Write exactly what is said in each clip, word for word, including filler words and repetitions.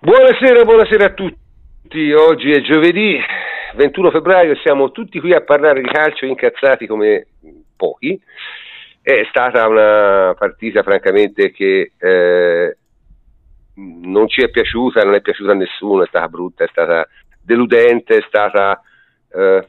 Buonasera, buonasera a tutti. Oggi è giovedì ventuno febbraio e siamo tutti qui a parlare di calcio incazzati come pochi. È stata una partita francamente che eh, non ci è piaciuta, non è piaciuta a nessuno, è stata brutta, è stata deludente, è stata eh,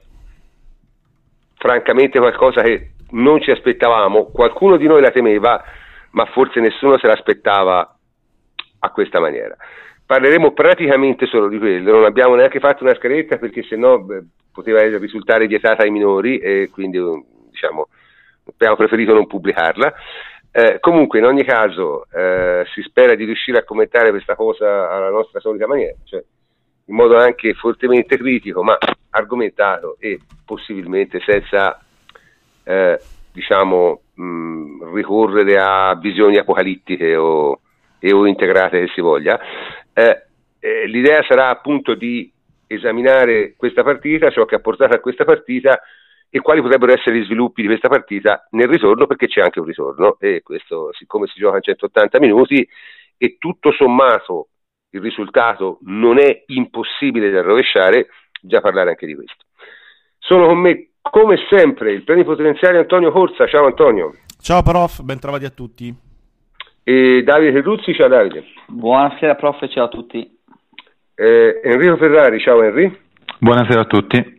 francamente qualcosa che non ci aspettavamo. Qualcuno di noi la temeva, ma forse nessuno se l'aspettava a questa maniera. Parleremo praticamente solo di quello, non abbiamo neanche fatto una scaletta perché sennò beh, poteva risultare vietata ai minori e quindi diciamo abbiamo preferito non pubblicarla. Eh, comunque in ogni caso eh, si spera di riuscire a commentare questa cosa alla nostra solita maniera, cioè in modo anche fortemente critico ma argomentato e possibilmente senza eh, diciamo mh, ricorrere a visioni apocalittiche o, e o integrate che si voglia. Eh, eh, l'idea sarà appunto di esaminare questa partita, ciò che ha portato a questa partita e quali potrebbero essere gli sviluppi di questa partita nel ritorno, perché c'è anche un ritorno e questo, siccome si gioca in centottanta minuti e tutto sommato il risultato non è impossibile da rovesciare, già parlare anche di questo. Sono con me come sempre il plenipotenziario Antonio Corsa. Ciao Antonio. Ciao prof, ben trovati a tutti. E Davide Terruzzi. Ciao Davide. Buonasera prof e ciao a tutti. eh, Enrico Ferrari. Ciao Henry. Buonasera a tutti.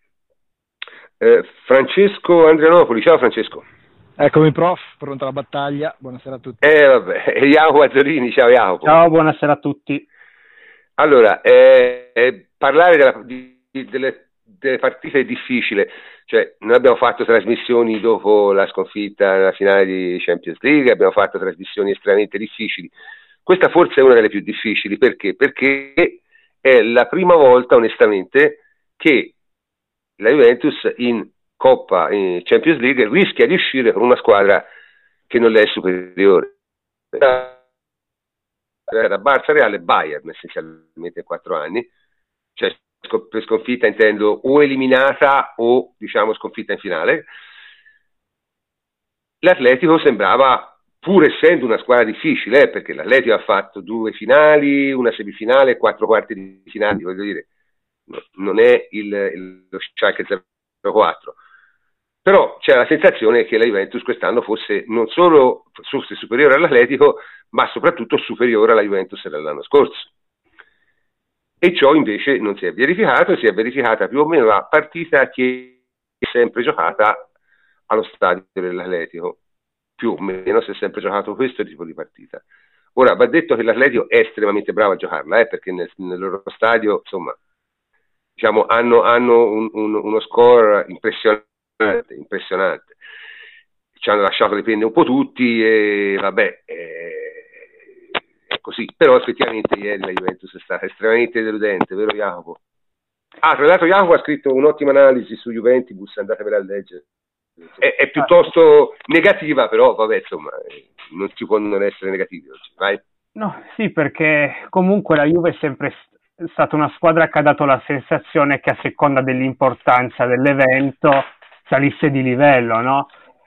eh, Francesco Andrianopoli. Ciao Francesco. Eccomi prof, pronto alla battaglia, buonasera a tutti. Eh vabbè, e Jacopo Azzolini. Ciao Jacopo. Ciao, buonasera a tutti. Allora, eh, eh, parlare della, di, delle, delle partite è difficile, cioè noi abbiamo fatto trasmissioni dopo la sconfitta nella finale di Champions League, abbiamo fatto trasmissioni estremamente difficili. Questa forse è una delle più difficili, perché? Perché è la prima volta, onestamente, che la Juventus in Coppa, in Champions League, rischia di uscire con una squadra che non le è superiore. Era Barça, Real e Bayern essenzialmente in quattro anni, cioè per sconfitta intendo o eliminata o diciamo sconfitta in finale. L'Atletico sembrava, pur essendo una squadra difficile, eh, perché l'Atletico ha fatto due finali, una semifinale e quattro quarti di finale, voglio dire, no, non è il, il, lo Schalke zero quattro, però c'è la sensazione che la Juventus quest'anno fosse non solo fosse superiore all'Atletico, ma soprattutto superiore alla Juventus dell'anno scorso. E ciò invece non si è verificato, si è verificata più o meno la partita che è sempre giocata allo stadio dell'Atletico. Più o meno si è sempre giocato questo tipo di partita. Ora va detto che l'Atletico è estremamente bravo a giocarla, eh, perché nel, nel loro stadio insomma diciamo hanno, hanno un, un, uno score impressionante, impressionante. Ci hanno lasciato le penne un po' tutti e vabbè, eh, è così. Però effettivamente ieri la Juventus è stata estremamente deludente, vero Jacopo? Ah, tra l'altro Jacopo ha scritto un'ottima analisi su Juventus, andatevela a leggere. È, è piuttosto negativa, però vabbè, insomma, non si può non essere negativi oggi. Vai. No, sì, perché comunque la Juve è sempre stata una squadra che ha dato la sensazione che a seconda dell'importanza dell'evento salisse di livello, no?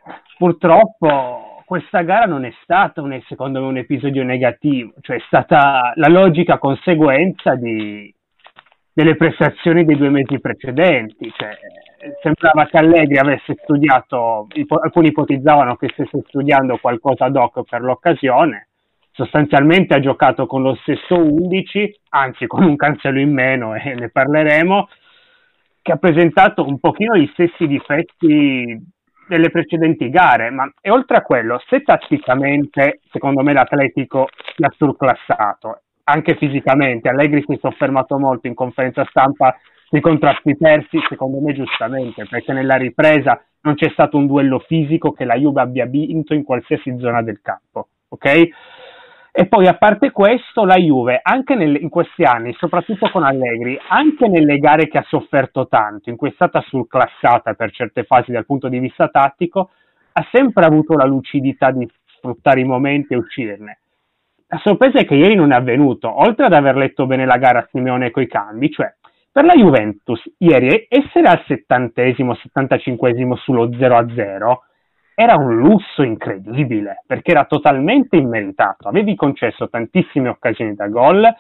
Purtroppo questa gara non è stata un, secondo me un episodio negativo, cioè è stata la logica conseguenza di, delle prestazioni dei due mesi precedenti, cioè sembrava che Allegri avesse studiato, alcuni ipotizzavano che stesse studiando qualcosa ad hoc per l'occasione, sostanzialmente ha giocato con lo stesso undici, anzi con un cancello in meno e ne parleremo, che ha presentato un pochino gli stessi difetti delle precedenti gare, ma e oltre a quello, se tatticamente secondo me l'Atletico si è surclassato, anche fisicamente, Allegri si è soffermato molto in conferenza stampa sui contrasti persi, secondo me giustamente, perché nella ripresa non c'è stato un duello fisico che la Juve abbia vinto in qualsiasi zona del campo, ok? E poi a parte questo la Juve anche nel, in questi anni, soprattutto con Allegri, anche nelle gare che ha sofferto tanto, in cui è stata surclassata per certe fasi dal punto di vista tattico, ha sempre avuto la lucidità di sfruttare i momenti e uscirne. La sorpresa è che ieri non è avvenuto, oltre ad aver letto bene la gara a Simeone coi cambi, cioè per la Juventus ieri essere al settantesimo, settantacinquesimo sullo zero a zero era un lusso incredibile, perché era totalmente immeritato. Avevi concesso tantissime occasioni da gol,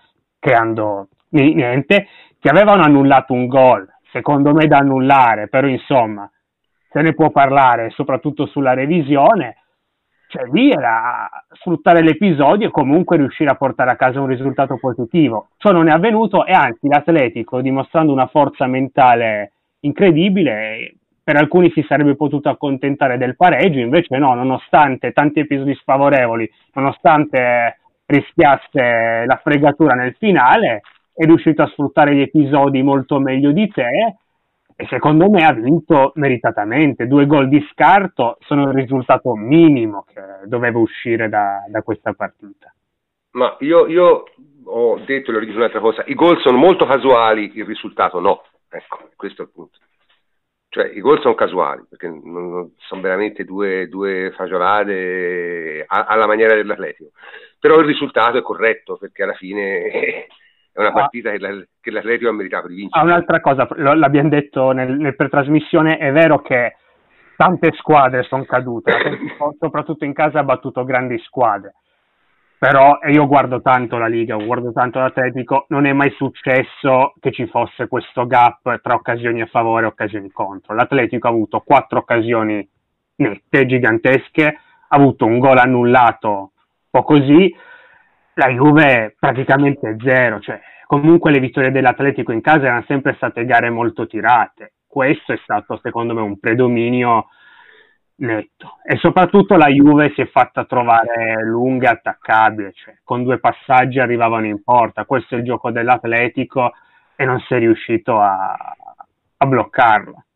che andò niente, che avevano annullato un gol, secondo me da annullare, però insomma se ne può parlare soprattutto sulla revisione, cioè lì era sfruttare l'episodio e comunque riuscire a portare a casa un risultato positivo. Ciò non è avvenuto e anzi l'Atletico, dimostrando una forza mentale incredibile, per alcuni si sarebbe potuto accontentare del pareggio, invece no, nonostante tanti episodi sfavorevoli, nonostante rischiasse la fregatura nel finale, è riuscito a sfruttare gli episodi molto meglio di te e secondo me ha vinto meritatamente. Due gol di scarto sono il risultato minimo che doveva uscire da, da questa partita. Ma io, io ho detto, e lo ridico un'altra cosa, i gol sono molto casuali, il risultato no, ecco, questo è il punto. Cioè i gol sono casuali, perché non, non, sono veramente due, due fagiolate a, alla maniera dell'Atletico, però il risultato è corretto, perché alla fine è una partita ah. che, la, che l'Atletico ha meritato di vincere. Ah, un'altra cosa, l'abbiamo detto nel, nel pretrasmissione, è vero che tante squadre sono cadute, soprattutto in casa ha battuto grandi squadre, però e io guardo tanto la Liga, guardo tanto l'Atletico, non è mai successo che ci fosse questo gap tra occasioni a favore e occasioni contro. L'Atletico ha avuto quattro occasioni nette, gigantesche, ha avuto un gol annullato un po' così, la Juve praticamente zero, cioè comunque le vittorie dell'Atletico in casa erano sempre state gare molto tirate. Questo è stato secondo me un predominio netto e soprattutto la Juve si è fatta trovare lunga e attaccabile, cioè con due passaggi arrivavano in porta. Questo è il gioco dell'Atletico e non si è riuscito a, a bloccarlo.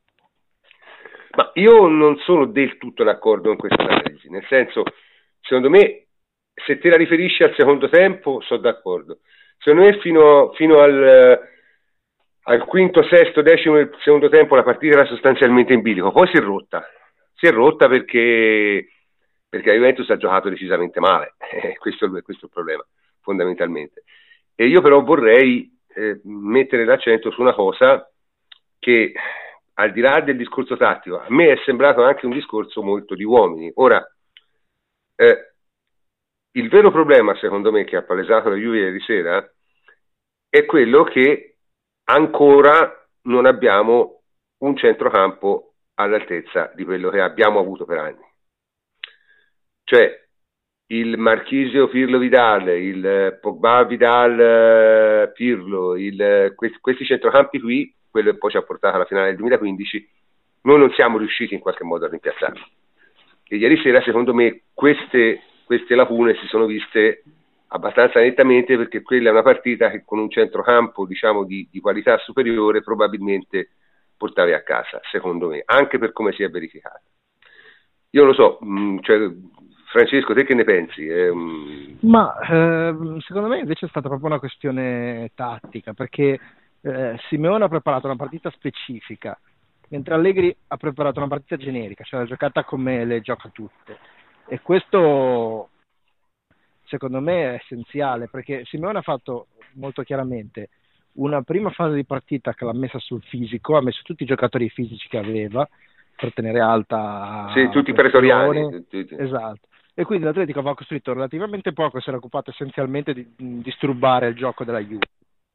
Ma io non sono del tutto d'accordo con questa analisi, nel senso, secondo me se te la riferisci al secondo tempo sono d'accordo, secondo me fino, fino al, al quinto, sesto, decimo del secondo tempo la partita era sostanzialmente in bilico, poi si è rotta si è rotta perché, perché la Juventus ha giocato decisamente male, questo, questo è il problema fondamentalmente. E io però vorrei eh, mettere l'accento su una cosa che al di là del discorso tattico a me è sembrato anche un discorso molto di uomini. Ora eh, il vero problema secondo me che ha palesato la Juve ieri sera è quello che ancora non abbiamo un centrocampo all'altezza di quello che abbiamo avuto per anni. Cioè il Marchisio Pirlo Vidal, il Pogba Vidal Pirlo, il, questi, questi centrocampi qui, quello che poi ci ha portato alla finale del duemilaquindici, noi non siamo riusciti in qualche modo a rimpiazzarli. E ieri sera secondo me queste, queste lacune si sono viste abbastanza nettamente, perché quella è una partita che con un centrocampo diciamo di, di qualità superiore probabilmente portavi a casa, secondo me, anche per come si è verificato. Io lo so, mh, cioè, Francesco, te che ne pensi? Eh, mh... Ma eh, secondo me invece è stata proprio una questione tattica, perché eh, Simeone ha preparato una partita specifica, mentre Allegri ha preparato una partita generica, cioè la giocata come le gioca tutte. E questo secondo me è essenziale, perché Simeone ha fatto molto chiaramente una prima fase di partita che l'ha messa sul fisico, ha messo tutti i giocatori fisici che aveva per tenere alta, sì, tutti i pretoriani, tutti. Esatto, e quindi l'Atletico aveva costruito relativamente poco e si era occupato essenzialmente di disturbare il gioco della Juve.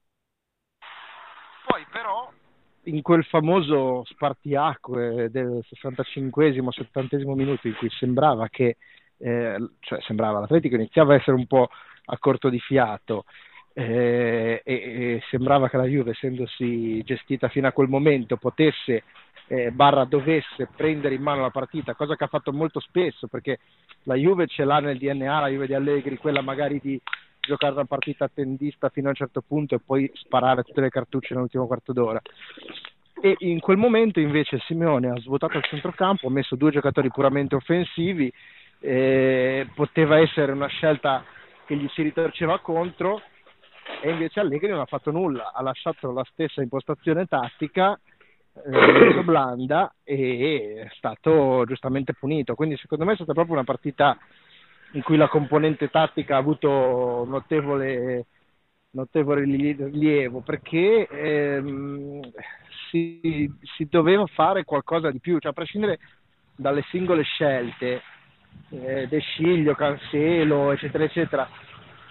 Poi però in quel famoso spartiacque del sessantacinquesimo settantesimo minuto in cui sembrava che eh, cioè sembrava l'Atletico iniziava a essere un po' a corto di fiato, Eh, e, e sembrava che la Juve, essendosi gestita fino a quel momento, potesse eh, barra dovesse prendere in mano la partita, cosa che ha fatto molto spesso, perché la Juve ce l'ha nel D N A, la Juve di Allegri, quella magari di giocare una partita attendista fino a un certo punto e poi sparare tutte le cartucce nell'ultimo quarto d'ora. E in quel momento invece Simeone ha svuotato il centrocampo, ha messo due giocatori puramente offensivi, eh, poteva essere una scelta che gli si ritorceva contro, e invece Allegri non ha fatto nulla, ha lasciato la stessa impostazione tattica eh, blanda e è stato giustamente punito. Quindi secondo me è stata proprio una partita in cui la componente tattica ha avuto notevole notevole rilievo, perché ehm, si, si doveva fare qualcosa di più, cioè a prescindere dalle singole scelte eh, De Sciglio, Cancelo eccetera eccetera,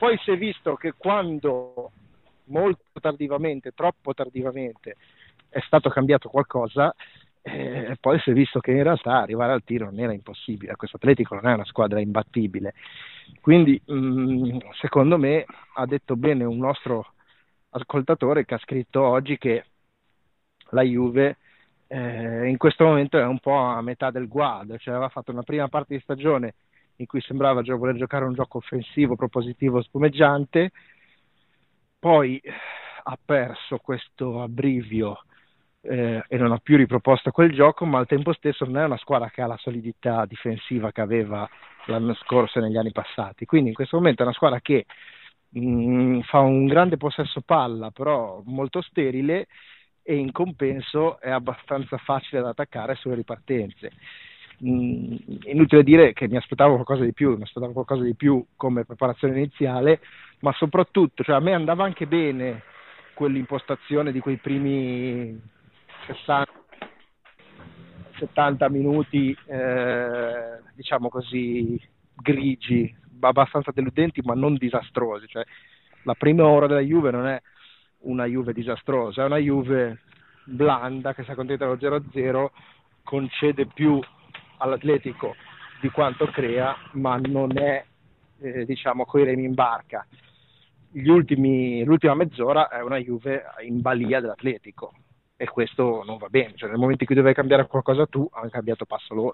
Poi si è visto che quando molto tardivamente, troppo tardivamente, è stato cambiato qualcosa, eh, poi si è visto che in realtà arrivare al tiro non era impossibile. Questo Atletico non è una squadra imbattibile, quindi mh, secondo me ha detto bene un nostro ascoltatore che ha scritto oggi che la Juve eh, in questo momento è un po' a metà del guado, cioè aveva fatto una prima parte di stagione in cui sembrava già voler giocare un gioco offensivo, propositivo, spumeggiante, poi ha perso questo abbrivio eh, e non ha più riproposto quel gioco, ma al tempo stesso non è una squadra che ha la solidità difensiva che aveva l'anno scorso e negli anni passati, quindi in questo momento è una squadra che mh, fa un grande possesso palla, però molto sterile, e in compenso è abbastanza facile da attaccare sulle ripartenze. Mm, inutile dire che mi aspettavo qualcosa di più, mi aspettavo qualcosa di più come preparazione iniziale, ma soprattutto, cioè a me andava anche bene quell'impostazione di quei primi sessanta settanta minuti, eh, diciamo così, grigi, abbastanza deludenti ma non disastrosi, cioè la prima ora della Juve non è una Juve disastrosa, è una Juve blanda che si accontenta dello zero a zero, concede più all'Atletico di quanto crea, ma non è eh, diciamo coi remi in barca. Gli ultimi, l'ultima mezz'ora è una Juve in balia dell'Atletico e questo non va bene, cioè nel momento in cui dovevi cambiare qualcosa tu, hanno cambiato passo loro.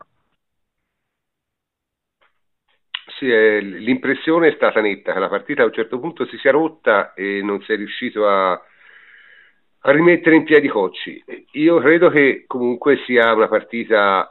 Sì, eh, l'impressione è stata netta che la partita a un certo punto si sia rotta e non si è riuscito a, a rimettere in piedi Cocci. Io credo che comunque sia una partita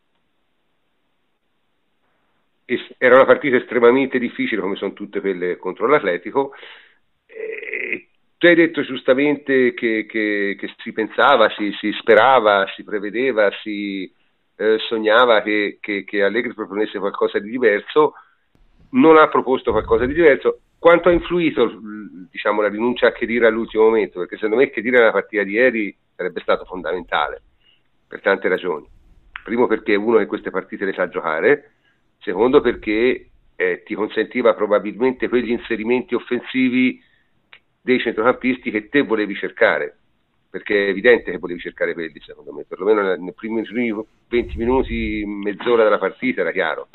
era una partita estremamente difficile, come sono tutte quelle contro l'Atletico. E tu hai detto giustamente che, che, che si pensava, si, si sperava, si prevedeva, si eh, sognava che, che, che Allegri proponesse qualcosa di diverso. Non ha proposto qualcosa di diverso. Quanto ha influito, diciamo, la rinuncia a Khedira all'ultimo momento? Perché secondo me Khedira nella partita di ieri sarebbe stato fondamentale per tante ragioni. Primo, perché è uno che queste partite le sa giocare. Secondo, perché eh, ti consentiva probabilmente quegli inserimenti offensivi dei centrocampisti che te volevi cercare, perché è evidente che volevi cercare quelli, secondo me, perlomeno nei primi venti minuti, mezz'ora della partita era chiaro.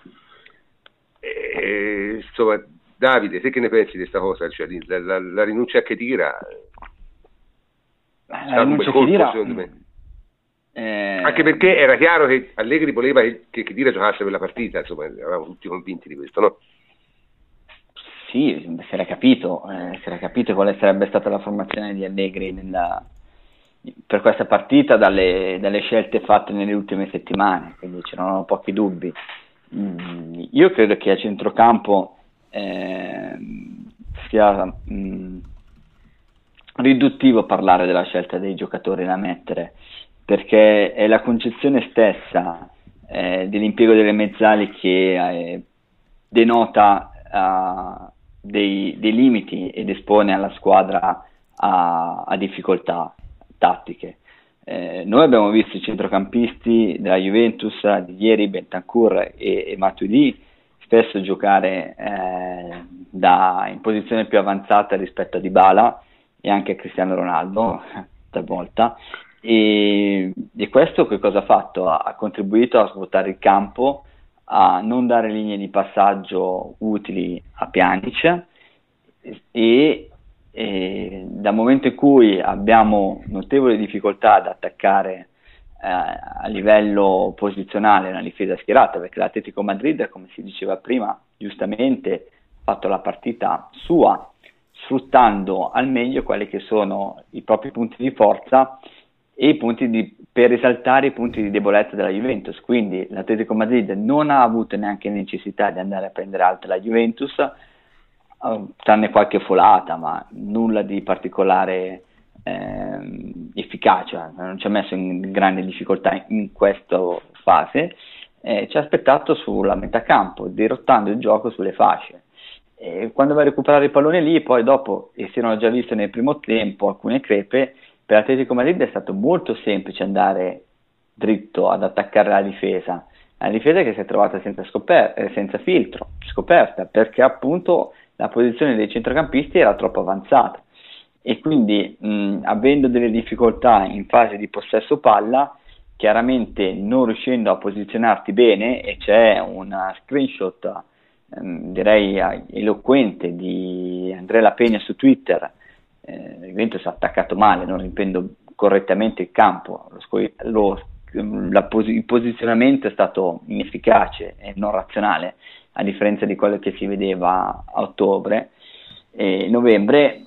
E, insomma, Davide, te che ne pensi di questa cosa? Cioè, la, la, la rinuncia a Khedira è stato un bel colpo, secondo me. Eh... Anche perché era chiaro che Allegri voleva che Khedira giocasse per la partita, insomma, eravamo tutti convinti di questo, no? Sì, si era capito, eh, si era capito quale sarebbe stata la formazione di Allegri nella, per questa partita dalle, dalle scelte fatte nelle ultime settimane, quindi c'erano pochi dubbi. Mm, io credo che a centrocampo eh, sia mh, riduttivo parlare della scelta dei giocatori da mettere, perché è la concezione stessa eh, dell'impiego delle mezzali che eh, denota uh, dei, dei limiti ed espone alla squadra a, a difficoltà tattiche. Eh, noi abbiamo visto i centrocampisti della Juventus di ieri, Bentancur e, e Matuidi, spesso giocare eh, da, in posizione più avanzata rispetto a Dybala e anche a Cristiano Ronaldo talvolta. E, e questo che cosa ha fatto? Ha contribuito a svuotare il campo, a non dare linee di passaggio utili a Pjanic e, e dal momento in cui abbiamo notevoli difficoltà ad attaccare eh, a livello posizionale una difesa schierata, perché l'Atletico Madrid, come si diceva prima, giustamente ha fatto la partita sua, sfruttando al meglio quelli che sono i propri punti di forza e i punti di, per esaltare i punti di debolezza della Juventus. Quindi l'Atletico Madrid non ha avuto neanche necessità di andare a prendere alta la Juventus, uh, tranne qualche folata, ma nulla di particolare eh, efficacia, non ci ha messo in grande difficoltà in questa fase, eh, ci ha aspettato sulla metà campo, dirottando il gioco sulle fasce. E quando va a recuperare il pallone lì, poi dopo, e si erano già viste nel primo tempo alcune crepe, per l'Atletico Madrid è stato molto semplice andare dritto ad attaccare la difesa, la difesa che si è trovata senza, scoper- senza filtro, scoperta, perché appunto la posizione dei centrocampisti era troppo avanzata e quindi mh, avendo delle difficoltà in fase di possesso palla, chiaramente non riuscendo a posizionarti bene, e c'è una screenshot ehm, direi eloquente di Andrea La Pegna su Twitter, eh, il Juventus ha attaccato male, non riempendo correttamente il campo, lo, sco- lo, la pos- il posizionamento è stato inefficace e non razionale, a differenza di quello che si vedeva a ottobre. E novembre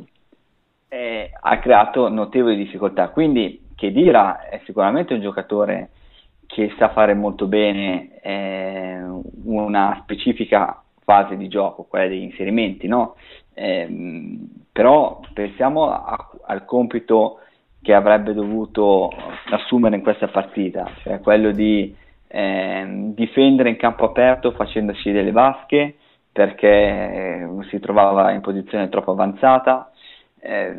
eh, ha creato notevoli difficoltà, quindi Khedira è sicuramente un giocatore che sa fare molto bene eh, una specifica fase di gioco, quella degli inserimenti, no? Eh, però pensiamo a, al compito che avrebbe dovuto assumere in questa partita, cioè quello di eh, difendere in campo aperto facendosi delle vasche perché si trovava in posizione troppo avanzata. Eh,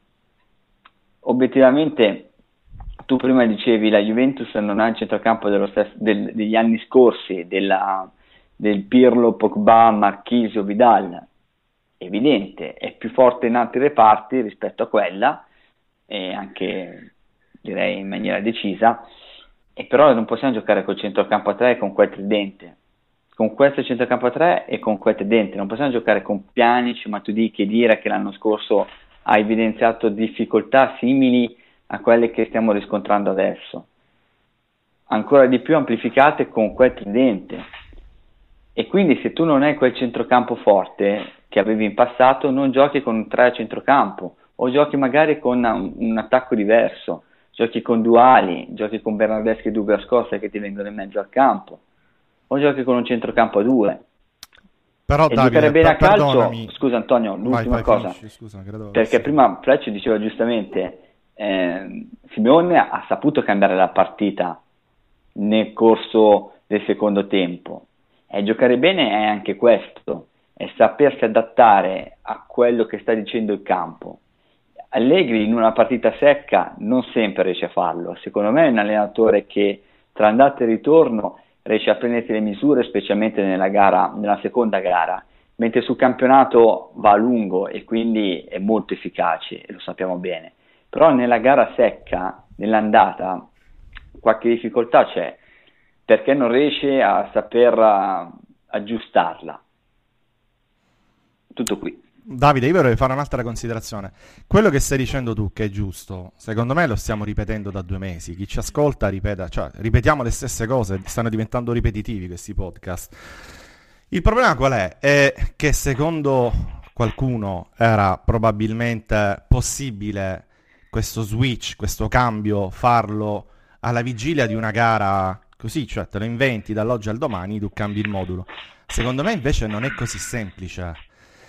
obiettivamente tu prima dicevi la Juventus non ha il centrocampo dello stesso, del, degli anni scorsi, della, del Pirlo, Pogba, Marchisio, Vidal. Evidente, è più forte in altri reparti rispetto a quella, e anche direi in maniera decisa, e però non possiamo giocare col centrocampo a tre e con quel tridente. Con questo centrocampo a tre e con quel tridente non possiamo giocare con Pjanic, Matuidi, Khedira, che l'anno scorso ha evidenziato difficoltà simili a quelle che stiamo riscontrando adesso, ancora di più amplificate con quel tridente. E quindi se tu non hai quel centrocampo forte che avevi in passato, non giochi con un tre a centrocampo, o giochi magari con un, un attacco diverso, giochi con duali, giochi con Bernardeschi e Douglas Costa che ti vengono in mezzo al campo, o giochi con un centrocampo a due. Però e Davide, giocare bene a calcio, perdonami. Scusa Antonio, l'ultima vai, vai, cosa, finisci, scusa, credo perché sì. prima Fleccio diceva giustamente, eh, Simeone ha saputo cambiare la partita nel corso del secondo tempo, e giocare bene è anche questo, è sapersi adattare a quello che sta dicendo il campo. Allegri in una partita secca non sempre riesce a farlo, secondo me è un allenatore che tra andata e ritorno riesce a prendersi le misure, specialmente nella gara, nella seconda gara, mentre sul campionato va a lungo e quindi è molto efficace, e lo sappiamo bene. Però nella gara secca, nell'andata, qualche difficoltà c'è, perché non riesce a saper uh, aggiustarla. Tutto qui. Davide, io vorrei fare un'altra considerazione. Quello che stai dicendo tu, che è giusto, secondo me lo stiamo ripetendo da due mesi. Chi ci ascolta ripeta, cioè ripetiamo le stesse cose, stanno diventando ripetitivi questi podcast. Il problema qual è? È che secondo qualcuno era probabilmente possibile questo switch, questo cambio, farlo alla vigilia di una gara così, cioè te lo inventi dall'oggi al domani, tu cambi il modulo. Secondo me invece non è così semplice.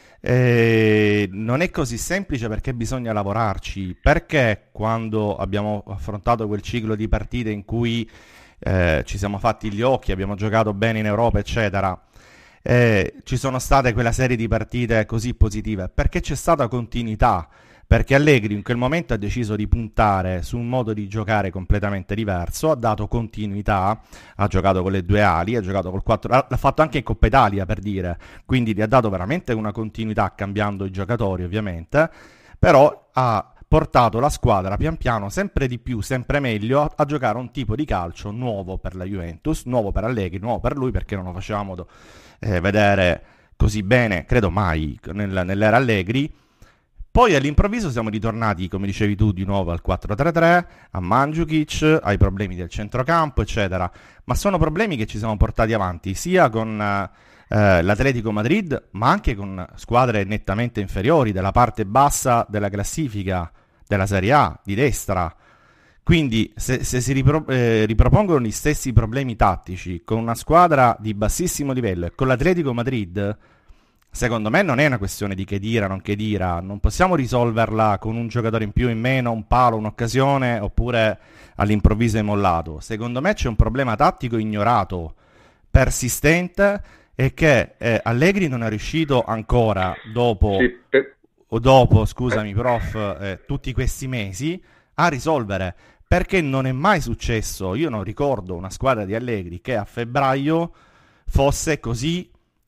Eh, non è così semplice perché bisogna lavorarci, perché quando abbiamo affrontato quel ciclo di partite in cui eh, ci siamo fatti gli occhi, abbiamo giocato bene in Europa eccetera, eh, ci sono state quella serie di partite così positive perché c'è stata continuità, perché Allegri in quel momento ha deciso di puntare su un modo di giocare completamente diverso, ha dato continuità, ha giocato con le due ali, ha giocato col quattro, l'ha fatto anche in Coppa Italia per dire, quindi gli ha dato veramente una continuità cambiando i giocatori ovviamente, però ha portato la squadra pian piano sempre di più, sempre meglio a, a giocare un tipo di calcio nuovo per la Juventus, nuovo per Allegri, nuovo per lui, perché non lo facevamo eh, vedere così bene, credo mai, nel, nell'era Allegri. Poi all'improvviso siamo ritornati, come dicevi tu, di nuovo al quattro tre tre, a Mandzukic, ai problemi del centrocampo, eccetera. Ma sono problemi che ci siamo portati avanti sia con eh, l'Atletico Madrid, ma anche con squadre nettamente inferiori della parte bassa della classifica della Serie A, di destra. Quindi se, se si ripro- eh, ripropongono gli stessi problemi tattici con una squadra di bassissimo livello e con l'Atletico Madrid, secondo me non è una questione di Khedira, non Khedira, non possiamo risolverla con un giocatore in più, in meno, un palo, un'occasione, oppure all'improvviso è mollato. Secondo me c'è un problema tattico ignorato, persistente, e che eh, Allegri non è riuscito ancora, dopo, sì, per... o dopo, scusami prof, eh, tutti questi mesi, a risolvere, perché non è mai successo, io non ricordo una squadra di Allegri che a febbraio fosse così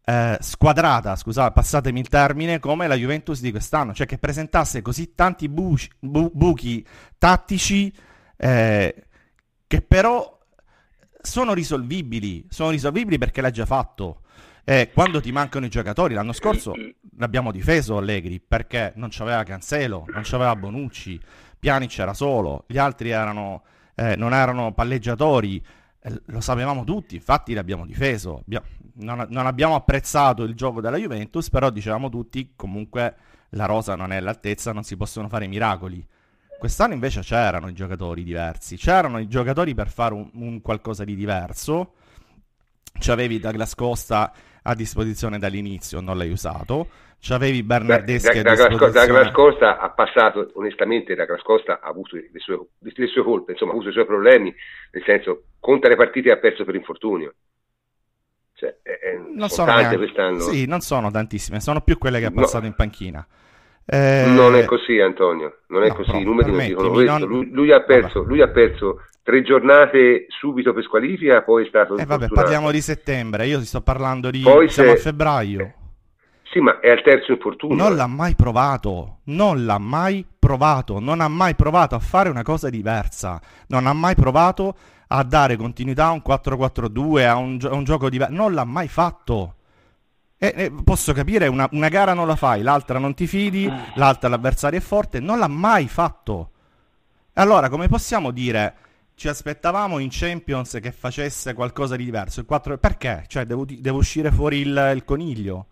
eh, squadrata, scusate, passatemi il termine, come la Juventus di quest'anno, cioè che presentasse così tanti buci, bu- buchi tattici eh, che però sono risolvibili, sono risolvibili perché l'hai già fatto. Eh, quando ti mancano i giocatori, l'anno scorso l'abbiamo difeso Allegri perché non c'aveva Cancelo, non c'aveva Bonucci, Pjanic era solo, gli altri erano, eh, non erano palleggiatori, eh, lo sapevamo tutti, infatti l'abbiamo difeso. Abbiamo, non, non abbiamo apprezzato il gioco della Juventus, però dicevamo tutti comunque la rosa non è all'altezza, non si possono fare miracoli. Quest'anno invece c'erano i giocatori diversi, c'erano i giocatori per fare un, un qualcosa di diverso. C'avevi Douglas Costa a disposizione dall'inizio, non l'hai usato. C'avevi Bernardeschi da, a da, disposizione. Douglas Costa ha passato, onestamente Douglas Costa ha avuto le sue, le sue colpe, insomma ha avuto i suoi problemi, nel senso conta le partite e ha perso per infortunio. Cioè, è, è, non sono sono tante neanche, quest'anno. Sì, non sono tantissime, sono più quelle che ha passato no. in panchina. Eh... Non è così, Antonio, non è no, così, i numeri non dicono questo. Non... Lui, lui, ha perso, lui ha perso tre giornate subito per squalifica, poi è stato eh vabbè, parliamo di settembre, io ti sto parlando di poi siamo se... a febbraio. Sì, ma è al terzo infortunio. Non l'ha mai provato, non l'ha mai provato, non ha mai provato a fare una cosa diversa, non ha mai provato a dare continuità a un quattro quattro due, a un, a un gioco diverso, non l'ha mai fatto. E, e posso capire, una, una gara non la fai, l'altra non ti fidi, l'altra l'avversario è forte, non l'ha mai fatto. Allora, come possiamo dire, ci aspettavamo in Champions che facesse qualcosa di diverso? Il quattro, perché? Cioè, devo, devo uscire fuori il, il coniglio?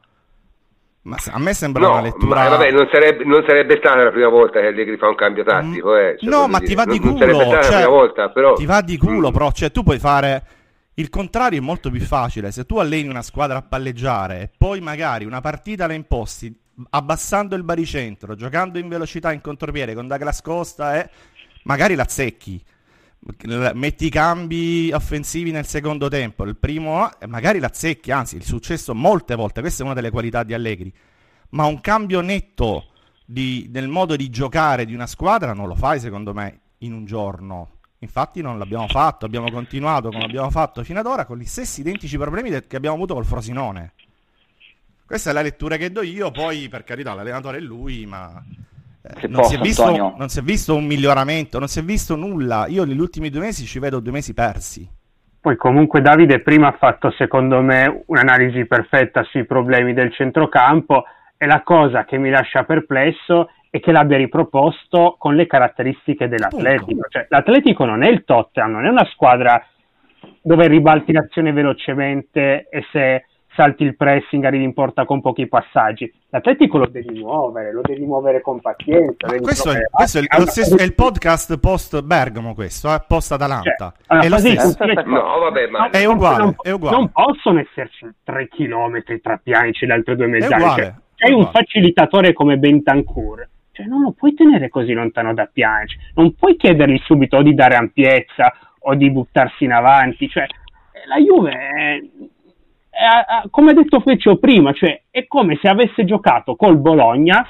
Ma a me sembra no, una lettura... ma vabbè, non sarebbe, non sarebbe stata la prima volta che Allegri fa un cambio tattico. Eh, cioè, no, ma dire. ti va di non, culo. Non sarebbe stata cioè, la prima volta, però... Ti va di culo, mm. però. Cioè, tu puoi fare... Il contrario è molto più facile. Se tu alleni una squadra a palleggiare e poi magari una partita la imposti abbassando il baricentro, giocando in velocità in contropiede con Douglas Costa e magari la azzecchi. Metti i cambi offensivi nel secondo tempo, il primo e magari la azzecchi, anzi il successo molte volte, questa è una delle qualità di Allegri, ma un cambio netto di, nel modo di giocare di una squadra non lo fai secondo me in un giorno. Infatti non l'abbiamo fatto, abbiamo continuato come abbiamo fatto fino ad ora con gli stessi identici problemi che abbiamo avuto col Frosinone. Questa è la lettura che do io, poi per carità l'allenatore è lui, ma eh, non, posso, si è visto, non si è visto un miglioramento, non si è visto nulla. Io negli ultimi due mesi ci vedo due mesi persi. Poi comunque Davide prima ha fatto secondo me un'analisi perfetta sui problemi del centrocampo e la cosa che mi lascia perplesso è che l'abbia riproposto con le caratteristiche dell'Atletico. Cioè, l'Atletico non è il Tottenham, non è una squadra dove ribalti l'azione velocemente e se salti il pressing arrivi in porta con pochi passaggi. L'Atletico lo devi muovere, lo devi muovere con pazienza. Devi questo è, questo è, il, lo stesso, è il podcast post Bergamo, questo, eh, post Atalanta. Cioè, allora, è lo stesso. No, vabbè, ma è uguale, non, è uguale. Non possono esserci tre chilometri tra Pjanic e le altre due mezzali. È uguale, cioè, c'hai un facilitatore come Bentancur. Cioè, non lo puoi tenere così lontano da Pjanic, non puoi chiedergli subito o di dare ampiezza o di buttarsi in avanti. Cioè, la Juve è, è, è, come ha detto Feccio prima, cioè, è come se avesse giocato col Bologna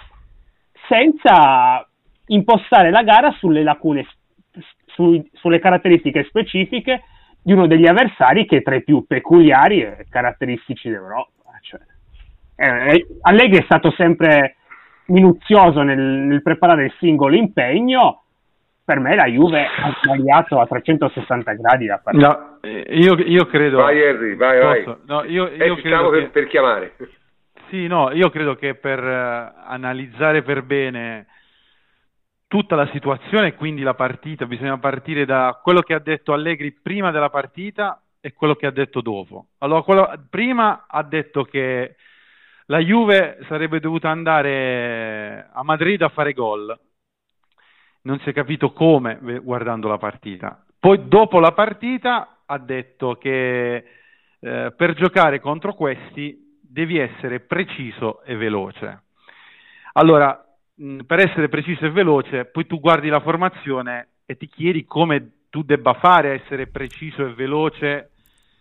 senza impostare la gara sulle lacune, su, sulle caratteristiche specifiche di uno degli avversari che è tra i più peculiari e caratteristici d'Europa. Cioè, eh, Allegri è stato sempre minuzioso nel, nel preparare il singolo impegno. Per me la Juve ha sbagliato a trecentosessanta gradi la partita. No, io, io credo vai Henry, vai, vai. No, io, io eh, credo per, che... per chiamare sì, no, io credo che per uh, analizzare per bene tutta la situazione e quindi la partita bisogna partire da quello che ha detto Allegri prima della partita e quello che ha detto dopo. Allora, quello, prima ha detto che la Juve sarebbe dovuta andare a Madrid a fare gol. Non si è capito come guardando la partita. Poi dopo la partita ha detto che eh, per giocare contro questi devi essere preciso e veloce. Allora, mh, per essere preciso e veloce, poi tu guardi la formazione e ti chiedi come tu debba fare a essere preciso e veloce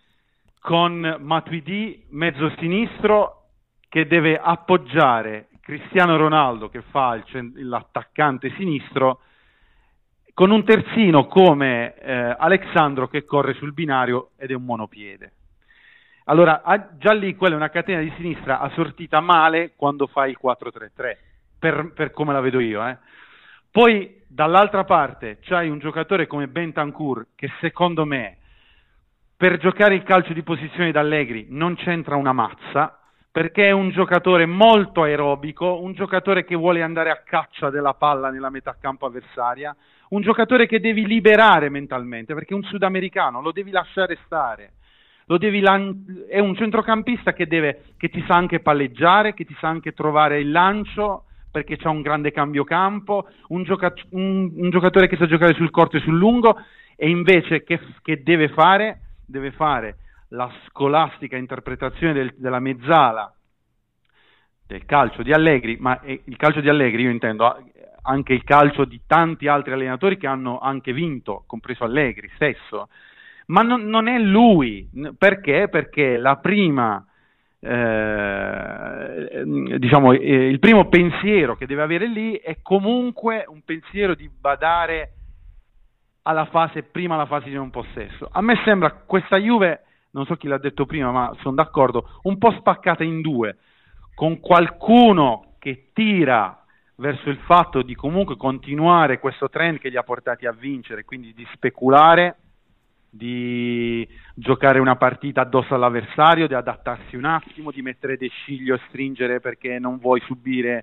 con Matuidi mezzo sinistro che deve appoggiare Cristiano Ronaldo che fa il, l'attaccante sinistro con un terzino come eh, Alexandro che corre sul binario ed è un monopiede. allora già lì quella è una catena di sinistra assortita male quando fai il quattro tre tre, per, per come la vedo io. Eh. Poi dall'altra parte c'hai un giocatore come Bentancur che secondo me per giocare il calcio di posizione d'Allegri non c'entra una mazza, perché è un giocatore molto aerobico, un giocatore che vuole andare a caccia della palla nella metà campo avversaria, un giocatore che devi liberare mentalmente, perché un sudamericano lo devi lasciare stare, lo devi lan- è un centrocampista che, deve, che ti sa anche palleggiare, che ti sa anche trovare il lancio, perché c'ha un grande cambio campo, un, gioca- un, un giocatore che sa giocare sul corto e sul lungo, e invece che, che deve fare? Deve fare la scolastica interpretazione del, della mezzala del calcio di Allegri, ma il calcio di Allegri io intendo anche il calcio di tanti altri allenatori che hanno anche vinto, compreso Allegri stesso, ma non, non è lui. Perché? Perché la prima eh, diciamo eh, il primo pensiero che deve avere lì è comunque un pensiero di badare alla fase, prima alla fase di non possesso. A me sembra questa Juve, non so chi l'ha detto prima, ma sono d'accordo, un po' spaccata in due, con qualcuno che tira verso il fatto di comunque continuare questo trend che li ha portati a vincere, quindi di speculare, di giocare una partita addosso all'avversario, di adattarsi un attimo, di mettere De Sciglio e stringere perché non vuoi subire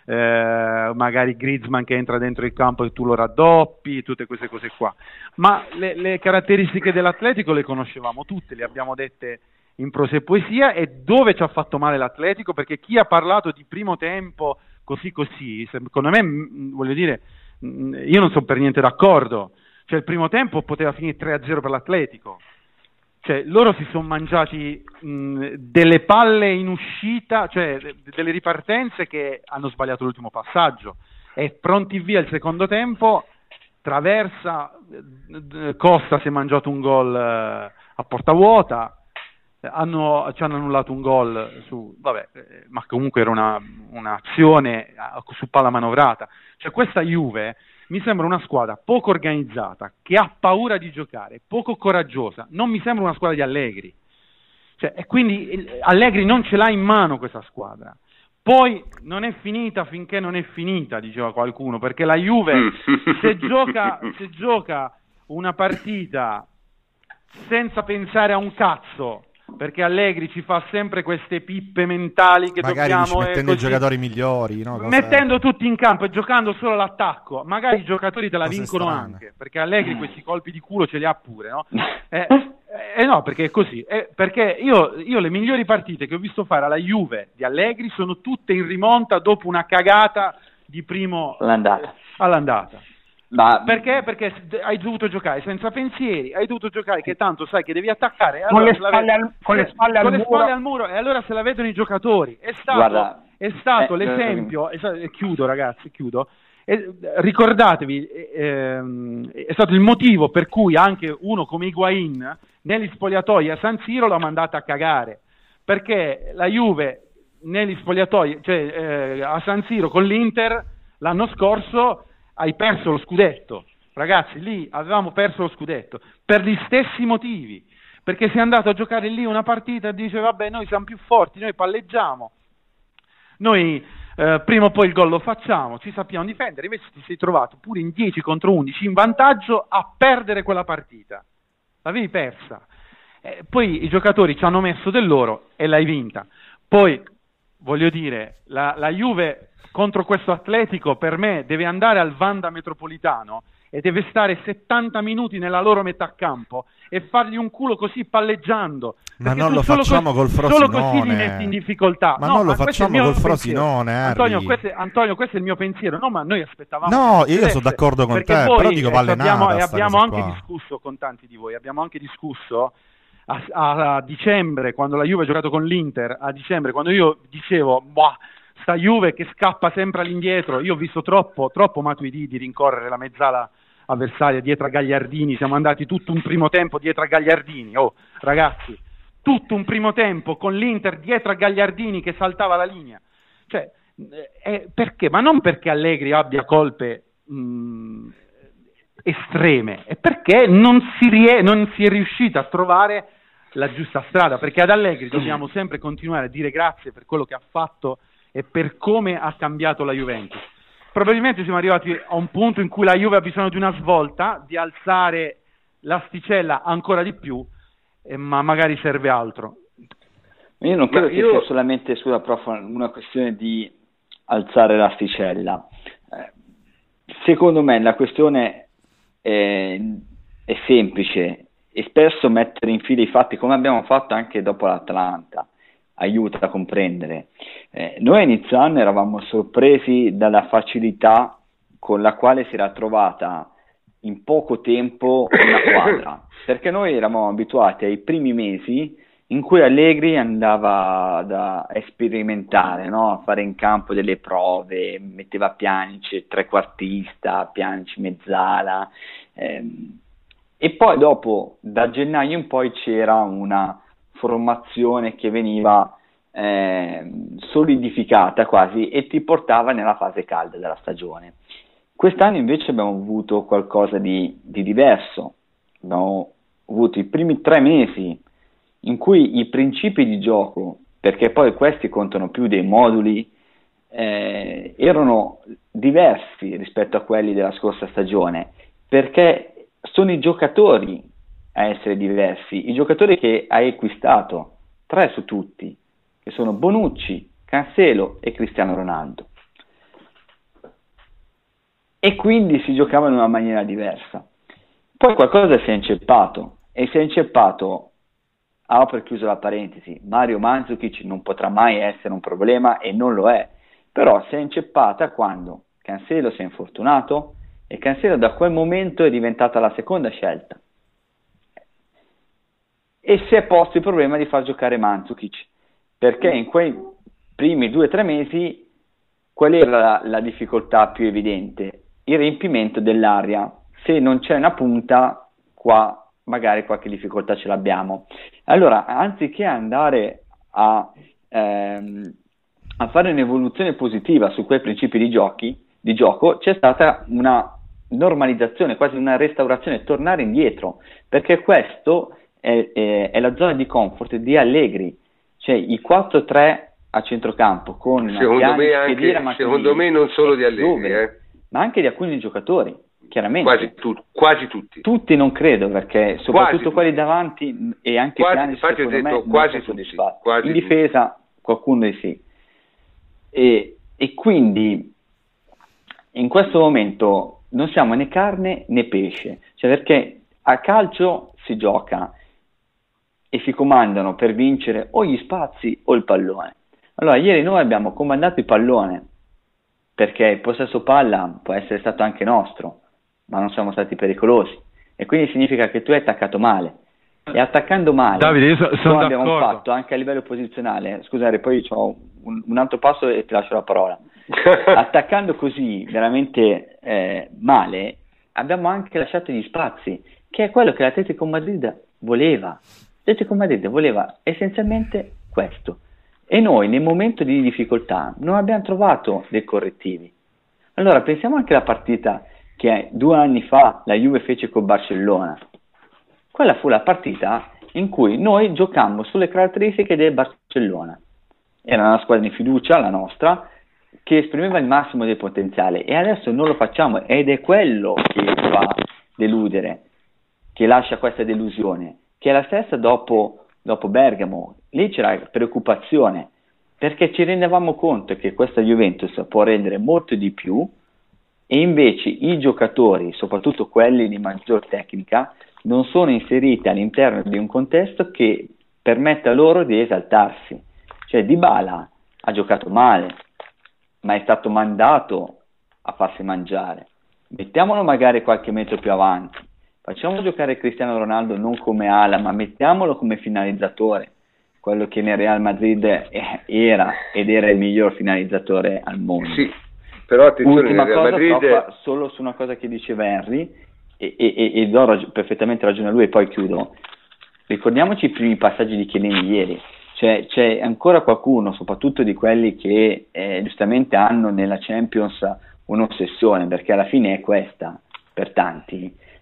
eh, magari Griezmann che entra dentro il campo e tu lo raddoppi, tutte queste cose qua. Ma le, le caratteristiche dell'Atletico le conoscevamo tutte, le abbiamo dette in prosa e poesia. E dove ci ha fatto male l'Atletico? Perché chi ha parlato di primo tempo così così, secondo me, voglio dire, io non sono per niente d'accordo. Cioè il primo tempo poteva finire tre a zero per l'Atletico, cioè loro si sono mangiati mh, delle palle in uscita, cioè d- delle ripartenze che hanno sbagliato l'ultimo passaggio, e pronti via il secondo tempo. Traversa, d- Costa si è mangiato un gol eh, a porta vuota, hanno, ci hanno annullato un gol su, vabbè, eh, ma comunque era una, un'azione eh, su palla manovrata. Cioè questa Juve mi sembra una squadra poco organizzata, che ha paura di giocare, poco coraggiosa. Non mi sembra una squadra di Allegri. Cioè, e quindi Allegri non ce l'ha in mano questa squadra. Poi non è finita finché non è finita, diceva qualcuno, perché la Juve se gioca, se gioca una partita senza pensare a un cazzo, perché Allegri ci fa sempre queste pippe mentali che magari dobbiamo mettendo eh, i giocatori migliori, no? Cosa... mettendo tutti in campo e giocando solo l'attacco, magari i giocatori te la Cose vincono strane. anche, perché Allegri questi colpi di culo ce li ha pure, no? Eh, eh no, perché è così, eh, perché io, io le migliori partite che ho visto fare alla Juve di Allegri sono tutte in rimonta dopo una cagata di primo all'andata. all'andata. Ma... Perché? Perché hai dovuto giocare senza pensieri, hai dovuto giocare che tanto sai che devi attaccare, con, allora le spalle al, con le spalle, con al, le muro. spalle al muro, e allora se la vedono i giocatori. È stato, Guarda, è stato eh, l'esempio, eh, e chiudo ragazzi, chiudo, e, ricordatevi, ehm, è stato il motivo per cui anche uno come Higuain negli spogliatoi a San Siro l'ha mandata a cagare, perché la Juve negli spogliatoi, cioè eh, a San Siro con l'Inter l'anno scorso hai perso lo scudetto, ragazzi, lì avevamo perso lo scudetto per gli stessi motivi, perché sei andato a giocare lì una partita e dice vabbè noi siamo più forti, noi palleggiamo, noi eh, prima o poi il gol lo facciamo, ci sappiamo difendere. Invece ti sei trovato pure in dieci contro undici in vantaggio a perdere quella partita, l'avevi persa, eh, poi i giocatori ci hanno messo del loro e l'hai vinta. Poi voglio dire, la, la Juve contro questo Atletico per me deve andare al Wanda Metropolitano e deve stare settanta minuti nella loro metà campo e fargli un culo così palleggiando. Ma non lo facciamo col Frosinone. Solo così li metti in difficoltà. Ma no, non lo ma facciamo col Frosinone, Antonio questo, è, Antonio, questo è il mio pensiero. No, ma noi aspettavamo. No, io sono d'accordo con te, però dico pallenata. E abbiamo anche qua. discusso con tanti di voi, abbiamo anche discusso a, a, a dicembre, quando la Juve ha giocato con l'Inter, a dicembre, quando io dicevo, boh, sta Juve che scappa sempre all'indietro. Io ho visto troppo, troppo Matuidi di rincorrere la mezzala avversaria dietro a Gagliardini. Siamo andati tutto un primo tempo dietro a Gagliardini. Oh, ragazzi, tutto un primo tempo con l'Inter dietro a Gagliardini che saltava la linea. Cioè, eh, perché? Ma non perché Allegri abbia colpe mh, estreme, è perché non si, rie- non si è riuscito a trovare la giusta strada, perché ad Allegri dobbiamo sempre continuare a dire grazie per quello che ha fatto e per come ha cambiato la Juventus. Probabilmente siamo arrivati a un punto in cui la Juve ha bisogno di una svolta, di alzare l'asticella ancora di più, eh, ma magari serve altro. Io non credo Ma che io- sia solamente sulla prof una questione di alzare l'asticella. Eh, secondo me la questione è, è semplice e spesso mettere in fila i fatti, come abbiamo fatto anche dopo l'Atalanta, aiuta a comprendere. Eh, noi a inizio anno eravamo sorpresi dalla facilità con la quale si era trovata in poco tempo una quadra, perché noi eravamo abituati ai primi mesi in cui Allegri andava ad sperimentare, no? A fare in campo delle prove, metteva Pjanic trequartista, Pjanic mezzala, ehm, e poi dopo, da gennaio in poi, c'era una formazione che veniva eh, solidificata quasi e ti portava nella fase calda della stagione. Quest'anno invece abbiamo avuto qualcosa di, di diverso, abbiamo avuto i primi tre mesi in cui i principi di gioco, perché poi questi contano più dei moduli, eh, erano diversi rispetto a quelli della scorsa stagione, perché sono i giocatori a essere diversi, i giocatori che hai acquistato, tre su tutti, che sono Bonucci, Cancelo e Cristiano Ronaldo. E quindi si giocava in una maniera diversa. Poi qualcosa si è inceppato, e si è inceppato, apro e chiuso la parentesi, Mario Mandzukic non potrà mai essere un problema e non lo è, però si è inceppata quando Cancelo si è infortunato e Cancelo da quel momento è diventata la seconda scelta e si è posto il problema di far giocare Mandzukic, perché in quei primi due o tre mesi qual era la, la difficoltà più evidente? Il riempimento dell'area. Se non c'è una punta, qua magari qualche difficoltà ce l'abbiamo. Allora, anziché andare a, ehm, a fare un'evoluzione positiva su quei principi di, giochi, di gioco, c'è stata una normalizzazione, quasi una restaurazione, tornare indietro, perché questo è, è, è la zona di comfort di Allegri, cioè i quattro tre a centrocampo con secondo me, anche, Khedira, secondo me non solo di Allegri, eh. ma anche di alcuni giocatori, chiaramente. Quasi, tu, quasi tutti. Tutti non credo, perché soprattutto Quasi quelli tutti. davanti e anche Quasi, Pjanic, infatti ho secondo detto me, quasi non sono tutti, soddisfatti. quasi In tutti. difesa qualcuno di sì. E, e quindi in questo momento non siamo né carne né pesce, cioè perché a calcio si gioca e si comandano per vincere o gli spazi o il pallone. Allora ieri noi abbiamo comandato il pallone perché il possesso palla può essere stato anche nostro, ma non siamo stati pericolosi, e quindi significa che tu hai attaccato male, e attaccando male, Davide, io so- sono come abbiamo d'accordo. fatto anche a livello posizionale, scusate, poi ho un, un altro passo e ti lascio la parola. Attaccando così veramente eh, male, abbiamo anche lasciato gli spazi, che è quello che l'Atletico Madrid voleva. L'Atletico Madrid voleva essenzialmente questo, e noi nel momento di difficoltà non abbiamo trovato dei correttivi. Allora pensiamo anche alla partita che due anni fa la Juve fece con Barcellona. Quella fu la partita in cui noi giocammo sulle caratteristiche del Barcellona. Era una squadra di fiducia, la nostra, che esprimeva il massimo del potenziale, e adesso non lo facciamo, ed è quello che fa deludere, che lascia questa delusione, che è la stessa dopo, dopo Bergamo. Lì c'era preoccupazione, perché ci rendevamo conto che questa Juventus può rendere molto di più, e invece i giocatori, soprattutto quelli di maggior tecnica, non sono inseriti all'interno di un contesto che permetta loro di esaltarsi. Cioè Dybala ha giocato male, ma è stato mandato a farsi mangiare. Mettiamolo magari qualche metro più avanti, facciamo giocare Cristiano Ronaldo non come ala, ma mettiamolo come finalizzatore, quello che nel Real Madrid era ed era il miglior finalizzatore al mondo. Sì, però attenzione, Ultima nel Real cosa, Madrid... troppa, solo su una cosa che diceva Henry, e, e, e do rag- perfettamente ragione a lui, e poi chiudo. Ricordiamoci i primi passaggi di Chiellini ieri. Cioè, c'è ancora qualcuno, soprattutto di quelli che eh, giustamente hanno nella Champions un'ossessione, perché alla fine è questa per tanti,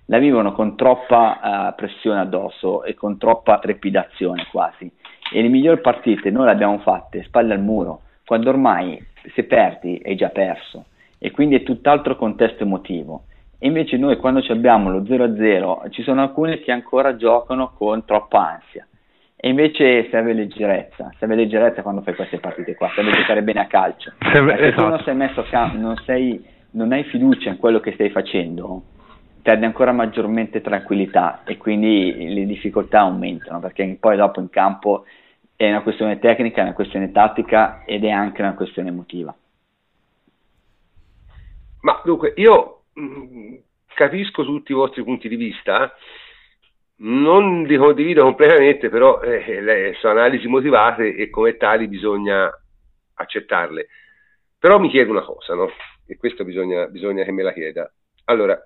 la vivono con troppa uh, pressione addosso e con troppa trepidazione quasi, e le migliori partite noi le abbiamo fatte spalle al muro, quando ormai se perdi hai già perso, e quindi è tutt'altro contesto emotivo. E invece noi quando abbiamo lo zero a zero ci sono alcuni che ancora giocano con troppa ansia, e invece serve leggerezza, serve leggerezza quando fai queste partite qua, serve giocare bene a calcio. Serve, se esatto. tu non sei messo a campo, non sei, non hai fiducia in quello che stai facendo, perdi ancora maggiormente tranquillità, e quindi le difficoltà aumentano, perché poi dopo in campo è una questione tecnica, è una questione tattica ed è anche una questione emotiva. Ma dunque io capisco tutti i vostri punti di vista, non li condivido completamente, però eh, le, sono analisi motivate e come tali bisogna accettarle. Però mi chiedo una cosa, no? E questo bisogna, bisogna che me la chieda. Allora,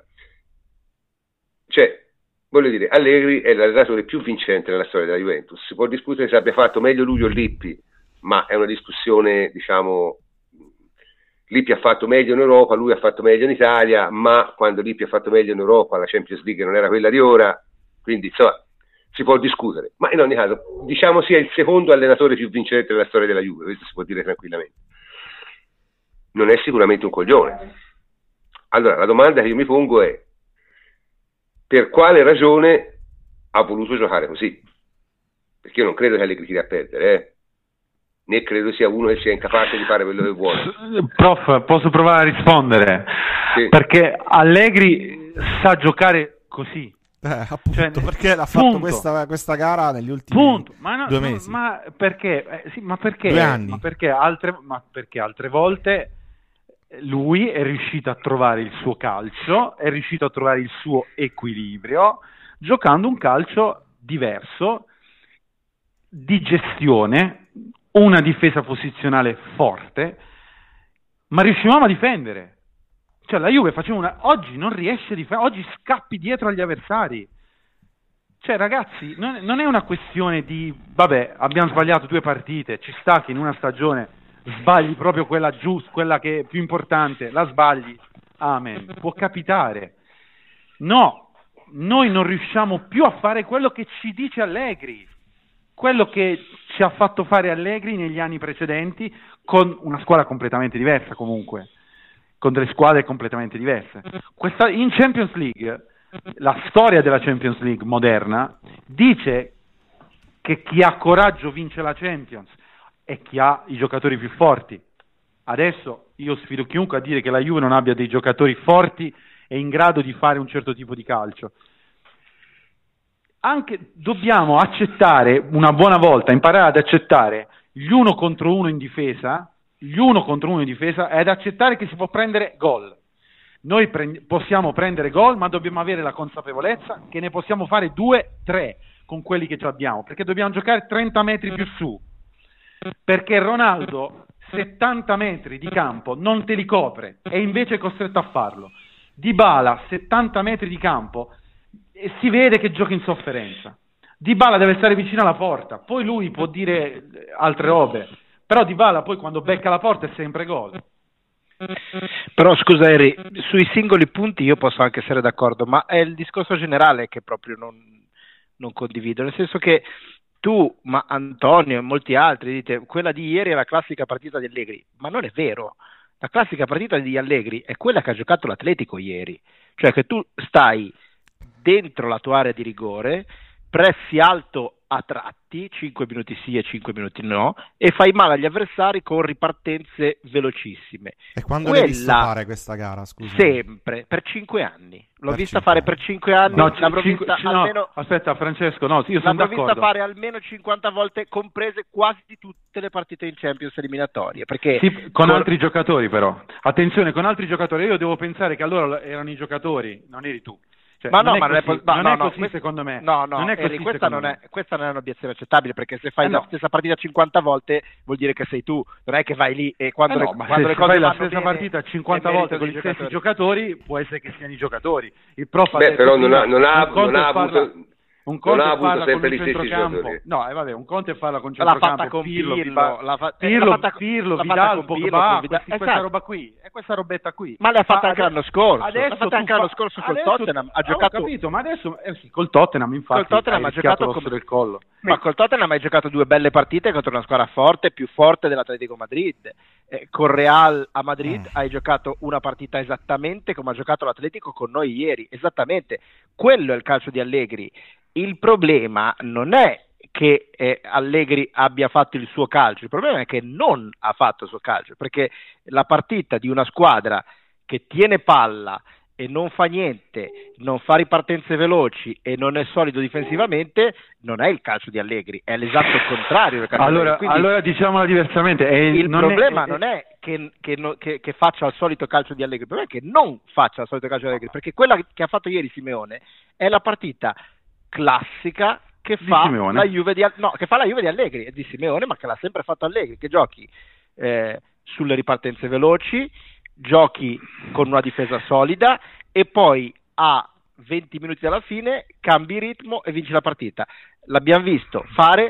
cioè, voglio dire, Allegri è l'allenatore più vincente nella storia della Juventus. Si può discutere se abbia fatto meglio lui o Lippi, ma è una discussione, diciamo, Lippi ha fatto meglio in Europa, lui ha fatto meglio in Italia, ma quando Lippi ha fatto meglio in Europa la Champions League non era quella di ora, quindi insomma si può discutere. Ma in ogni caso, diciamo sia il secondo allenatore più vincente della storia della Juve, questo si può dire tranquillamente. Non è sicuramente un coglione. Allora, la domanda che io mi pongo è: per quale ragione ha voluto giocare così? Perché io non credo che Allegri tiri a perdere, eh? Né credo sia uno che sia incapace di fare quello che vuole. Prof, posso provare a rispondere? Sì. Perché Allegri sa giocare così. Eh, appunto, cioè, perché l'ha punto. fatto questa, questa gara negli ultimi punto. Ma no, due no, mesi. Ma perché? Eh, sì, ma perché? Due anni. Ma perché altre, ma perché altre volte lui è riuscito a trovare il suo calcio, è riuscito a trovare il suo equilibrio, giocando un calcio diverso, di gestione, una difesa posizionale forte, ma riuscivamo a difendere. Cioè la Juve faceva una... Oggi non riesce a difendere, oggi scappi dietro agli avversari. Cioè ragazzi, non, non è una questione di, vabbè, abbiamo sbagliato due partite, ci sta che in una stagione sbagli proprio quella giusta, quella che è più importante, la sbagli, amen, può capitare. No, noi non riusciamo più a fare quello che ci dice Allegri, quello che ci ha fatto fare Allegri negli anni precedenti, con una squadra completamente diversa comunque, con delle squadre completamente diverse. Questa, in Champions League, la storia della Champions League moderna dice che chi ha coraggio vince la Champions e chi ha i giocatori più forti. Adesso io sfido chiunque a dire che la Juve non abbia dei giocatori forti e in grado di fare un certo tipo di calcio. Anche dobbiamo accettare una buona volta, imparare ad accettare gli uno contro uno in difesa, gli uno contro uno in difesa, ed accettare che si può prendere gol. Noi pre- possiamo prendere gol, ma dobbiamo avere la consapevolezza che ne possiamo fare due, tre con quelli che abbiamo, perché dobbiamo giocare trenta metri più su, perché Ronaldo settanta metri di campo non te li copre e invece è costretto a farlo. Dybala settanta metri di campo e si vede che gioca in sofferenza. Dybala deve stare vicino alla porta, poi lui può dire altre robe, però Dybala poi quando becca la porta è sempre gol. Però scusa Eri, sui singoli punti io posso anche essere d'accordo, ma è il discorso generale che proprio non, non condivido, nel senso che tu, ma Antonio e molti altri dite quella di ieri è la classica partita di Allegri, ma non è vero. La classica partita di Allegri è quella che ha giocato l'Atletico ieri, cioè che tu stai dentro la tua area di rigore, pressi alto a tratti, cinque minuti sì e cinque minuti no, e fai male agli avversari con ripartenze velocissime. E quando Quella, l'hai vista fare questa gara, scusa? Sempre, per cinque anni. L'ho Per vista cinque fare anni. per cinque anni, No, l'avrò cinque, vista no, almeno... aspetta Francesco, no, io sono L'avrò d'accordo. vista fare almeno cinquanta volte, comprese quasi di tutte le partite in Champions eliminatorie. Perché Sì, con, con altri giocatori però. Attenzione, con altri giocatori. Io devo pensare che allora erano i giocatori, non eri tu. Cioè, ma non no, è ma così, non è, ma non no, è no, così questo, secondo me. No, no, non è così Eri, questa, non è, questa non è un'obiezione accettabile, perché se fai eh la no. stessa partita cinquanta volte vuol dire che sei tu, non è che vai lì e quando, Eh no, le, ma quando se le cose fai la vanno stessa bene, partita cinquanta è volte merito con gli dei stessi giocatori, può essere che siano i giocatori. Il prof ha Beh, detto però non prima, ha, non ha, un conto non ha è farla- avuto, Un conto non ha è avuto farla sempre con gli un stessi centrocampo. giocatori. No, eh, vabbè, un conto è farla con un L'ha centrocampo. fatta con Pirlo, Pirlo, Viva- l'ha fa- eh, Pirlo, l'ha fatta- Pirlo, l'ha fatta Vidal, con Pirlo, Pogba, con Vidal. questi- questa Esatto. roba qui, è questa robetta qui. Ma l'ha fatta anche ade- l'anno scorso, adesso l'ha fatta tu anche fa- l'anno scorso col adesso- Tottenham, ha eh, giocato- Ho capito, ma adesso, eh sì, col Tottenham infatti Col Tottenham hai ha rischiato giocato l'osso come- del collo. Ma col Tottenham hai giocato due belle partite contro una squadra forte, più forte dell'Atletico Madrid. Eh, con Real a Madrid Mm. hai giocato una partita esattamente come ha giocato l'Atletico con noi ieri, esattamente. Quello è il calcio di Allegri. Il problema non è che eh, Allegri abbia fatto il suo calcio, il problema è che non ha fatto il suo calcio, perché la partita di una squadra che tiene palla e non fa niente, non fa ripartenze veloci e non è solido difensivamente, non è il calcio di Allegri, è l'esatto contrario del calcio Allora, di Allegri. Quindi allora diciamola diversamente. È, il non problema è, non è che, che, no- che- che faccia il solito calcio di Allegri, il problema è che non faccia il solito calcio di Allegri, perché quella che ha fatto ieri Simeone è la partita classica che Di fa Simeone? la Juve di, Al- no, che fa la Juve di Allegri, è di Simeone, ma che l'ha sempre fatto Allegri, che giochi eh, sulle ripartenze veloci, giochi con una difesa solida e poi a venti minuti dalla fine cambi ritmo e vinci la partita. L'abbiamo visto fare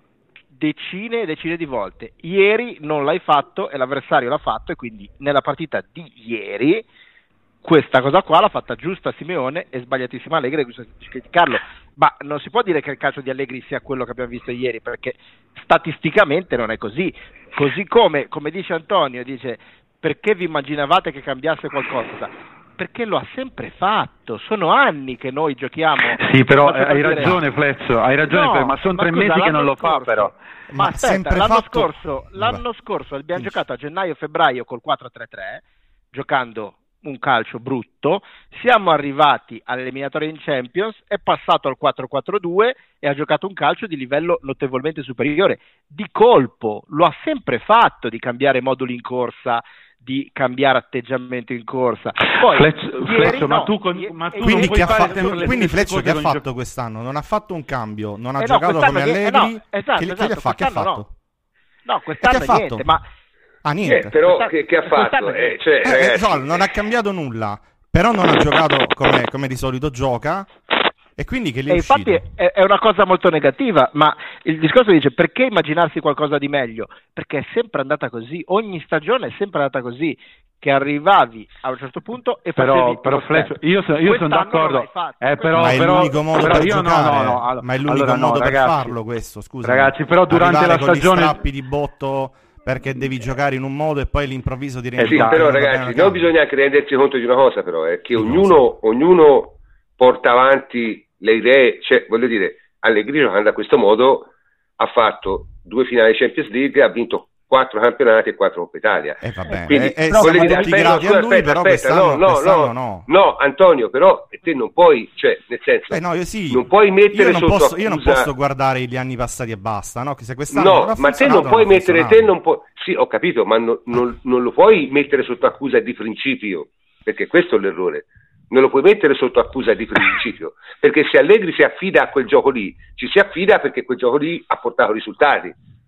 decine e decine di volte. Ieri non l'hai fatto e l'avversario l'ha fatto, e quindi nella partita di ieri questa cosa qua l'ha fatta giusta Simeone e sbagliatissima Allegri, e giusto criticarlo. Ma non si può dire che il calcio di Allegri sia quello che abbiamo visto ieri, perché statisticamente non è così. Così come, come dice Antonio, dice: perché vi immaginavate che cambiasse qualcosa? Perché lo ha sempre fatto, sono anni che noi giochiamo. Sì, però Faccio hai dire- ragione Flezzo, hai ragione, No, Fle- ma sono tre scusa, mesi che l'anno non lo fa scorso- però. Ma Ma aspetta, sempre l'anno, fatto- scorso, l'anno Vabbè. scorso abbiamo Finisci. giocato a gennaio-febbraio col quattro tre tre, giocando un calcio brutto, siamo arrivati all'eliminatoria in Champions, è passato al quattro quattro due e ha giocato un calcio di livello notevolmente superiore. Di colpo, lo ha sempre fatto di cambiare moduli in corsa, di cambiare atteggiamento in corsa. Poi, Fleccio, ieri Fleccio, ma no, tu, con, ieri- ma tu Quindi, non che puoi ha fare fatto- sempre le quindi stesse Fleccio cose che ha con i giochi- fatto quest'anno? Non ha fatto un cambio, non ha Eh no, giocato quest'anno come niente, Allegri. no, esatto, che, che esatto, gli ha fa- che ha quest'anno no. fatto? No, E che quest'anno ha fatto? niente, ma Ah, Eh, niente. però Quest'anno- che, che ha quest'anno fatto? che- Eh, cioè, Eh, eh, ragazzi, no, non ha cambiato nulla, però non ha giocato come, come di solito gioca, e quindi che gli è E uscito. infatti è, è una cosa molto negativa, ma il discorso dice: perché immaginarsi qualcosa di meglio? Perché è sempre andata così, ogni stagione è sempre andata così, che arrivavi a un certo punto e Però, facevi però lo Fleccio, step. io, so- io sono Quest'anno non d'accordo, l'hai fatto. eh, però, ma è però- l'unico modo però per io no, giocare, no, no, ma è l'unico allora no, modo per ragazzi. farlo questo, scusa. Ragazzi, però durante la con gli stagione- strappi di botto perché devi giocare in un modo e poi all'improvviso ti rendi Eh sì, conto però che non va bene ragazzi, una noi cavolo. bisogna anche rendersi conto di una cosa, però, è che Di ognuno, ognuno porta avanti le idee, cioè, voglio dire, Allegri giocando a questo modo ha fatto due finali Champions League, ha vinto quattro campionati e quattro Coppa Italia. Eh, va bene. Quindi, Eh, eh, voglio siamo dire, tutti aspetta, grati scusa, a lui, aspetta, però aspetta, quest'anno no, no, quest'anno no, no. no, Antonio, però te non puoi, cioè, nel senso, Eh, no, io sì. non puoi mettere io non sotto posso, io non accusa- posso guardare gli anni passati e basta, no? Che se quest'anno non No, ha ma te funzionato, non puoi ha mettere, te funzionato. non puoi, sì, ho capito, ma no- non, non lo puoi mettere sotto accusa di principio, perché questo è l'errore. Non lo puoi mettere sotto accusa di principio, perché se Allegri si affida a quel gioco lì, ci si affida perché quel gioco lì ha portato risultati.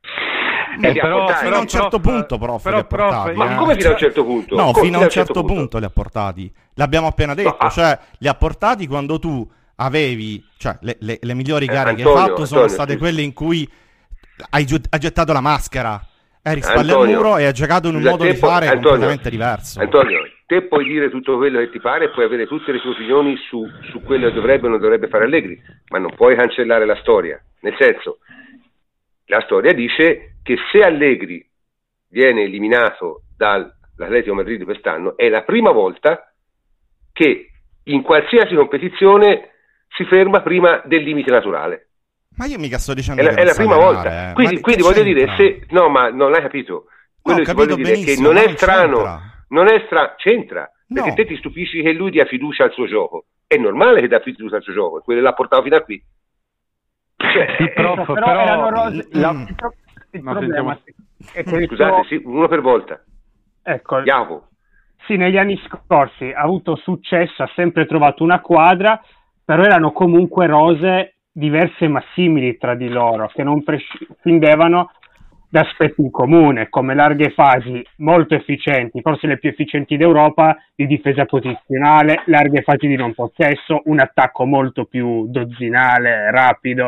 Eh, E li ha però portati. fino a un certo prof, punto, prof, però, li ha portati, prof, Ma eh. come fino a un certo punto? No, Come fino a un certo punto li ha portati. L'abbiamo appena detto, ah. cioè li ha portati quando tu avevi, cioè le, le- le migliori gare Eh, che hai Antonio, fatto sono Antonio, state scusa. quelle in cui hai, giu- hai gettato la maschera, eri spalle al Antonio, muro e hai giocato in un scusa, modo te di puoi- fare Antonio, completamente diverso. Antonio, te puoi dire tutto quello che ti pare e puoi avere tutte le tue opinioni su, su quello che dovrebbe o non dovrebbe fare Allegri, ma non puoi cancellare la storia. Nel senso, la storia dice che se Allegri viene eliminato dall'Atletico Madrid quest'anno, è la prima volta che in qualsiasi competizione si ferma prima del limite naturale. Ma io mica sto dicendo È la, che è non la sa prima allenare, volta. eh. Quindi, Ma quindi che voglio dire, c'entra? se no, ma non hai capito. Quello ho che capito voglio dire è che benissimo, non ma è non strano, c'entra. non è strano, c'entra, perché No. te ti stupisci che lui dia fiducia al suo gioco. È normale che dà fiducia al suo gioco, quello l'ha portato fino a qui. Cioè, Sì, prof, Ecco, però, erano rose- la- il, pro- il Ma problema è che il scusate, suo- sì, uno per volta. ecco, Jacopo. sì, negli anni scorsi ha avuto successo, ha sempre trovato una quadra, però erano comunque rose diverse ma simili tra di loro, che non prescindevano aspetti in comune, come larghe fasi molto efficienti, forse le più efficienti d'Europa, di difesa posizionale, larghe fasi di non possesso, un attacco molto più dozzinale, rapido.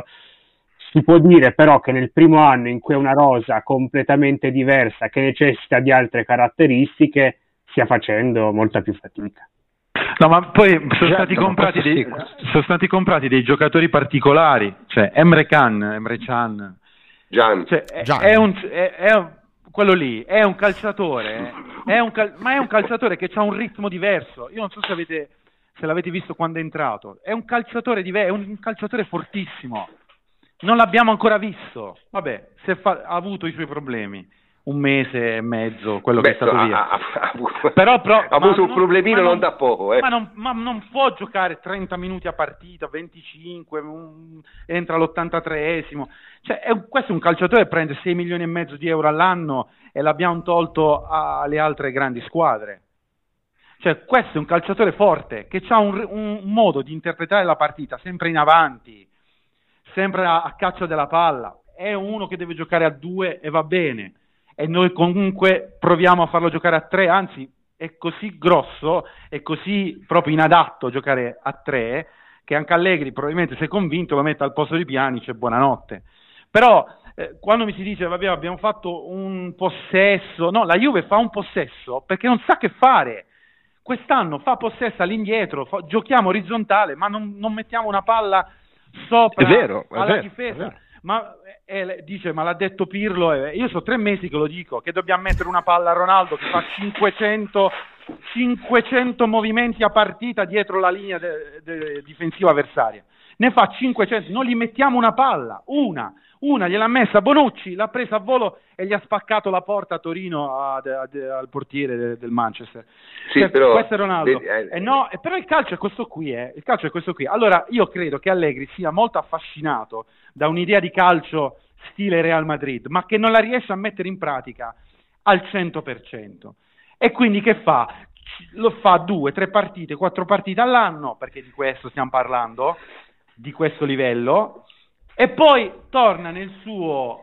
Si può dire però che nel primo anno in cui è una rosa completamente diversa, che necessita di altre caratteristiche, stia facendo molta più fatica. No, ma poi sono, Già, stati, no, comprati dei, sì. sono stati comprati dei giocatori particolari, cioè Emre Can, Emre Can, Gian. cioè, è, Gian. è un, è, è un- quello lì è un calciatore, è un cal- ma è un calciatore che ha un ritmo diverso. Io non so se avete se l'avete visto quando è entrato, è un calciatore diver- è un calciatore fortissimo. Non l'abbiamo ancora visto. Vabbè, se fa- ha avuto i suoi problemi. Un mese e mezzo, quello Beh, che è stato ha, via. ha- ha avuto- Però, però, ha avuto ma un problemino ma non da poco, eh. Ma non, ma non può giocare trenta minuti a partita, venticinque, un- entra all'ottantatreesimo. Cioè, è un- questo è un calciatore che prende sei milioni e mezzo di euro all'anno e l'abbiamo tolto alle altre grandi squadre. Cioè, questo è un calciatore forte, che ha un, un modo di interpretare la partita, sempre in avanti, sempre a, a caccia della palla. È uno che deve giocare a due e va bene. E noi comunque proviamo a farlo giocare a tre, anzi è così grosso, è così proprio inadatto giocare a tre, che anche Allegri probabilmente si è convinto, lo mette al posto di Pjanic e buonanotte. Però eh, quando mi si dice vabbè abbiamo fatto un possesso, no, la Juve fa un possesso perché non sa che fare. Quest'anno fa possesso all'indietro, fa- giochiamo orizzontale, ma non, non mettiamo una palla sopra È vero, è alla vero, è difesa. vero. Ma eh, eh, dice, ma l'ha detto Pirlo, eh, io so tre mesi che lo dico, che dobbiamo mettere una palla a Ronaldo che fa cinquecento, cinquecento movimenti a partita dietro la linea de- de- difensiva avversaria. Ne fa cinquecento, non gli mettiamo una palla, una, una gliel'ha messa Bonucci, l'ha presa a volo e gli ha spaccato la porta a Torino a- a- a- al portiere de- del Manchester. Sì, Cioè, però- questo è Ronaldo. vedi, eh, Eh no, eh, però il calcio è questo qui, eh. Il calcio è questo qui. Allora, io credo che Allegri sia molto affascinato da un'idea di calcio stile Real Madrid, ma che non la riesce a mettere in pratica al cento per cento. E quindi che fa? Lo fa due, tre partite, quattro partite all'anno, perché di questo stiamo parlando, di questo livello, e poi torna nel suo,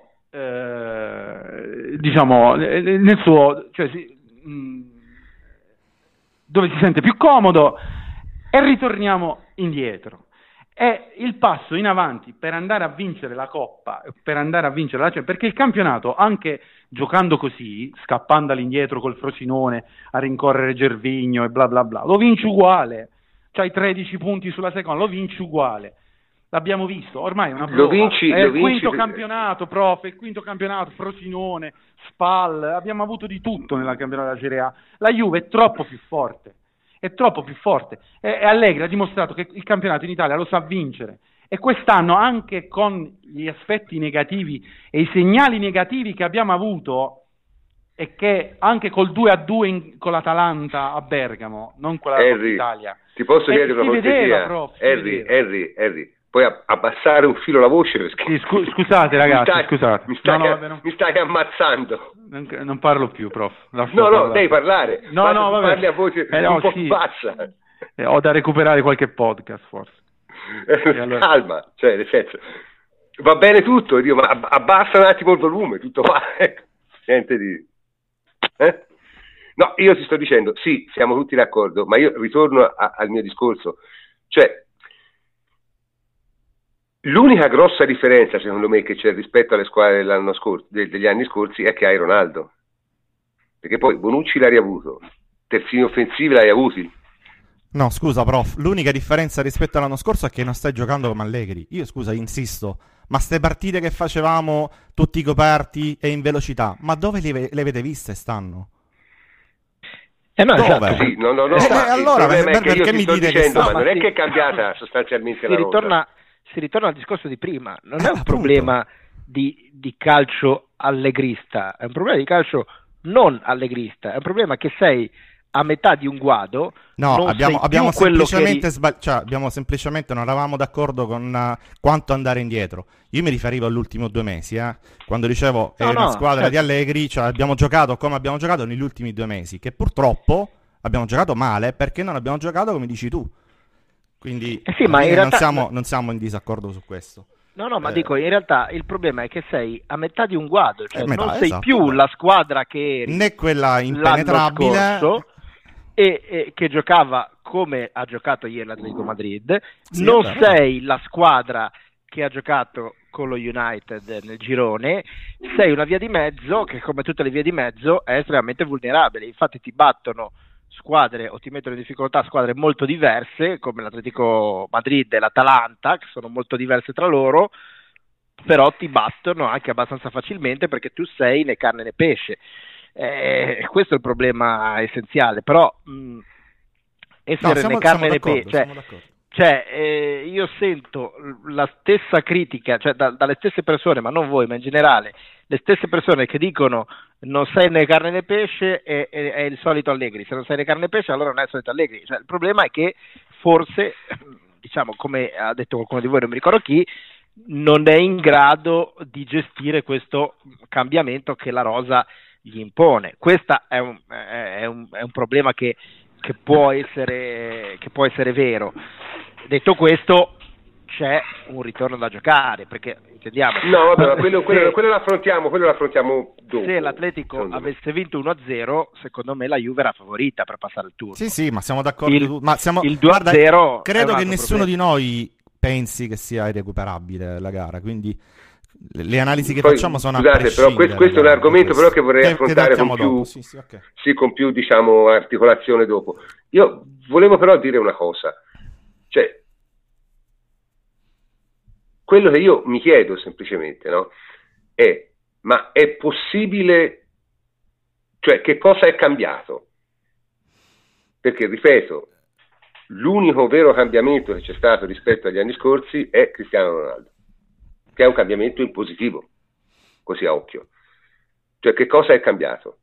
eh, diciamo, nel suo, cioè, si- mh, dove si sente più comodo, e ritorniamo indietro. È il passo in avanti per andare a vincere la Coppa, per andare a vincere la Champions, perché il campionato, anche giocando così, scappando all'indietro col Frosinone a rincorrere Gervinho e bla bla bla, lo vinci uguale. C'hai tredici punti sulla seconda, lo vinci uguale. L'abbiamo visto, ormai è una prova. Lo vinci- è lo il vinci quinto per- campionato, prof, è il quinto campionato, Frosinone, Spal, abbiamo avuto di tutto nella campionato della Serie A. La Juve è troppo più forte. È troppo più forte e, e Allegri ha dimostrato che il campionato in Italia lo sa vincere, e quest'anno, anche con gli aspetti negativi e i segnali negativi che abbiamo avuto, e che anche col due a due in, con l'Atalanta a Bergamo, non con la Coppa Harry, Italia, ti posso Eh, chiedere una si cortesia? vedeva, prof, si Harry, vedeva. Harry, Harry, puoi a- abbassare un filo la voce perché Sì, scu- scusate ragazzi, mi stai, scusate. mi stai, No, no, vabbè, no. mi stai ammazzando. Non, non parlo più, prof. Lascio No, no, parlare. devi parlare. No, Basta no, che vabbè. parli a voce Eh, no, un po' sì. bassa. Eh, ho da recuperare qualche podcast, forse. Eh, allora- Calma, cioè nel senso va bene tutto, Dio, ma ab- abbassa un attimo il volume, tutto qua. Niente di eh? No, io ti sto dicendo, sì, siamo tutti d'accordo, ma io ritorno a- al mio discorso, cioè l'unica grossa differenza secondo me che c'è rispetto alle squadre dell'anno scorso, de- degli anni scorsi, è che hai Ronaldo, perché poi Bonucci l'hai avuto, terzini offensivi l'hai avuti. No, scusa, prof, l'unica differenza rispetto all'anno scorso è che non stai giocando come Allegri. Io, scusa, insisto, ma ste partite che facevamo tutti coperti e in velocità, ma dove le, le avete viste stanno? Eh no, Dove? esatto. Sì, no, no, no, Eh, ma il allora, problema per- è che io perché ti mi sto dite che dicendo, sta- ma ma non è si- che è cambiata sostanzialmente si la rosa. ritorna, si ritorna al discorso di prima, non è Eh, un appunto. problema di, di calcio allegrista, è un problema di calcio non allegrista, è un problema che sei a metà di un guado. No, non abbiamo, sei più abbiamo quello che semplicemente eri- sbag- cioè, abbiamo semplicemente non eravamo d'accordo con uh, quanto andare indietro. Io mi riferivo agli ultimi due mesi, eh, quando dicevo è No, una no, squadra certo. di Allegri, cioè abbiamo giocato come abbiamo giocato negli ultimi due mesi, che purtroppo abbiamo giocato male perché non abbiamo giocato come dici tu. Quindi Eh sì, ma alla in fine realtà- non, siamo, non siamo in disaccordo su questo. No, no, ma eh, dico, in realtà il problema è che sei a metà di un guado, cioè metà, non sei esatto, più beh. la squadra che eri né quella l'anno impenetrabile, scorso e, e che giocava come ha giocato ieri l'Atletico Madrid, Sì, non è vero. sei la squadra che ha giocato con lo United nel girone, sei una via di mezzo che, come tutte le vie di mezzo, è estremamente vulnerabile. Infatti ti battono squadre o ti mettono in difficoltà squadre molto diverse come l'Atletico Madrid e l'Atalanta, che sono molto diverse tra loro, però ti battono anche abbastanza facilmente perché tu sei né carne né pesce. Eh, questo è il problema essenziale, però mh, essere No, siamo, né carne siamo né d'accordo, pesce, siamo cioè, d'accordo. cioè eh, io sento la stessa critica, cioè da, dalle stesse persone, ma non voi, ma in generale, le stesse persone che dicono non sei né carne né pesce è, è, è il solito Allegri, se non sei né carne né pesce allora non è il solito Allegri. Cioè, il problema è che forse, diciamo, come ha detto qualcuno di voi, non mi ricordo chi, non è in grado di gestire questo cambiamento che la rosa gli impone. Questo è un, è un, è un problema che, che può essere, che può essere vero. Detto questo, c'è un ritorno da giocare, perché intendiamo, No, vabbè, ma quello, se, quello, quello l'affrontiamo, quello l'affrontiamo dopo. se l'Atletico secondo me. avesse vinto uno a zero, secondo me la Juve era favorita per passare il turno. Sì, sì, ma siamo d'accordo. Il- tu- ma siamo, il due a guarda, zero è credo un che altro nessuno problema. di noi pensi che sia irrecuperabile la gara, quindi le, le analisi che Poi, facciamo sono scusate, a prescindere. però questo, questo è un da- da argomento questo. però che vorrei Che- che affrontare con trattiamo più, dopo, sì, sì, ok. sì, con più diciamo articolazione dopo. Io volevo però dire una cosa, cioè quello che io mi chiedo semplicemente, no, è ma è possibile, cioè che cosa è cambiato? Perché ripeto, l'unico vero cambiamento che c'è stato rispetto agli anni scorsi è Cristiano Ronaldo, che è un cambiamento in positivo, così a occhio. Cioè che cosa è cambiato?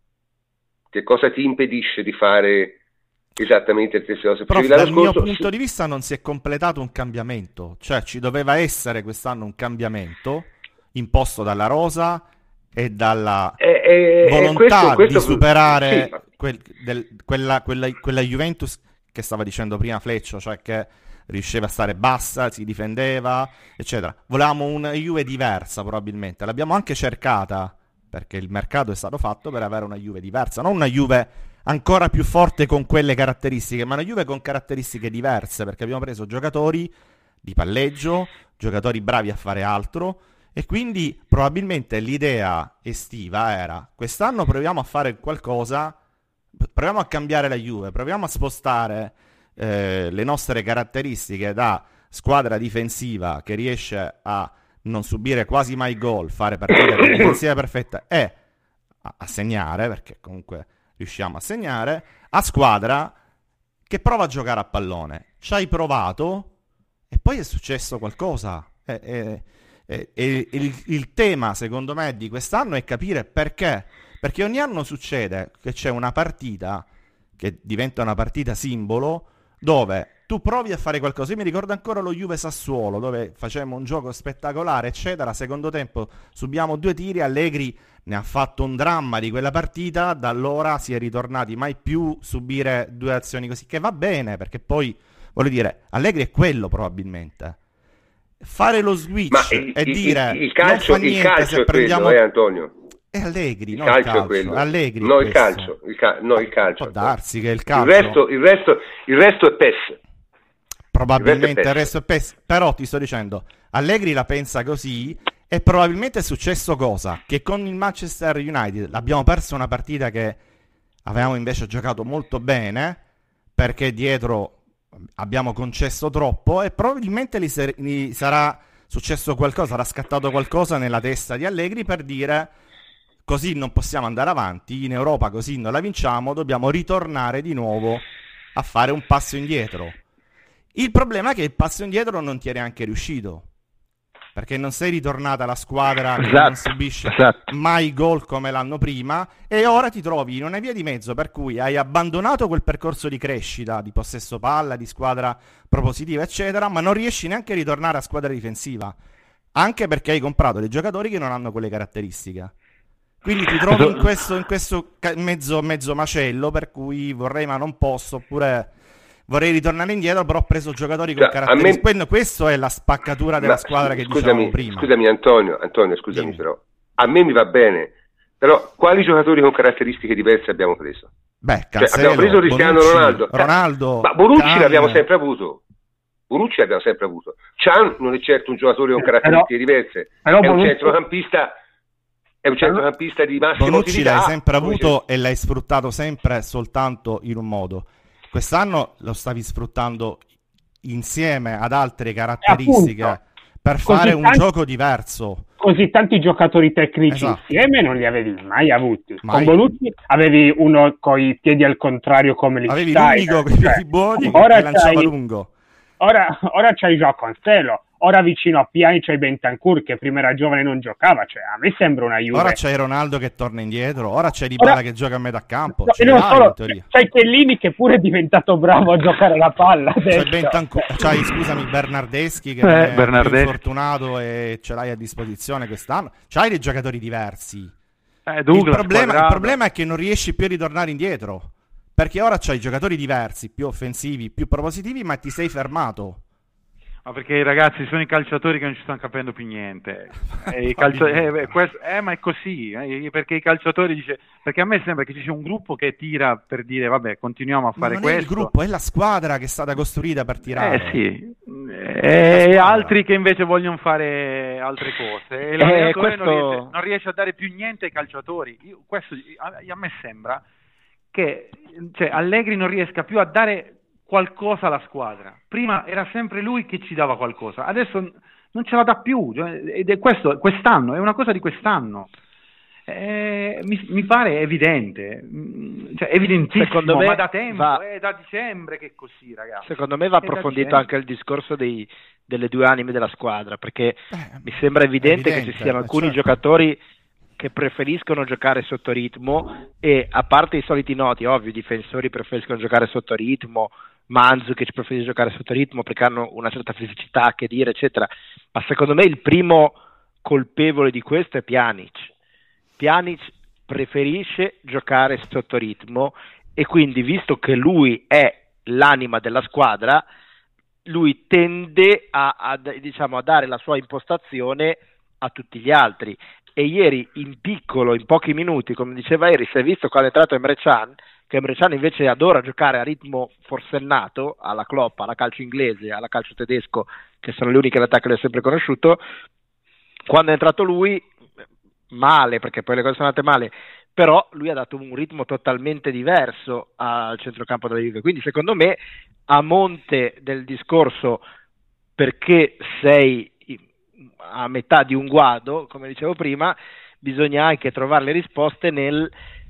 Che cosa ti impedisce di fare esattamente le stesse cose? Prof, Perché l'anno dal mio scorso- punto di vista non si è completato un cambiamento, cioè ci doveva essere quest'anno un cambiamento imposto dalla rosa e dalla è, è- è volontà questo- questo- di superare sì, ma- quel- del- quella, quella- quella Juventus che stava dicendo prima Fleccio, cioè che riusciva a stare bassa, si difendeva, eccetera. Volevamo una Juve diversa probabilmente, l'abbiamo anche cercata perché il mercato è stato fatto per avere una Juve diversa, non una Juve ancora più forte con quelle caratteristiche, ma una Juve con caratteristiche diverse, perché abbiamo preso giocatori di palleggio, giocatori bravi a fare altro, e quindi probabilmente l'idea estiva era quest'anno proviamo a fare qualcosa, proviamo a cambiare la Juve, proviamo a spostare eh, le nostre caratteristiche da squadra difensiva che riesce a non subire quasi mai gol, fare partite con difensiva perfetta e a, a segnare, perché comunque riusciamo a segnare, a squadra che prova a giocare a pallone. Ci hai provato e poi è successo qualcosa. E, e, e, e il, il tema, secondo me, di quest'anno è capire perché. Perché ogni anno succede che c'è una partita che diventa una partita simbolo dove tu provi a fare qualcosa. Io mi ricordo ancora lo Juve Sassuolo, dove facevamo un gioco spettacolare, eccetera. Secondo tempo subiamo due tiri, Allegri ne ha fatto un dramma di quella partita, da allora si è ritornati mai più subire due azioni così, che va bene, perché poi, voglio dire, Allegri è quello probabilmente. Fare lo switch Ma il, e il- dire il, il calcio, non fa il niente calcio se è quello, prendiamo... eh, Antonio. È Allegri, Il no calcio, il calcio. è quello. Allegri no, è il questo. calcio, il ca- no, il calcio. Può darsi che il Il calcio... resto, il resto, il resto è P E S. Probabilmente il il resto resto è PES, però ti sto dicendo, Allegri la pensa così e probabilmente è successo cosa? Che con il Manchester United abbiamo perso una partita che avevamo invece giocato molto bene, perché dietro abbiamo concesso troppo, e probabilmente gli, ser- gli sarà successo qualcosa, sarà scattato qualcosa nella testa di Allegri per dire così non possiamo andare avanti, in Europa così non la vinciamo, dobbiamo ritornare di nuovo a fare un passo indietro. Il problema è che il passo indietro non ti è neanche riuscito, perché non sei ritornata alla squadra che Esatto, non subisce esatto. mai gol come l'anno prima, e ora ti trovi in una via di mezzo per cui hai abbandonato quel percorso di crescita, di possesso palla, di squadra propositiva, eccetera, ma non riesci neanche a ritornare a squadra difensiva, anche perché hai comprato dei giocatori che non hanno quelle caratteristiche. Quindi ti trovi in questo, in questo ca- mezzo, mezzo macello, per cui vorrei ma non posso, oppure vorrei ritornare indietro, però ho preso giocatori con cioè, caratteristiche. Me... Questo è la spaccatura della Ma, squadra che scusami, dicevamo prima. Scusami Antonio, Antonio scusami Dimmi. però, a me mi va bene, però quali giocatori con caratteristiche diverse abbiamo preso? Beh, Cancelo, Cancelo, cioè, abbiamo preso Cristiano Bonucci, Ronaldo. Ronaldo, Ma Bonucci Can... l'abbiamo sempre avuto. Bonucci l'abbiamo sempre avuto. Can non è certo un giocatore con caratteristiche però, diverse, però è un Bonucci... centrocampista è un centrocampista di massima Bonucci utilità. l'hai sempre avuto c'è... e l'hai sfruttato sempre soltanto in un modo. Quest'anno lo stavi sfruttando insieme ad altre caratteristiche appunto, per fare un tanti, gioco diverso. Così tanti giocatori tecnici esatto. insieme non li avevi mai avuti. Mai. Con Bonucci avevi uno con i piedi al contrario come Avevi Lichtsteiner, l'unico con i piedi cioè, buoni ora che lanciava c'hai, lungo. Ora, ora c'hai Joao Cancelo, ora vicino a Pjanic c'hai Bentancur che prima era giovane e non giocava, cioè a me sembra una Juve. Ora c'è Ronaldo che torna indietro, ora c'è Dybala ora... che gioca a metà campo, no, ce e non l'hai, solo, in teoria. c'hai Chiellini che pure è diventato bravo a giocare la palla c'è Bentancur, c'hai scusami Bernardeschi che eh, è Bernardeschi. più infortunato e ce l'hai a disposizione quest'anno, c'hai dei giocatori diversi. Eh, Douglas, il, problema, il Quadrado. problema è che non riesci più a ritornare indietro, perché ora c'hai giocatori diversi, più offensivi, più propositivi, ma ti sei fermato. Ma perché ragazzi sono i calciatori che non ci stanno capendo più niente. E i calcio... eh, questo... eh, ma è così, eh, perché i calciatori dice, perché a me sembra che ci sia un gruppo che tira per dire vabbè continuiamo a fare non questo. Non è il gruppo, è la squadra che è stata costruita per tirare. Eh sì, e altri che invece vogliono fare altre cose. E l'allenatore eh, questo... non, riesce, non riesce a dare più niente ai calciatori. Io, questo a, a me sembra che cioè, Allegri non riesca più a dare qualcosa alla squadra. Prima era sempre lui che ci dava qualcosa, adesso non ce la dà più, ed è questo, quest'anno, è una cosa di quest'anno. Eh, mi, mi pare evidente, cioè evidentissimo, secondo me ma da tempo, va, è da dicembre che è così, ragazzi. Secondo me va approfondito anche il discorso dei, delle due anime della squadra, perché eh, mi sembra evidente, evidente che ci siano alcuni certo. giocatori che preferiscono giocare sotto ritmo, e a parte i soliti noti, ovvio, i difensori preferiscono giocare sotto ritmo, Mandzukic preferisce giocare sotto ritmo perché hanno una certa fisicità, che dire, eccetera, ma secondo me il primo colpevole di questo è Pjanic. Pjanic preferisce giocare sotto ritmo, e quindi, visto che lui è l'anima della squadra, lui tende a, a, diciamo, a dare la sua impostazione a tutti gli altri. E ieri in piccolo, in pochi minuti, come diceva Eri, si è visto quando è entrato Emre Can, che Emre Can invece adora giocare a ritmo forsennato, alla Klopp, alla calcio inglese, alla calcio tedesco, che sono le uniche realtà che lui ha sempre conosciuto. Quando è entrato lui, male, perché poi le cose sono andate male, però lui ha dato un ritmo totalmente diverso al centrocampo della Juve. Quindi secondo me, a monte del discorso perché sei a metà di un guado, come dicevo prima, bisogna anche trovare le risposte nel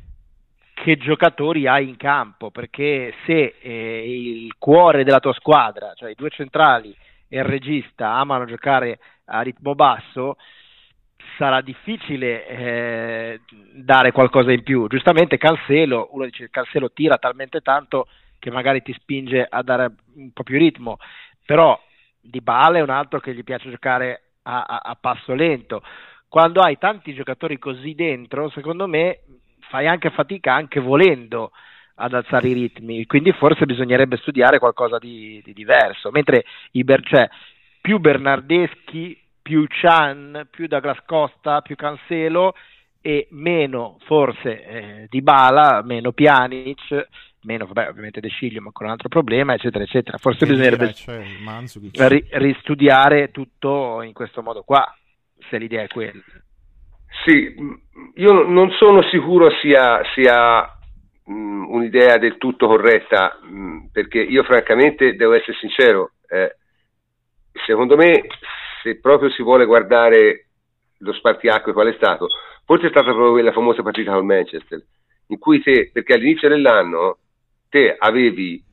che giocatori hai in campo, perché se eh, il cuore della tua squadra, cioè i due centrali e il regista, amano giocare a ritmo basso, sarà difficile eh, dare qualcosa in più. Giustamente Cancelo, uno dice Cancelo tira talmente tanto che magari ti spinge a dare un po' più ritmo, però Dybala è un altro che gli piace giocare a, a, a passo lento. Quando hai tanti giocatori così dentro, secondo me fai anche fatica, anche volendo, ad alzare i ritmi, quindi forse bisognerebbe studiare qualcosa di, di diverso, mentre i Ber- cioè, più Bernardeschi, più Can, più Douglas Costa, più Cancelo e meno forse eh, Dybala, meno Pjanic, meno vabbè ovviamente De Sciglio, ma con un altro problema, eccetera eccetera. Forse che bisognerebbe cioè, ri- ristudiare tutto in questo modo qua, se l'idea è quella. Sì, io non sono sicuro sia, sia mh, un'idea del tutto corretta, mh, perché io francamente devo essere sincero, eh, secondo me se proprio si vuole guardare lo spartiacque qual è stato, forse è stata proprio quella famosa partita col Manchester, in cui te, perché all'inizio dell'anno te avevi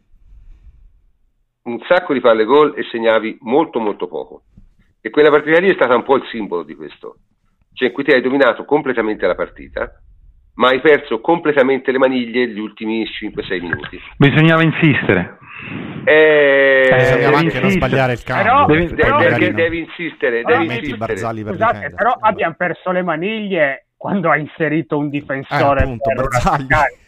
un sacco di palle gol e segnavi molto molto poco, e quella partita lì è stata un po' il simbolo di questo, cioè in cui te hai dominato completamente la partita ma hai perso completamente le maniglie gli ultimi cinque sei minuti. Bisognava insistere. Eh, bisognava anche insistere. Non sbagliare il cambio. Però, devi, però, devi, devi, devi insistere, però, devi metti insistere. Barzagli per Scusate, difendere. però abbiamo perso le maniglie quando ha inserito un difensore eh, appunto, per Barzagli.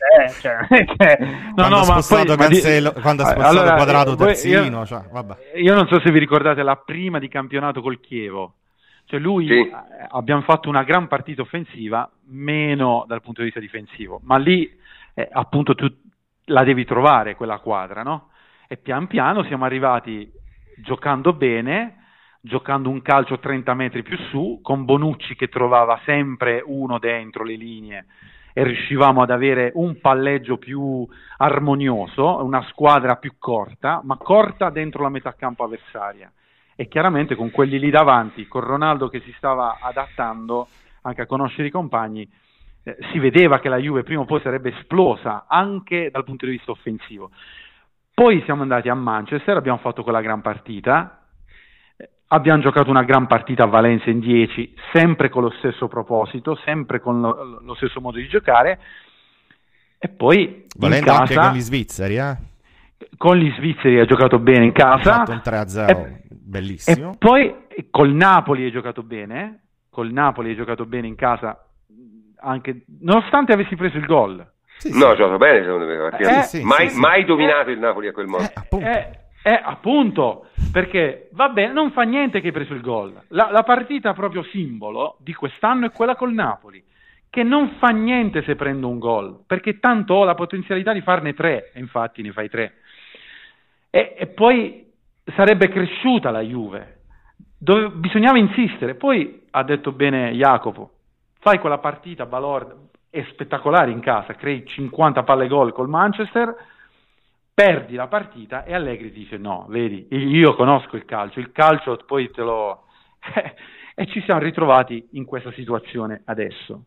eh, cioè, che... no, quando no, ha spostato ma poi, Cancelo, ma quando ha di... spostato allora, Quadrato voi, terzino, io, cioè, vabbè. io non so se vi ricordate la prima di campionato col Chievo, cioè lui Sì. eh, abbiamo fatto una gran partita offensiva, meno dal punto di vista difensivo, ma lì eh, appunto tu la devi trovare quella quadra, no? E pian piano siamo arrivati giocando bene, giocando un calcio trenta metri più su, con Bonucci che trovava sempre uno dentro le linee e riuscivamo ad avere un palleggio più armonioso, una squadra più corta, ma corta dentro la metà campo avversaria. E chiaramente con quelli lì davanti, con Ronaldo che si stava adattando anche a conoscere i compagni, eh, si vedeva che la Juve prima o poi sarebbe esplosa anche dal punto di vista offensivo. Poi siamo andati a Manchester, abbiamo fatto quella gran partita, abbiamo giocato una gran partita a Valencia in dieci, sempre con lo stesso proposito, sempre con lo, lo stesso modo di giocare, e poi volendo in casa, anche con gli svizzeri, eh? Con gli svizzeri ha giocato bene in casa, ha fatto un tre a zero e, bellissimo, e poi col Napoli hai giocato bene, col Napoli hai giocato bene in casa, anche nonostante avessi preso il gol. Sì, no, sì. Giocato bene secondo me, eh, sì, mai, sì, mai dominato il Napoli a quel modo. Eh, appunto. Eh, eh, appunto, perché vabbè, non fa niente che hai preso il gol. La, la partita proprio simbolo di quest'anno è quella col Napoli, che non fa niente se prendo un gol, perché tanto ho la potenzialità di farne tre, e infatti ne fai tre. E, e poi sarebbe cresciuta la Juve, dove bisognava insistere. Poi ha detto bene Jacopo, fai quella partita balorda, è spettacolare in casa, crei cinquanta palle gol col Manchester, perdi la partita e Allegri dice no, vedi, io conosco il calcio, il calcio poi te lo... e ci siamo ritrovati in questa situazione adesso.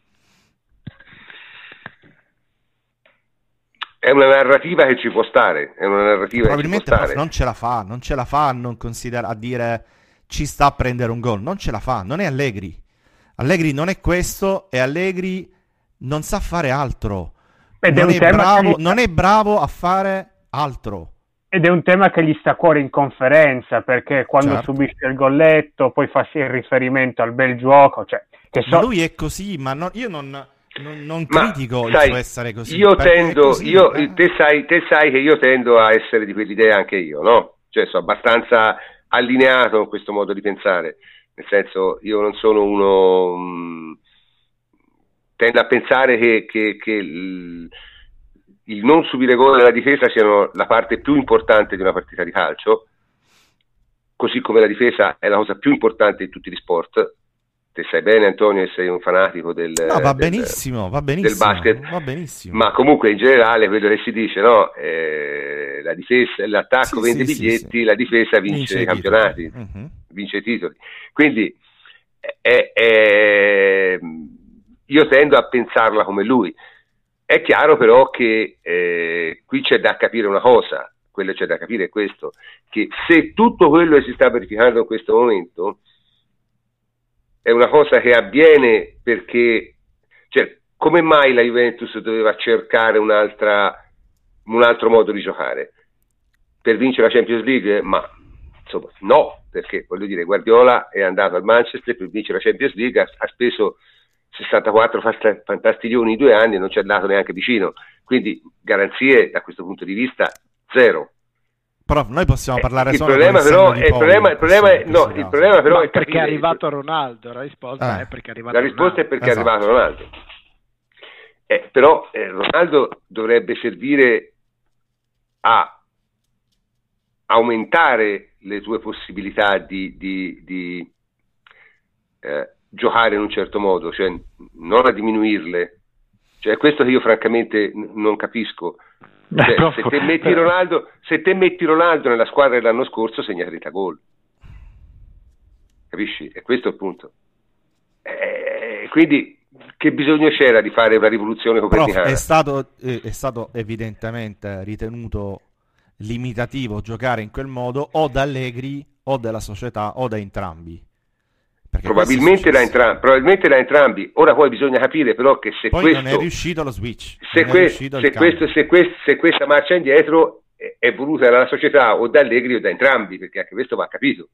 È una narrativa che ci può stare, è una narrativa probabilmente che ci può stare. non ce la fa, non ce la fa a non considera- a dire ci sta a prendere un gol, non ce la fa, non è Allegri. Allegri non è questo e Allegri non sa fare altro. Ed non, è, è un bravo, gli... non è bravo a fare altro. Ed è un tema che gli sta a cuore in conferenza, perché quando certo. subisce il golletto poi fa il riferimento al bel gioco, cioè, che so... Ma lui è così, ma no, io non, non, non ma, critico sai, il suo essere così. Io tendo, così, io, eh? te, sai, te sai che io tendo a essere di quell'idea anche io, no? Cioè sono abbastanza allineato con questo modo di pensare, nel senso io non sono uno... Mh, tendo a pensare che, che, che il, il non subire gol nella difesa siano la parte più importante di una partita di calcio, così come la difesa è la cosa più importante di tutti gli sport. Te sai bene, Antonio, e sei un fanatico del, no, va del, benissimo, va benissimo, del basket, va benissimo. Ma comunque in generale quello che si dice, no? Eh, la difesa, l'attacco sì, vende sì, biglietti, sì, sì. la difesa vince, vince i campionati, uh-huh. vince i titoli. Quindi è, è, io tendo a pensarla come lui. È chiaro però che eh, qui c'è da capire una cosa, quello c'è da capire è questo, che se tutto quello che si sta verificando in questo momento è una cosa che avviene perché, cioè, come mai la Juventus doveva cercare un'altra, un altro modo di giocare? Per vincere la Champions League? Ma insomma no, perché voglio dire, Guardiola è andato al Manchester per vincere la Champions League, ha, ha speso sessantaquattro fantastiglioni in due anni e non ci è andato neanche vicino, quindi garanzie da questo punto di vista zero. Però noi possiamo parlare eh, solo il problema con il però, di il problema, il problema è, no, il problema però no, è perché capire, è arrivato Ronaldo, la risposta eh. è perché è arrivato la risposta Ronaldo. è perché esatto. è arrivato Ronaldo. Eh, però eh, Ronaldo dovrebbe servire a aumentare le tue possibilità di, di, di eh, giocare in un certo modo, cioè non a diminuirle. Cioè è questo che io francamente n- non capisco. Cioè, se te metti Ronaldo, se te metti Ronaldo nella squadra dell'anno scorso segna trenta gol, capisci? E questo è il punto. Eh, quindi che bisogno c'era di fare una rivoluzione copernicana? Prof, è stato, eh, è stato evidentemente ritenuto limitativo giocare in quel modo o da Allegri o dalla società o da entrambi. Probabilmente da, entram- probabilmente da entrambi. Ora poi bisogna capire però che se poi questo non è riuscito lo switch, se, que- se, questo, se, questo, se questa marcia indietro è, è voluta dalla società o da Allegri o da entrambi, perché anche questo va capito.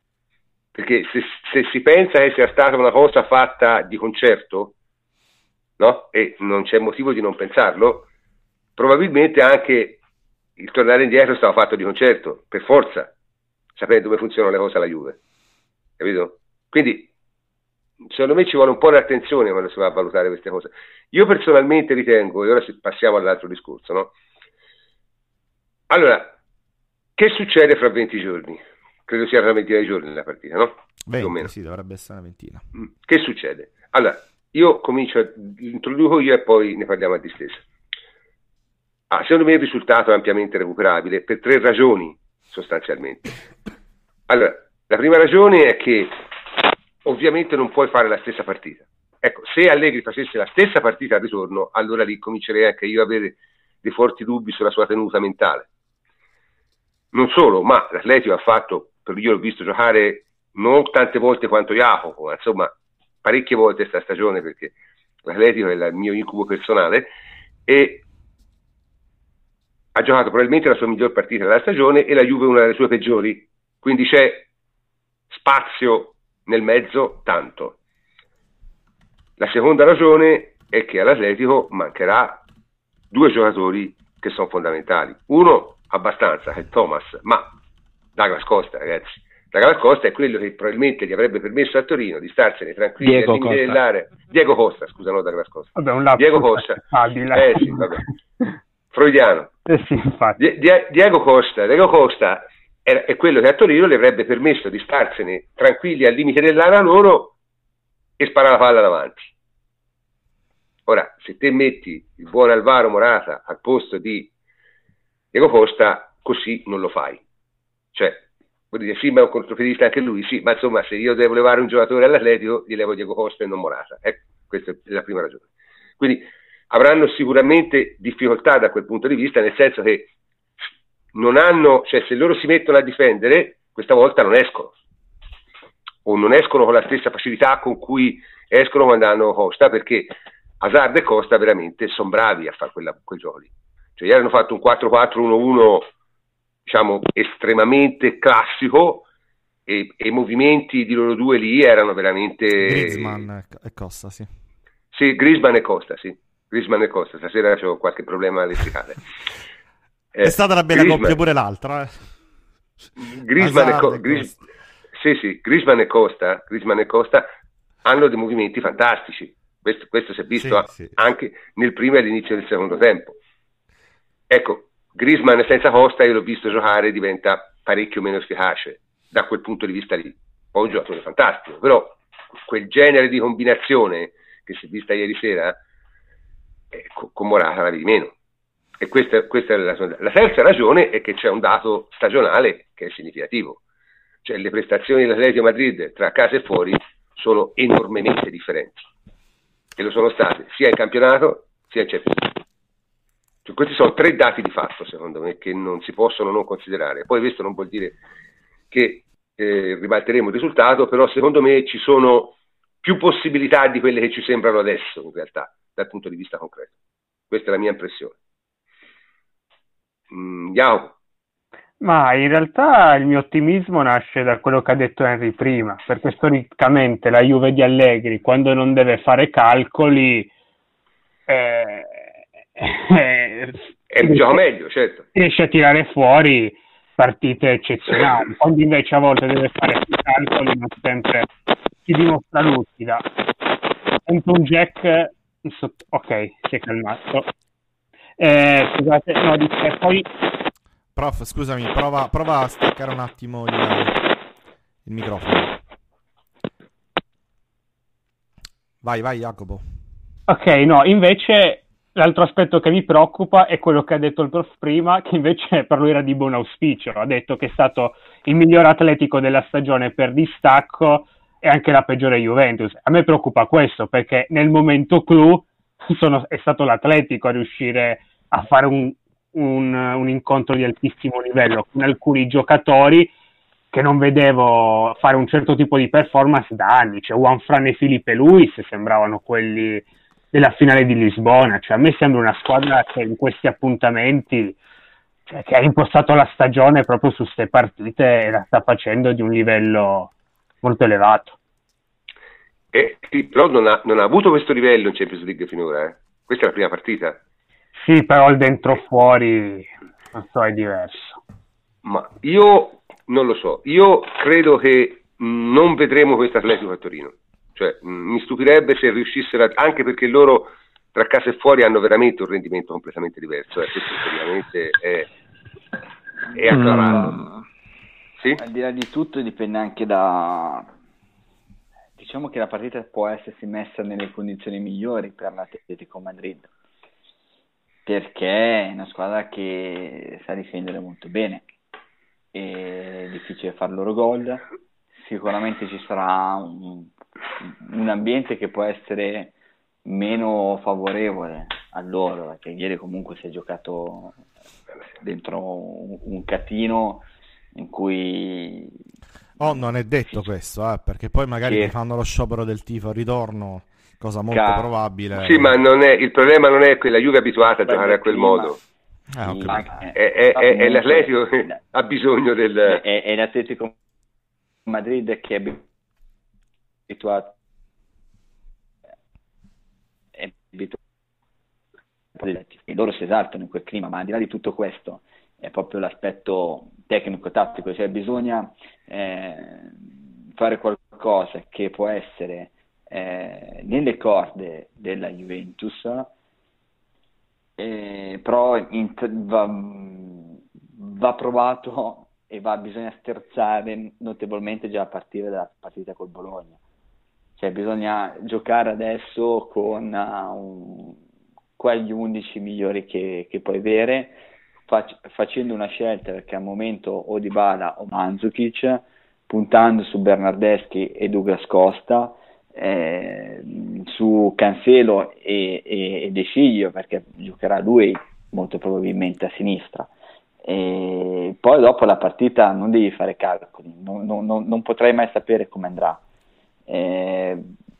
Perché se, se si pensa che sia stata una cosa fatta di concerto, no? E non c'è motivo di non pensarlo. Probabilmente anche il tornare indietro stava fatto di concerto, per forza, sapendo come funzionano le cose alla Juve, capito? Quindi secondo me ci vuole un po' di attenzione quando si va a valutare queste cose. Io personalmente ritengo, e ora passiamo all'altro discorso, no? Allora, che succede fra venti giorni? Credo sia una ventina di giorni la partita, no? venti, più o meno. Sì, dovrebbe essere una ventina. Che succede? Allora, io comincio, introduco io e poi ne parliamo a distesa. Ah, secondo me il risultato è ampiamente recuperabile per tre ragioni, sostanzialmente. Allora, la prima ragione è che ovviamente non puoi fare la stessa partita. Ecco, se Allegri facesse la stessa partita al ritorno, allora lì comincerei anche io a avere dei forti dubbi sulla sua tenuta mentale. Non solo, ma l'Atletico ha fatto, io l'ho visto giocare non tante volte quanto Jacopo, ma insomma parecchie volte questa stagione, perché l'Atletico è il mio incubo personale, e ha giocato probabilmente la sua miglior partita della stagione e la Juve una delle sue peggiori, quindi c'è spazio nel mezzo tanto. La seconda ragione è che all'Atletico mancherà due giocatori che sono fondamentali. Uno abbastanza, che è Thomas, ma Douglas Costa, ragazzi, Douglas Costa è quello che probabilmente gli avrebbe permesso a Torino di starsene tranquilli Diego al limite Costa. dell'area. Diego Costa, scusa, no Douglas Costa. Vabbè, un lapsus Diego Costa. accettabile. Eh sì, vabbè. Freudiano. Eh sì, infatti. Die- Die- Diego Costa, Diego Costa è, è quello che a Torino le avrebbe permesso di starsene tranquilli al limite dell'area loro e sparare la palla davanti. Ora, se te metti il buon Alvaro Morata al posto di Diego Costa, così non lo fai. Cioè, vuol dire, sì, ma è un controfedista anche lui, sì, ma insomma, se io devo levare un giocatore all'Atletico, gli levo Diego Costa e non Morata. Ecco, questa è la prima ragione. Quindi avranno sicuramente difficoltà da quel punto di vista, nel senso che non hanno, cioè se loro si mettono a difendere, questa volta non escono, o non escono con la stessa facilità con cui escono quando hanno Costa, perché Hazard e Costa veramente sono bravi a fare quella, quei giochi. Cioè, ieri hanno fatto un quattro quattro uno uno, diciamo, estremamente classico, e i movimenti di loro due lì erano veramente... Griezmann e Costa, sì. Sì, Griezmann e Costa, sì. Griezmann e Costa, stasera c'ho qualche problema lessicale. Eh, È stata una bella Griezmann, coppia pure l'altra. Eh. Griezmann, e Hazard Co- e Gris- Costa. sì, sì, Griezmann e Costa, Griezmann e Costa hanno dei movimenti fantastici. Questo, questo si è visto Sì, sì. anche nel primo e all'inizio del secondo tempo. Ecco, Griezmann senza Costa, io l'ho visto giocare, diventa parecchio meno efficace da quel punto di vista lì. Poi un giocatore fantastico, però quel genere di combinazione che si è vista ieri sera, eh, con Morata la vedi meno. E questa, questa è la, la terza ragione è che c'è un dato stagionale che è significativo, cioè le prestazioni dell'Atletico Madrid tra casa e fuori sono enormemente differenti, e lo sono state sia in campionato sia in Champions League. Cioè, questi sono tre dati di fatto, secondo me, che non si possono non considerare. Poi questo non vuol dire che eh, ribalteremo il risultato, però secondo me ci sono più possibilità di quelle che ci sembrano adesso, in realtà, dal punto di vista concreto. Questa è la mia impressione. Mm, Jacopo. Ma in realtà il mio ottimismo nasce da quello che ha detto Henry prima, perché storicamente la Juve di Allegri, quando non deve fare calcoli, eh, eh, E gioca meglio, certo. riesce a tirare fuori partite eccezionali. Quando invece a volte deve fare più calcoli, non sempre si dimostra lucida. Sento un Jack, ok, si è calmato. Eh, scusate, no, dice, poi... Prof, scusami, prova, prova a staccare un attimo il, il microfono. Vai, vai Jacopo. Ok, no, invece l'altro aspetto che mi preoccupa è quello che ha detto il prof prima, che invece per lui era di buon auspicio. Ha detto che è stato il miglior atletico della stagione per distacco e anche la peggiore Juventus. A me preoccupa questo, perché nel momento clou sono, è stato l'Atletico a riuscire a fare un, un, un incontro di altissimo livello con alcuni giocatori che non vedevo fare un certo tipo di performance da anni. Cioè Juan Fran e Filipe Luis sembravano quelli della finale di Lisbona. Cioè a me sembra una squadra che in questi appuntamenti, cioè, che ha impostato la stagione proprio su queste partite e la sta facendo di un livello molto elevato. Eh, sì, però non ha, non ha avuto questo livello in Champions League finora, eh. Questa è la prima partita. Sì, però il dentro fuori, non so, è diverso. Ma io non lo so, io credo che mh, non vedremo questo Atletico a Torino. Cioè, mh, mi stupirebbe se riuscissero, a, anche perché loro tra casa e fuori hanno veramente un rendimento completamente diverso, eh. Questo veramente è, è acclarato. Mm. Sì? Al di là di tutto dipende anche da... Diciamo che la partita può essersi messa nelle condizioni migliori per l'Atletico Madrid, perché è una squadra che sa difendere molto bene, è difficile far loro gol, sicuramente ci sarà un, un ambiente che può essere meno favorevole a loro, perché ieri comunque si è giocato dentro un, un catino in cui... Oh, non è detto questo, eh, perché poi magari Che- ti fanno lo sciopero del tifo al ritorno, cosa molto Ca- probabile. Sì, ma non è, il problema non è che la Juve è abituata a giocare a quel Clima. modo. Ah, ho Sì, capito. ma- È, è- è- è l'Atletico che Comunque, ha bisogno del... è, è l'Atletico Madrid che è abituato è abituato e loro si esaltano in quel clima, ma al di là di tutto questo è proprio l'aspetto tecnico-tattico, cioè bisogna eh, fare qualcosa che può essere eh, nelle corde della Juventus, eh, però in- va, va provato e va, bisogna sterzare notevolmente già a partire dalla partita col Bologna. Cioè bisogna giocare adesso con uh, un, quegli undici migliori che, che puoi avere, fac- facendo una scelta, perché al momento o Dybala o Mandzukic, puntando su Bernardeschi e Douglas Costa, eh, su Cancelo e, e, e De Sciglio, perché giocherà lui molto probabilmente a sinistra. E poi dopo la partita non devi fare calcoli, non, non, non, non potrai mai sapere come andrà. Eh,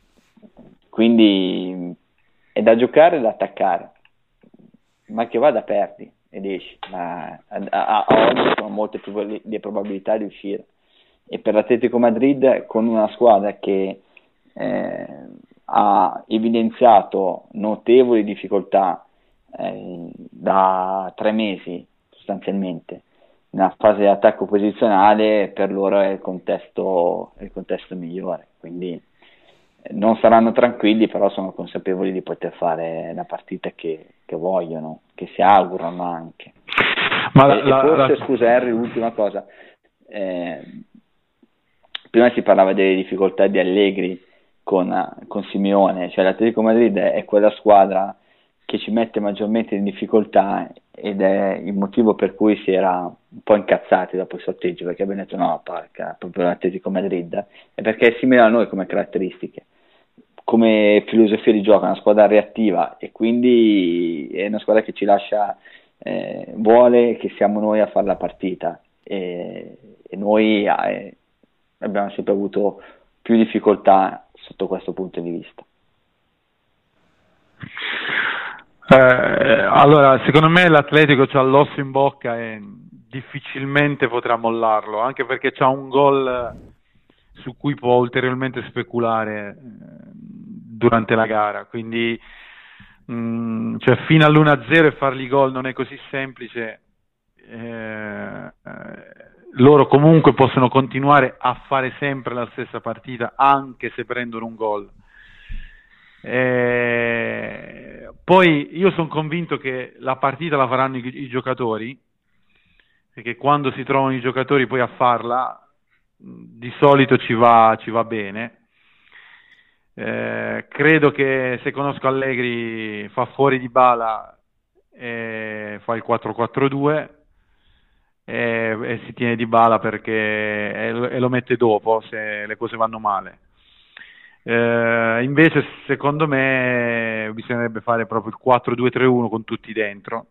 quindi è da giocare e da attaccare, ma che vada perdi ed esci, ma a, a, a oggi sono molte più le probabilità di uscire, e per l'Atletico Madrid, con una squadra che eh, ha evidenziato notevoli difficoltà eh, da tre mesi sostanzialmente nella fase di attacco posizionale, per loro è il contesto, è il contesto migliore, quindi non saranno tranquilli, però sono consapevoli di poter fare la partita che, che vogliono, che si augurano anche. Ma e, la, e forse, la... scusa Harry, l'ultima cosa, eh, prima si parlava delle difficoltà di Allegri con, con Simeone, cioè l'Atletico Madrid è quella squadra che ci mette maggiormente in difficoltà, ed è il motivo per cui si era un po' incazzati dopo il sorteggio, perché abbiamo detto no, porca, proprio l'Atletico Madrid, è perché è simile a noi come caratteristiche, come filosofia di gioco, è una squadra reattiva, e quindi è una squadra che ci lascia, eh, vuole che siamo noi a fare la partita, e, e noi eh, abbiamo sempre avuto più difficoltà sotto questo punto di vista. Eh, allora, secondo me l'Atletico c'ha l'osso in bocca e difficilmente potrà mollarlo, anche perché c'ha un gol su cui può ulteriormente speculare eh, durante la gara, quindi mh, cioè, fino all'uno a zero e fargli gol non è così semplice. Eh, eh, loro comunque possono continuare a fare sempre la stessa partita anche se prendono un gol. Eh, poi io sono convinto che la partita la faranno i, i giocatori, perché quando si trovano i giocatori poi a farla di solito ci va, ci va bene. Eh, credo che, se conosco Allegri, fa fuori Dybala e fa il quattro quattro due e, e si tiene Dybala perché e, e lo mette dopo se le cose vanno male. Eh, invece secondo me bisognerebbe fare proprio il quattro due tre uno con tutti dentro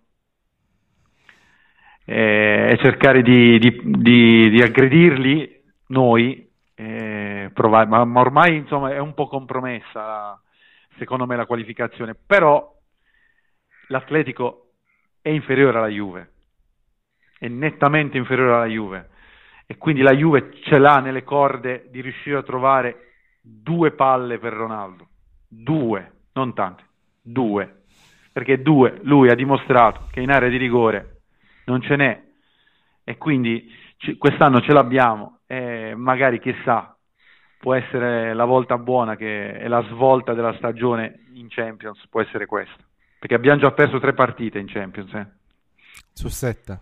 e, e cercare di, di, di, di aggredirli noi, eh, provare, ma, ma ormai insomma è un po' compromessa secondo me la qualificazione, però l'Atletico è inferiore alla Juve, è nettamente inferiore alla Juve, e quindi la Juve ce l'ha nelle corde di riuscire a trovare due palle per Ronaldo, due, non tante, due, perché due lui ha dimostrato che in area di rigore non ce n'è, e quindi c- quest'anno ce l'abbiamo, e magari chissà, può essere la volta buona, che è la svolta della stagione in Champions, può essere questa, perché abbiamo già perso tre partite in Champions, eh. Su sette.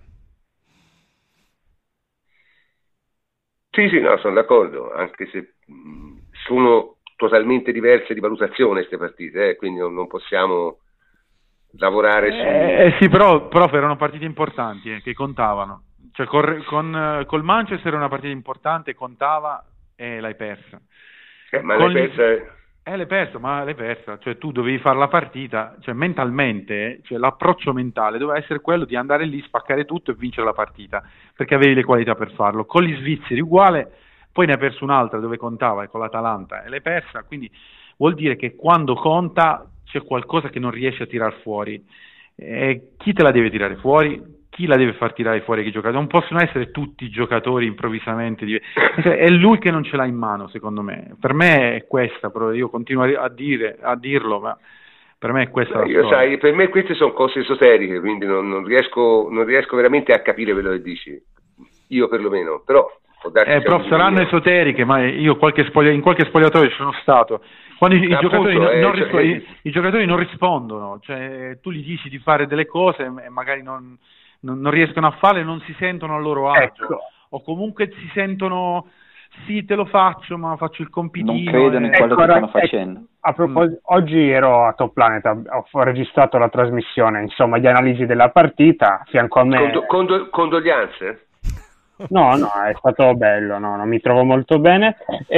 Sì, sì, no, sono d'accordo, anche se mh, sono totalmente diverse di valutazione queste partite, eh, quindi non, non possiamo lavorare su... Eh, sì, però, però erano partite importanti, eh, che contavano. Cioè, con, con, col Manchester era una partita importante, contava, e l'hai persa. Eh, ma Con l'hai gli- persa... Eh, l'hai persa, ma l'hai persa. Cioè, tu dovevi fare la partita, cioè mentalmente, cioè, l'approccio mentale doveva essere quello di andare lì, spaccare tutto e vincere la partita, perché avevi le qualità per farlo. Con gli svizzeri uguale, poi ne hai perso un'altra dove contava, con l'Atalanta, e l'hai persa, quindi vuol dire che quando conta c'è qualcosa che non riesce a tirar fuori. E chi te la deve tirare fuori? Chi la deve far tirare fuori? Che giocatori? Non possono essere tutti giocatori improvvisamente. Di... È lui che non ce l'ha in mano, secondo me. Per me è questa, però io continuo a dire, a dirlo, ma per me è questa la Io storia. sai, per me queste sono cose esoteriche, quindi non, non riesco, non riesco veramente a capire quello che dici. Io perlomeno, però... può darsi Eh, sia prof, un saranno mio. esoteriche, ma io qualche spoglia- in qualche spogliatoio ci sono stato. Quando i, i Appunto, giocatori non, eh, non cioè, rispo- eh. i, i giocatori non rispondono, cioè tu gli dici di fare delle cose e magari non, non- non riescono a farle, non si sentono a loro agio, Ecco. o comunque si sentono, sì, te lo faccio, ma faccio il compitino. Non credono in e- quello che Ecco, stanno ecco, facendo. a proposito, oggi ero a Top Planet, ho ho registrato la trasmissione, insomma, di analisi della partita, a fianco a me... Condo- condo- condoglianze? No, no, è stato bello, no, non mi trovo molto bene.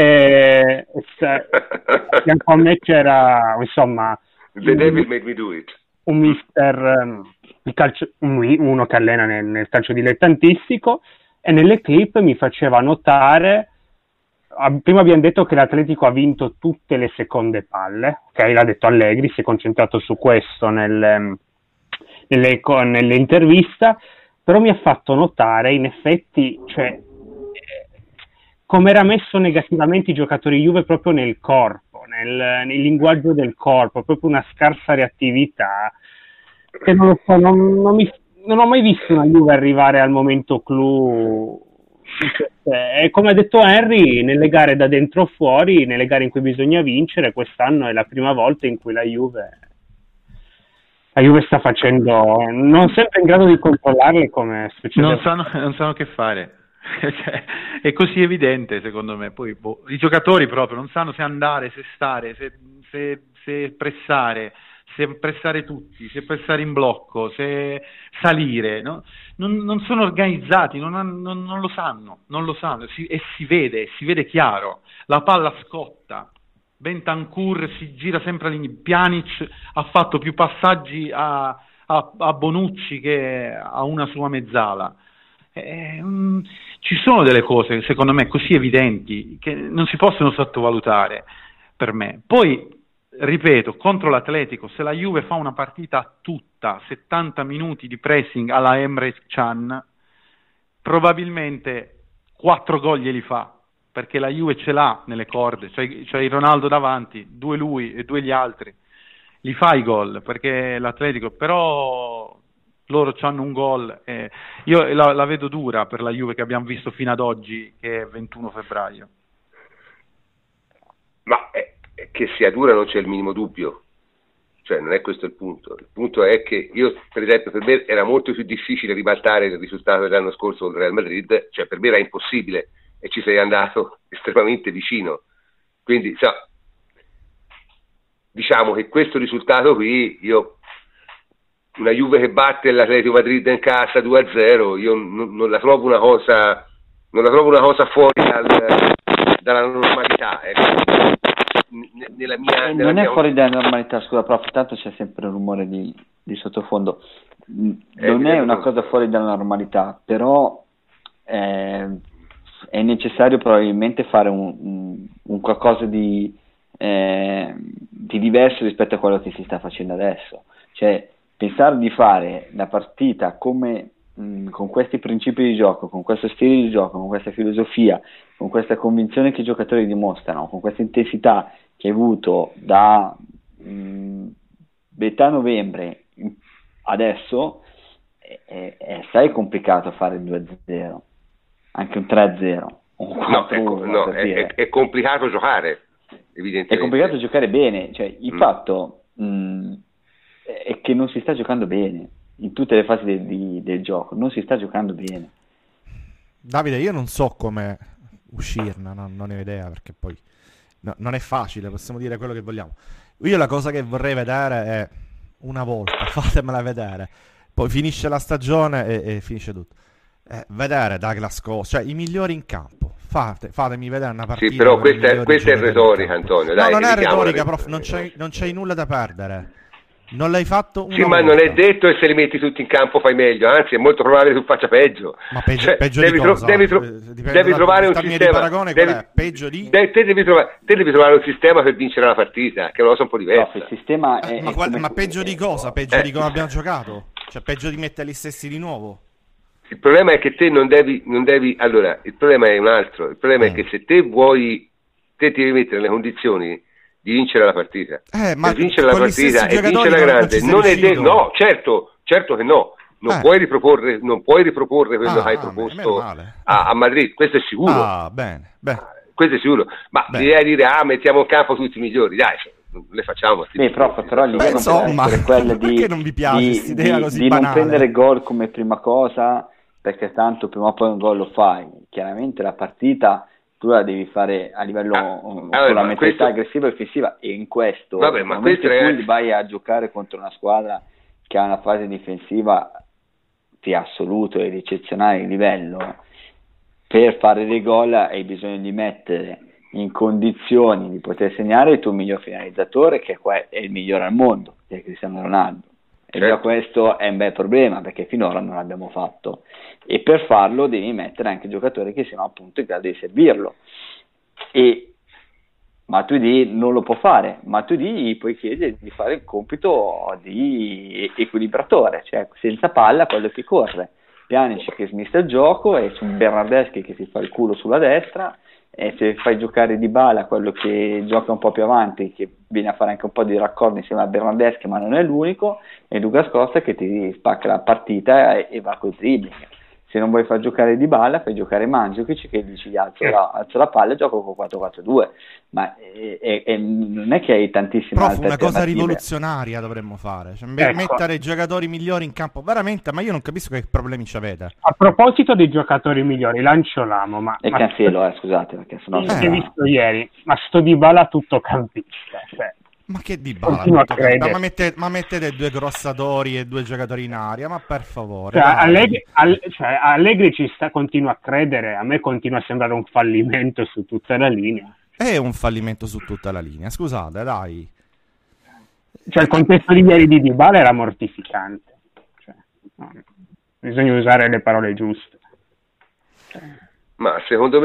E, se- a fianco a me c'era, insomma, The devil made me do it. un mister, ehm, di calcio, un- uno che allena nel, nel calcio dilettantistico, e nelle clip mi faceva notare, ah, prima abbiamo detto che l'Atletico ha vinto tutte le seconde palle, ok, l'ha detto Allegri, si è concentrato su questo nel, ehm, nelle, co- nell'intervista, però mi ha fatto notare in effetti, cioè, eh, come era messo negativamente i giocatori Juve proprio nel corpo, nel, nel linguaggio del corpo, proprio una scarsa reattività, che non lo so, non, non mi- non ho mai visto una Juve arrivare al momento clou. E come ha detto Henry, nelle gare da dentro o fuori, nelle gare in cui bisogna vincere, quest'anno è la prima volta in cui la Juve la Juve sta facendo, non sempre in grado di controllarle come succede. non sanno, non sanno che fare. Cioè, è così evidente, secondo me. Poi boh, i giocatori proprio non sanno se andare, se stare, se, se, se pressare, se pressare tutti, se pressare in blocco, se salire, no? non, non sono organizzati, non, han- non- non lo sanno, non lo sanno, si- e si vede, si vede chiaro. La palla scotta, Bentancur si gira sempre all'inizio, Pjanic ha fatto più passaggi a, a- a Bonucci che a una sua mezzala. Eh, mm, ci sono delle cose, secondo me, così evidenti che non si possono sottovalutare, per me. Poi, ripeto, contro l'Atletico, se la Juve fa una partita tutta, settanta minuti di pressing alla Emre Can, probabilmente quattro gol glieli fa, perché la Juve ce l'ha nelle corde, c'è, c'è il Ronaldo davanti, due lui e due gli altri, li fa i gol, perché l'Atletico, però loro hanno un gol, eh, io la, la vedo dura per la Juve che abbiamo visto fino ad oggi, che è ventuno febbraio. Ma eh, che sia dura non c'è il minimo dubbio, cioè non è questo il punto. Il punto è che io, per esempio, per me era molto più difficile ribaltare il risultato dell'anno scorso con il Real Madrid, cioè per me era impossibile e ci sei andato estremamente vicino. Quindi, so, diciamo che questo risultato qui, io una Juve che batte l'Atletico Madrid in casa due a zero, io non, non la trovo una cosa non la trovo una cosa fuori dal, dalla normalità, ecco. N- nella mia, nella Non mia... è fuori dalla normalità, scusa prof, tanto c'è sempre un rumore di, di sottofondo. Non Eh, è una cosa fuori dalla normalità, però eh, è necessario probabilmente fare un, un, un qualcosa di, eh, di diverso rispetto a quello che si sta facendo adesso. Cioè, pensare di fare la partita come mh, con questi principi di gioco, con questo stile di gioco, con questa filosofia, con questa convinzione che i giocatori dimostrano, con questa intensità che hai avuto da mh, metà novembre adesso, è, è, è assai complicato fare il due a zero, anche un tre a zero. No, è, no è, è, è complicato giocare, evidentemente. È complicato giocare bene, cioè il mm. fatto mh, è che non si sta giocando bene in tutte le fasi de, di, del gioco, non si sta giocando bene. Davide, io non so come uscirne, no, non ne ho idea, perché poi no, non è facile, possiamo dire quello che vogliamo. Io la cosa che vorrei vedere è una volta, fatemela vedere, poi finisce la stagione e, e finisce tutto. Eh, vedere Douglas Costa, cioè i migliori in campo. Fate, fatemi vedere una partita. Sì, però questa è, questa è retorica, Antonio. Dai, no, non è retorica, prof, non c'hai, non c'hai nulla da perdere. Non l'hai fatto una Sì, ma volta. non è detto che se li metti tutti in campo fai meglio, anzi è molto probabile che tu faccia peggio. Ma peggio, cioè, peggio devi, di tro- cosa? devi, tro- devi da, trovare un sistema. sistema. Di paragone, devi, qual è? Peggio di? De- te, devi trovare, te devi trovare un sistema per vincere la partita, che è una cosa un po' diversa. No, il sistema è, eh, ma, è qual- come... ma peggio di cosa? Peggio eh. di come abbiamo giocato? Cioè peggio di metterli stessi di nuovo? Il problema è che te non devi, non devi, allora, il problema è un altro, il problema eh. è che se te vuoi, te ti devi mettere nelle condizioni di vincere la partita. Eh, ma per vincere la partita e vincere la grande, non, non è de- no, certo, certo che no, non eh. puoi riproporre, non puoi riproporre quello ah, che hai proposto a, a Madrid, questo è sicuro. Ah, bene, bene. Questo è sicuro, ma devi dire, ah, mettiamo in campo tutti i migliori, dai, non le facciamo. Beh, prof, però l'idea non insomma, è quella di, perché non vi piace di, questa idea di, così di banale? non prendere gol come prima cosa, perché tanto prima o poi un gol lo fai. Chiaramente la partita tu la devi fare a livello ah, con allora, la mentalità questo... aggressiva e offensiva, e in questo Vabbè, ma questo è... tu vai a giocare contro una squadra che ha una fase difensiva di assoluto e di eccezionale livello, per fare dei gol hai bisogno di mettere in condizioni di poter segnare il tuo miglior finalizzatore, che è il migliore al mondo, che è Cristiano Ronaldo. E già questo è un bel problema, perché finora non l'abbiamo fatto, e per farlo devi mettere anche giocatori che siano appunto in grado di servirlo. E Matuidi non lo può fare, Matuidi puoi chiedere di fare il compito di equilibratore, cioè senza palla quello che corre, Pjanic che smista il gioco, e su Bernardeschi che si fa il culo sulla destra, e se fai giocare Dybala, quello che gioca un po' più avanti, che viene a fare anche un po' di raccordo insieme a Bernardeschi, ma non è l'unico, e Lucas Costa che ti spacca la partita e, e va coi dribbling. Se non vuoi far giocare Dybala, fai giocare Mandzukic, che dici alzo la, alzo la palla e gioco con quattro quattro due, ma è, è, è, non è che hai tantissime Prof, altre una cosa alternative. rivoluzionaria dovremmo fare, cioè, ecco. mettere i giocatori migliori in campo, veramente, ma io non capisco che problemi ci avete. A proposito dei giocatori migliori, lancio l'amo, ma... E ma Cancelo, eh, scusate, perché sennò... Eh, che visto ieri, ma sto Dybala tutto campista, cioè... Ma che Dybala? Ma, mette, ma mettete due grossatori e due giocatori in aria, ma per favore. Cioè, Allegri, All, cioè, Allegri ci sta, continua a credere, a me continua a sembrare un fallimento su tutta la linea. È un fallimento su tutta la linea, scusate, dai. Cioè, il contesto di ieri di Dybala era mortificante. Cioè, no, bisogna usare le parole giuste. Cioè. Ma secondo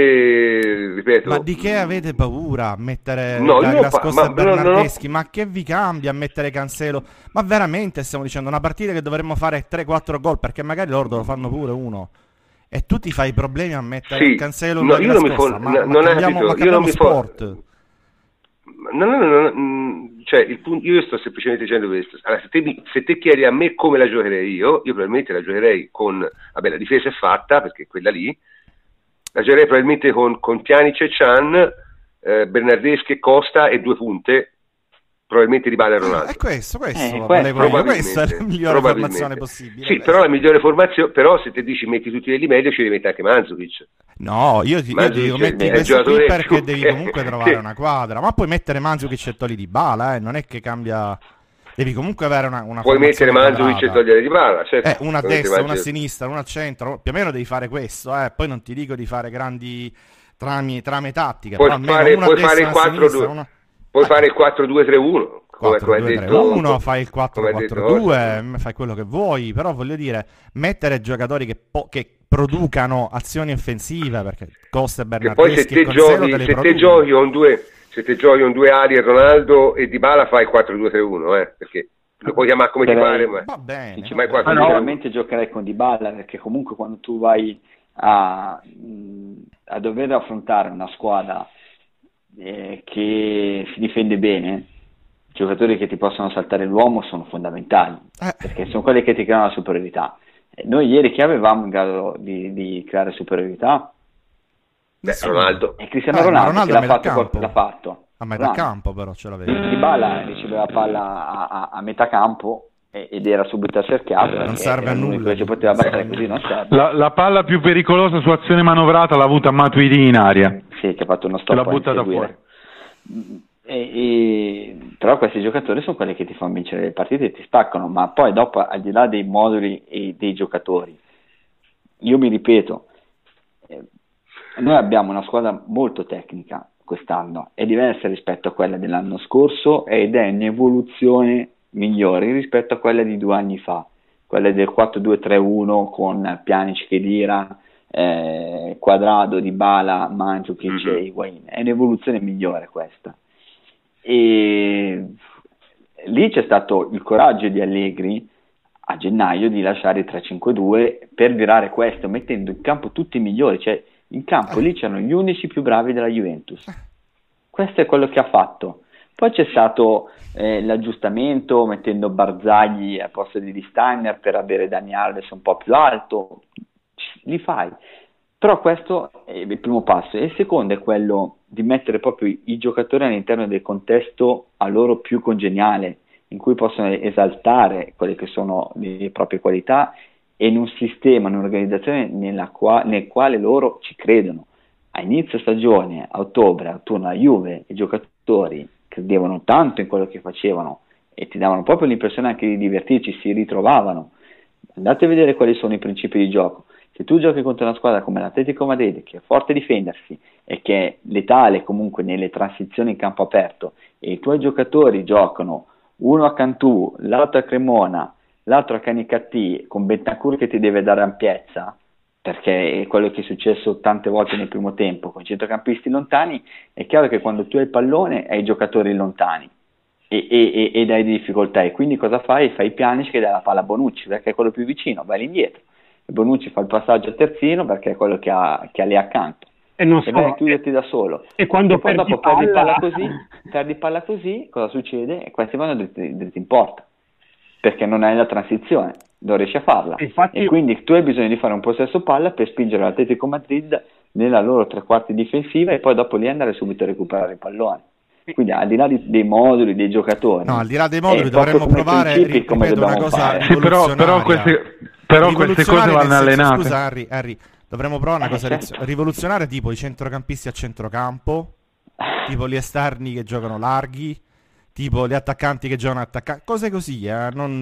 me, ripeto... Ma di che avete paura a mettere no, Douglas pa- Costa ma, e Bernardeschi? no, no. Ma che vi cambia a mettere Cancelo? Ma veramente stiamo dicendo una partita che dovremmo fare tre quattro gol, perché magari loro lo fanno pure uno. E tu ti fai problemi a mettere sì, Cancelo no, e io non Costa? mi fo- ma, no, ma non cambiamo, capito, ma io non mi sport. Fo- no, no, no, no, cioè, il punto, io sto semplicemente dicendo questo. Allora, se, te, se te chiedi a me come la giocherei io, io probabilmente la giocherei con... Vabbè, la difesa è fatta, perché è quella lì. La giocherei probabilmente con, con Pjanic e Can, eh, Bernardeschi e Costa e due punte, probabilmente Dybala e Ronaldo. È eh, questo, questo, eh, questo, questa è la migliore formazione possibile. Sì, però la migliore formazione, però se te dici metti tutti quelli meglio, ci devi mettere anche Mandzukic. No, io ti, io ti dico metti questo qui perché devi comunque trovare sì. una quadra, ma puoi mettere Mandzukic e togli Dybala, eh, non è che cambia... Devi comunque avere una, una puoi mettere Mandzukic e togliere Dybala, certo. Eh, una a destra, una a sinistra, una al centro, più o meno devi fare questo, eh. Poi non ti dico di fare grandi trami, trame tattiche, puoi però fare, una puoi a destra, fare il quattro due, una... puoi eh. fare il quattro due tre uno, come, come hai detto uno, fai il quattro quattro due, fai quello che vuoi, però voglio dire, mettere giocatori che, po- che producano azioni offensive, perché Costa e Bernardeschi e Cancelo te le producono. Se te giochi con due Se te giochi con due ali e Ronaldo e Dybala fai quattro due tre uno, eh, perché lo puoi chiamare come ti pare, ma va bene. Dici, ma qua sicuramente giocherei con Dybala, perché comunque quando tu vai a, a dover affrontare una squadra eh, che si difende bene, giocatori che ti possono saltare l'uomo sono fondamentali, eh. perché sono quelli che ti creano la superiorità. E noi ieri che avevamo in grado di, di creare superiorità? Beh, Ronaldo. E Cristiano eh, Ronaldo, Ronaldo che l'ha a metà fatto, campo. l'ha fatto. A metà Ronaldo. campo però ce l'avevi. Dybala riceveva la palla a, a, a metà campo ed era subito accerchiato. Non serve a nulla. Che ci poteva battere così, non serve. La, la palla più pericolosa su azione manovrata l'ha avuta Matuidi in aria. Sì, che ha fatto uno L'ha stop a buttata inseguire. E, e, però questi giocatori sono quelli che ti fanno vincere le partite e ti staccano, ma poi dopo, al di là dei moduli e dei giocatori, io mi ripeto, eh, noi abbiamo una squadra molto tecnica quest'anno, è diversa rispetto a quella dell'anno scorso ed è un'evoluzione migliore rispetto a quella di due anni fa, quella del quattro due tre uno con Pjanic, Khedira, eh, Quadrado, Dybala, Mandzukic Mm-hmm. e Higuain. È un'evoluzione migliore questa. E lì c'è stato il coraggio di Allegri a gennaio di lasciare il tre cinque due per virare questo, mettendo in campo tutti i migliori, cioè in campo lì c'erano gli unici più bravi della Juventus. Questo è quello che ha fatto. Poi c'è stato eh, l'aggiustamento mettendo Barzagli al posto di Steiner per avere Dani Alves un po' più alto, li fai. Però questo è il primo passo. E il secondo è quello di mettere proprio i, i giocatori all'interno del contesto a loro più congeniale, in cui possono esaltare quelle che sono le proprie qualità e in un sistema, in un'organizzazione nella qua, nel quale loro ci credono. A inizio stagione, a ottobre, a autunno, la Juve, i giocatori credevano tanto in quello che facevano e ti davano proprio l'impressione anche di divertirci, si ritrovavano. Andate a vedere quali sono i principi di gioco. Se tu giochi contro una squadra come l'Atletico Madrid, che è forte a difendersi e che è letale comunque nelle transizioni in campo aperto, e i tuoi giocatori giocano uno a Cantù, l'altro a Cremona, l'altro a Canicattì, con Bentancur che ti deve dare ampiezza, perché è quello che è successo tante volte nel primo tempo, con i centrocampisti lontani, è chiaro che quando tu hai il pallone hai i giocatori lontani e, e, e, ed hai difficoltà, e quindi cosa fai? Fai Pjanic che dà la palla a Bonucci, perché è quello più vicino, vai indietro, e Bonucci fa il passaggio al terzino perché è quello che ha, che ha lì accanto, e non e so, vai a chiuderti da solo, e quando e poi perdi dopo palla... perdi palla così, perdi palla così, cosa succede? E questi vanno dritti, dritti in porta, perché non hai la transizione, non riesci a farla. Infatti, e quindi tu hai bisogno di fare un possesso palla per spingere l'Atletico Madrid nella loro tre quarti difensiva e poi dopo lì andare subito a recuperare il pallone. Quindi al di là di, dei moduli, dei giocatori, No, al di là dei moduli è dovremmo proprio come provare, principi come ripeto, una dobbiamo cosa fare. Sì, però, però queste, però queste cose Rivoluzionaria vanno nel senso, allenate. Scusa Harry, Harry, dovremmo provare una Eh, cosa certo. rivoluzionaria, tipo i centrocampisti a centrocampo, tipo gli esterni che giocano larghi, tipo gli attaccanti che giocano attaccanti, cose così, eh, non...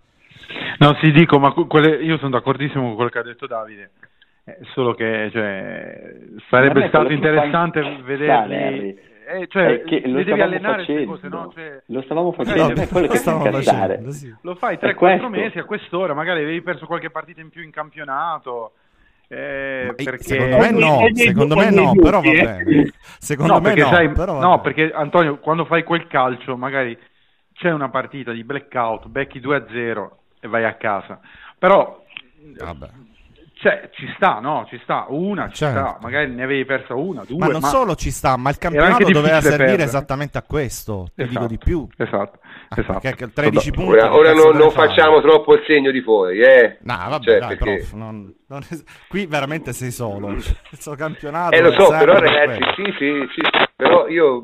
No, sì, dico, ma que- quelle, io sono d'accordissimo con quello che ha detto Davide, eh, solo che cioè, sarebbe Ma a me stato quello che interessante fa incazzare, vederli, Harry, eh, cioè, è che lo le devi stavamo allenare queste facendo. cose, no? Cioè, Lo stavamo Eh, facendo, no, è quello lo che fa stavamo incazzare. facendo, sì. lo fai È tre quattro questo. mesi a quest'ora, magari avevi perso qualche partita in più in campionato, eh, Ma, eh, perché... secondo me no, E dei- secondo e me dei no, gusti, però va eh. bene. Secondo No, me perché no, sai, però va no, bene. perché Antonio, quando fai quel calcio, magari c'è una partita di blackout, becchi due a zero e vai a casa. Però Vabbè. cioè, ci sta, no? Ci sta, una ci Certo. sta, magari ne avevi persa una, due, Ma non solo ci sta, ma il era anche campionato doveva difficile servire perdere. esattamente a questo, ti Esatto, dico di più. Esatto, Ah, esatto. perché tredici Sono punti. Ora, che ora cazzo non, te ne non fai? facciamo troppo il segno di fuori, eh? No, vabbè, Cioè, dai, perché- prof, non- non es- qui veramente sei solo. Questo campionato Eh lo so, serve però per ragazzi, quello. sì, sì, sì, però io,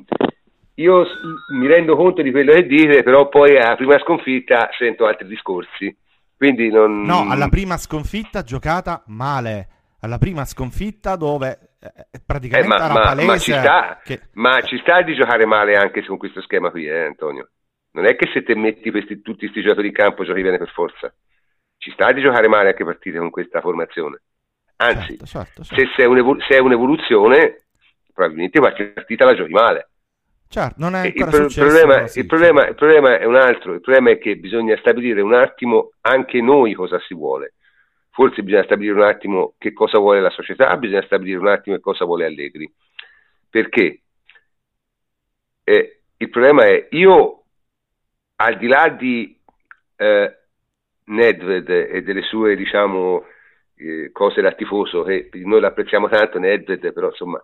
io s- mi rendo conto di quello che dite, però poi alla prima sconfitta sento altri discorsi, quindi non... No, alla prima sconfitta giocata male. Alla prima sconfitta dove eh, Eh, praticamente ma, era ma- palese ma ci sta, che... ma ci sta di giocare male anche con questo schema qui, eh, Antonio. Non è che se te metti questi, tutti questi giocatori in campo giochi bene per forza. Ci sta di giocare male anche partite con questa formazione. Anzi, Certo, certo, certo. se, se, è un'evol- se è un'evoluzione, probabilmente qualche partita la giochi male. Certo, non è E il, ancora pro- successo. problema, però sì, il, problema, il problema è un altro, il problema è che bisogna stabilire un attimo anche noi cosa si vuole. Forse bisogna stabilire un attimo che cosa vuole la società, bisogna stabilire un attimo che cosa vuole Allegri. Perché eh, il problema è, io al di là di eh, Nedved e delle sue, diciamo, eh, cose da tifoso, che noi l'apprezziamo tanto, Nedved, però insomma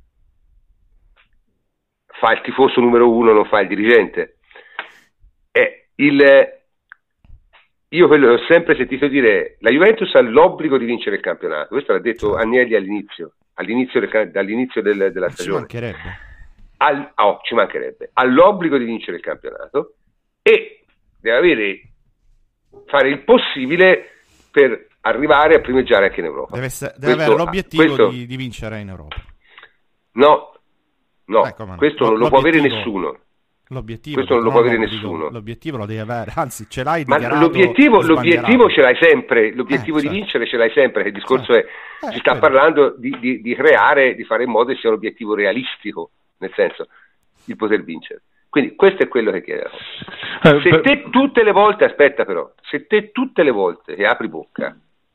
fa il tifoso numero uno, non fa il dirigente. Eh, il, io quello che ho sempre sentito dire, la Juventus ha l'obbligo di vincere il campionato, questo l'ha detto Agnelli all'inizio, all'inizio del, dall'inizio del, della stagione. Ci mancherebbe. Al, oh, ci mancherebbe. Ha l'obbligo di vincere il campionato e deve avere, fare il possibile per arrivare a primeggiare anche in Europa. Deve, essere, deve questo, avere l'obiettivo questo, di, di vincere in Europa. No, no, ecco, questo non lo può avere nessuno. L'obiettivo questo non lo può avere nessuno. L'obiettivo lo devi avere, anzi ce l'hai ma dichiarato. L'obiettivo, l'obiettivo ce l'hai sempre, l'obiettivo eh, di certo. vincere ce l'hai sempre, che il discorso certo. è, eh, si sta quello. parlando di, di, di creare, di fare in modo che sia un obiettivo realistico, nel senso, il poter vincere. Quindi questo è quello che chiede. Se te tutte le volte, aspetta però, se te tutte le volte che apri bocca,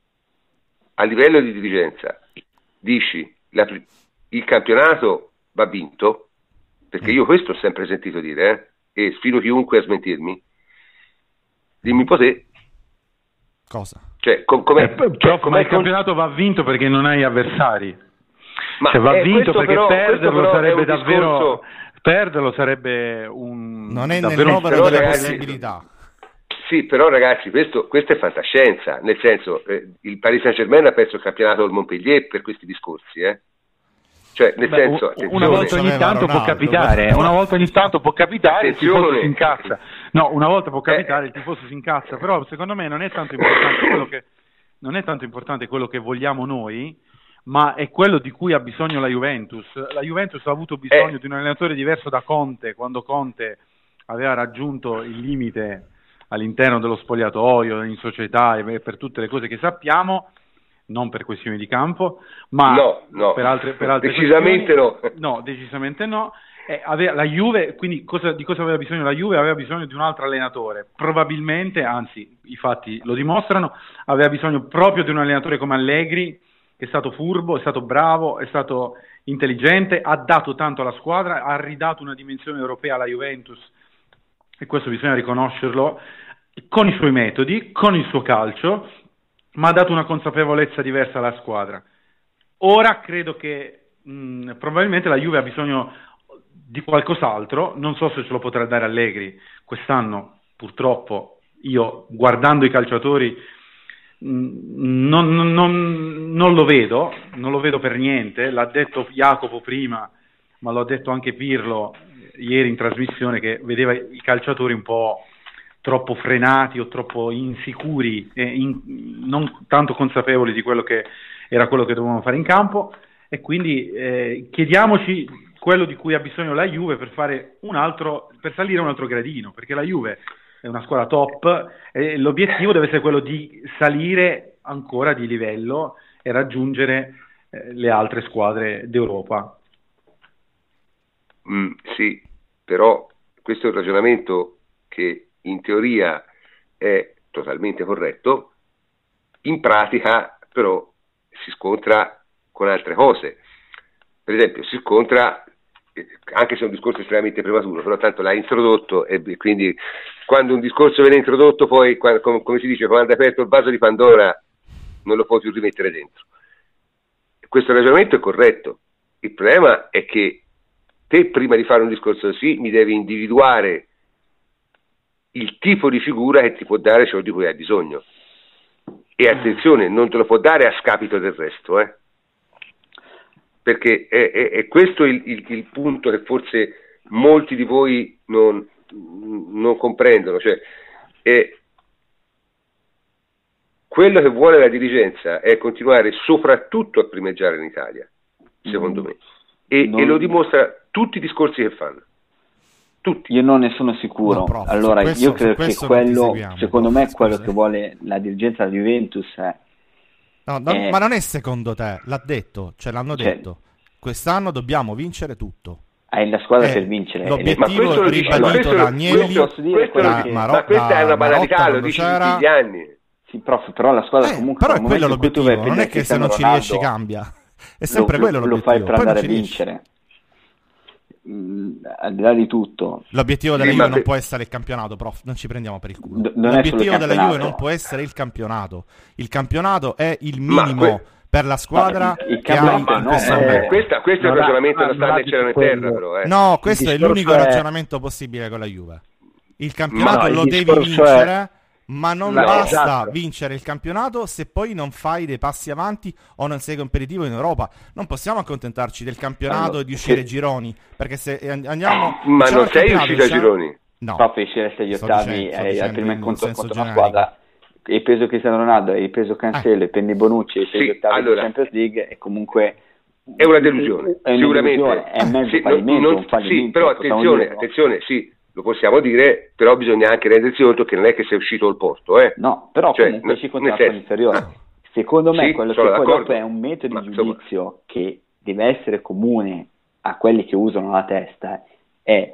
a livello di dirigenza, dici la, il campionato va vinto, perché io questo ho sempre sentito dire, eh, e sfido chiunque a smentirmi, dimmi un po' te. Cosa? Cioè, com- com'è, eh, cioè, prof, com'è ma il con... campionato va vinto perché non hai avversari. Ma cioè, va eh, vinto perché però, perderlo sarebbe davvero discorso... perderlo sarebbe un non è davvero nel un... novero delle ragazzi, possibilità. Sì, però ragazzi, questo, questo è fantascienza, nel senso, eh, il Paris Saint-Germain ha perso il campionato del Montpellier per questi discorsi, eh. Cioè, nel Beh, senso, una volta ogni tanto può capitare, una volta ogni tanto può capitare, il tifoso si incazza. No, una volta può capitare, eh. il tifoso si incazza, però secondo me non è tanto importante quello che non è tanto importante quello che vogliamo noi, ma è quello di cui ha bisogno la Juventus. La Juventus ha avuto bisogno eh. di un allenatore diverso da Conte, quando Conte aveva raggiunto il limite all'interno dello spogliatoio, in società e per tutte le cose che sappiamo. Non per questioni di campo, ma no, no. per altre, per altre decisamente questioni. no. No, decisamente no. Eh, aveva, la Juve, quindi cosa, di cosa aveva bisogno la Juve? Aveva bisogno di un altro allenatore, probabilmente, anzi i fatti lo dimostrano, aveva bisogno proprio di un allenatore come Allegri, che è stato furbo, è stato bravo, è stato intelligente, ha dato tanto alla squadra, ha ridato una dimensione europea alla Juventus, e questo bisogna riconoscerlo, con i suoi metodi, con il suo calcio, ma ha dato una consapevolezza diversa alla squadra. Ora credo che mh, probabilmente la Juve ha bisogno di qualcos'altro, non so se ce lo potrà dare Allegri. Quest'anno purtroppo io, guardando i calciatori, mh, non, non, non lo vedo, non lo vedo per niente. L'ha detto Jacopo prima, ma l'ha detto anche Pirlo ieri in trasmissione, che vedeva i calciatori un po' troppo frenati o troppo insicuri e in, non tanto consapevoli di quello che era quello che dovevamo fare in campo, e quindi eh, chiediamoci quello di cui ha bisogno la Juve per fare un altro, per salire un altro gradino, perché la Juve è una squadra top e l'obiettivo deve essere quello di salire ancora di livello e raggiungere eh, le altre squadre d'Europa. Mm, sì, però questo è un ragionamento che in teoria è totalmente corretto, in pratica però si scontra con altre cose. Per esempio si scontra, anche se è un discorso estremamente prematuro, però tanto l'ha introdotto e quindi quando un discorso viene introdotto poi, quando, come si dice, quando hai aperto il vaso di Pandora non lo puoi più rimettere dentro. Questo ragionamento è corretto, il problema è che te prima di fare un discorso così mi devi individuare il tipo di figura che ti può dare ciò di cui hai bisogno, e attenzione, non te lo può dare a scapito del resto, eh? Perché è, è, è questo il, il, il punto che forse molti di voi non, non comprendono, cioè è, quello che vuole la dirigenza è continuare soprattutto a primeggiare in Italia, secondo me, e, non... e lo dimostra tutti i discorsi che fanno. Tutti. Io non ne sono sicuro. No, prof, allora, questo, io credo che quello, secondo prof, me, quello scusa. che vuole la dirigenza della Juventus è... No, no, è... ma non è secondo te, l'ha detto, ce l'hanno cioè, detto. Quest'anno dobbiamo vincere tutto. Hai la squadra eh, per vincere. L'obiettivo ma ribadito da Agnelli, questo, questo da, che, Maro- ma questa da, è una banalità, Marotta, lo dici c'era... tutti gli anni. Sì, prof, però la squadra eh, comunque... Però è quello l'obiettivo, non è che se non ci riesci Ronaldo, cambia. È sempre lo, quello lo, l'obiettivo. lo fai per Poi andare a vincere. mh, al di là di tutto, l'obiettivo della sì, Juve ma... non può essere il campionato, prof, non ci prendiamo per il culo. D- non l'obiettivo della Juve non può essere il campionato. Il campionato è il minimo que... per la squadra no, il, il che ha in no, questo eh, momento. Questa, questo è un ragionamento da sta né cielo né terra, però. Eh. No, questo è l'unico è... ragionamento possibile con la Juve. Il campionato no, lo il devi vincere, è... ma non no, basta esatto. vincere il campionato se poi non fai dei passi avanti o non sei competitivo in Europa. Non possiamo accontentarci del campionato e di uscire ai gironi, perché se andiamo... Ma diciamo non sei uscito ai diciamo... gironi? No. Proprio uscire agli ottavi è al primo incontro contro una squadra, hai preso Cristiano Ronaldo, hai preso Cancelo, hai preso Bonucci, hai preso sì, gli ottavi allora, di Champions League e comunque è una delusione, è sicuramente delusione, è mezzo sì, fallimento, non, un fallimento, sì, però attenzione, dire, no? attenzione, sì, lo possiamo dire, però bisogna anche rendersi conto che non è che sei uscito al porto, eh. No, però cioè, comunque n- esci contro una squadra inferiore. Ah. Secondo me sì, quello che d'accordo. poi dopo è un metodo Ma, di giudizio insomma, che deve essere comune a quelli che usano la testa è: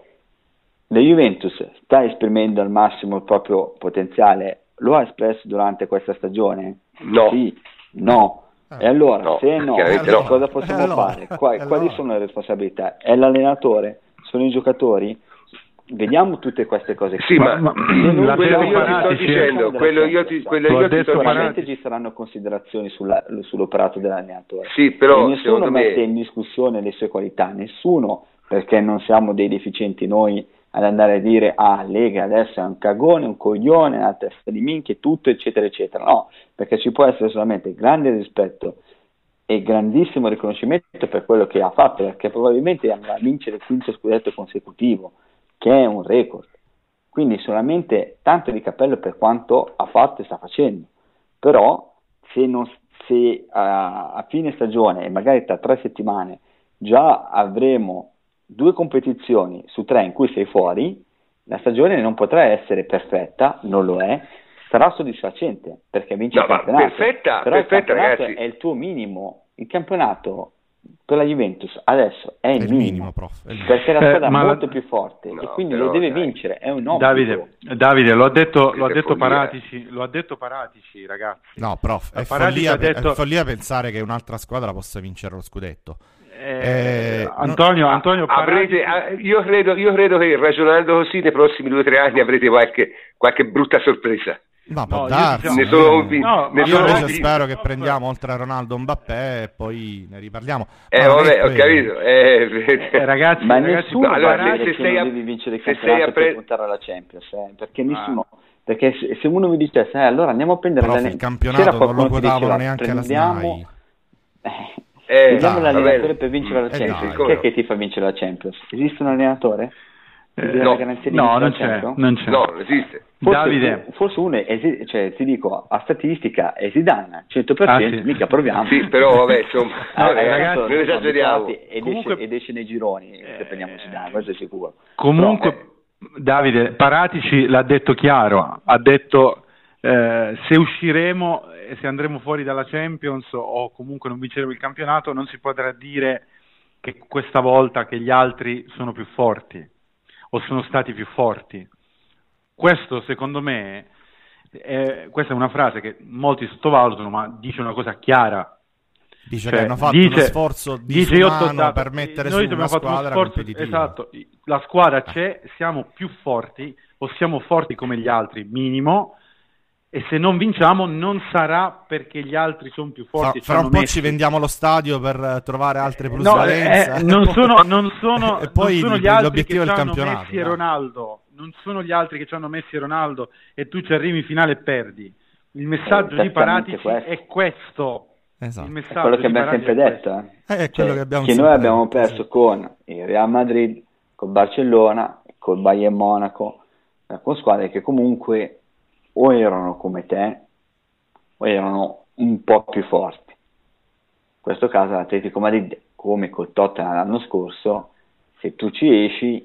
la Juventus sta esprimendo al massimo il proprio potenziale, lo ha espresso durante questa stagione? No. Sì, no. E allora, no, se no, no. cosa possiamo allora, fare? Quali, allora. quali sono le responsabilità? È l'allenatore? Sono i giocatori? Vediamo tutte queste cose. Sì, ma, ma la quello io ti sto dicendo, quello io ti, quello io ti sto dicendo, ci saranno considerazioni sulla, sull'operato dell'allenatore. Sì, però e nessuno mette me... in discussione le sue qualità, nessuno, perché non siamo dei deficienti noi ad andare a dire ah, Lega adesso è un cagone, un coglione, una testa di minchia, tutto eccetera eccetera. No, perché ci può essere solamente grande rispetto e grandissimo riconoscimento per quello che ha fatto, perché probabilmente andrà a vincere il quinto scudetto consecutivo, che è un record. Quindi solamente tanto di cappello per quanto ha fatto e sta facendo. Però se, non, se a, a fine stagione e magari tra tre settimane già avremo due competizioni su tre in cui sei fuori, la stagione non potrà essere perfetta, non lo è, sarà soddisfacente perché vince no, il campionato. Perfetta, però perfetta, il campionato ragazzi. è il tuo minimo. Il campionato per la Juventus adesso è il, è il minimo, minimo, prof, è il minimo. Perché è la squadra eh, è molto la... più forte no, e quindi però, lo deve dai. vincere, è un obbligo. Davide, Davide lo ha detto, lo ha detto follia. Paratici, lo ha detto Paratici, ragazzi. No, prof, è Paratici follia, ha detto... è follia pensare che un'altra squadra possa vincere lo scudetto. Eh, Eh, Antonio, non... Antonio avrete, io, credo, io credo che ragionando così nei prossimi due o tre anni avrete qualche, qualche brutta sorpresa. No, può no, darsi. Ne sono convinto. No, ne io sono invece convinto. spero che prendiamo oltre a Ronaldo Mbappé e poi ne riparliamo. Eh, no, vabbè, ho capito. Eh, eh, ragazzi, ma ragazzi, nessuno no, allora, allora, se, se che sei non a, devi vincere il se campionato sei a pre... per puntare alla Champions, eh, perché nessuno ah. perché se, se uno mi dicesse eh, allora andiamo a prendere Prof, la... il campionato non lo quotavano neanche prendiamo... la SNAI. Eh, Eh, prendiamo dai, l'allenatore per vincere la Eh, Champions. dai. Chi è che ti fa vincere la Champions? Esiste un allenatore? Eh, no, no non c'è, non c'è. No, non esiste. Forse, Davide. forse uno è, esi- cioè ti dico, a statistica è Zidane, cento per cento, Ah, sì. mica proviamo. Sì, però vabbè, insomma, Ah, no, ragazzi, ragazzi, non esageriamo. Ed, Comunque- esce, ed esce nei gironi Eh, se prendiamo Zidane, questo è sicuro. Comunque, Però, Davide, Paratici l'ha detto chiaro, ha detto eh, se usciremo e se andremo fuori dalla Champions o comunque non vinceremo il campionato non si potrà dire che questa volta che gli altri sono più forti o sono stati più forti. Questo secondo me, è, questa è una frase che molti sottovalutano, ma dice una cosa chiara. Dice Cioè, che hanno fatto dice- uno sforzo dice io disumano t'ho dato- per mettere noi su abbiamo una fatto uno squadra sforzo, competitiva. esatto, la squadra c'è, siamo più forti o siamo forti come gli altri, minimo, e se non vinciamo non sarà perché gli altri sono più Fra, forti. fra un po' messi... ci vendiamo lo stadio per eh, trovare altre No, plusvalenze. eh, non sono, non sono, e poi non sono il- gli altri l'obiettivo che è il hanno campionato. Messi e dai. Ronaldo, non sono gli altri che hanno Messi e Ronaldo e tu ci arrivi in finale e perdi. Il messaggio È di Paratici esattamente è questo. Esatto. Il è messaggio quello che di abbiamo Paratici sempre è detto, questo. eh. Eh, è quello Cioè, che abbiamo che sempre noi abbiamo detto, perso sì. con il Real Madrid, col Barcellona, col Bayern Monaco, eh, con squadre che comunque o erano come te o erano un po' più forti. In questo caso l'Atletico Madrid, come col Tottenham l'anno scorso, se tu ci esci,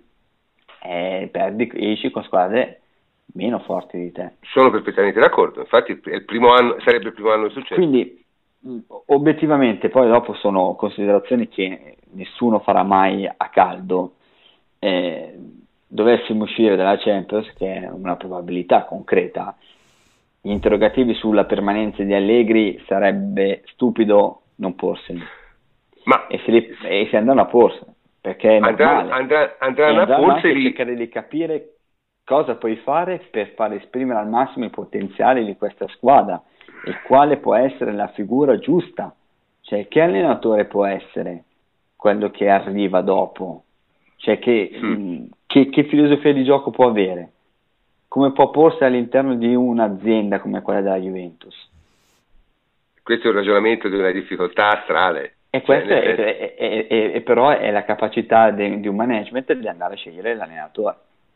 eh, perdi, esci con squadre meno forti di te. Sono perfettamente d'accordo, infatti è il primo anno, sarebbe il primo anno di successo. Quindi mh, obiettivamente, poi dopo sono considerazioni che nessuno farà mai a caldo. Eh, dovessimo uscire dalla Champions, che è una probabilità concreta, gli interrogativi sulla permanenza di Allegri sarebbe stupido non porseli. Ma E se, li, e se andranno a porsi, perché è andranno, andrà, andranno andrà a forse di cercare di capire cosa puoi fare per far esprimere al massimo i potenziali di questa squadra e quale può essere la figura giusta, cioè che allenatore può essere quello che arriva dopo, cioè che, mm. mh, che, che filosofia di gioco può avere, come può porsi all'interno di un'azienda come quella della Juventus. Questo è un ragionamento di una difficoltà astrale. E questo cioè, è, è, è, è, è però è la capacità de, di un management di andare a scegliere l'allenatore,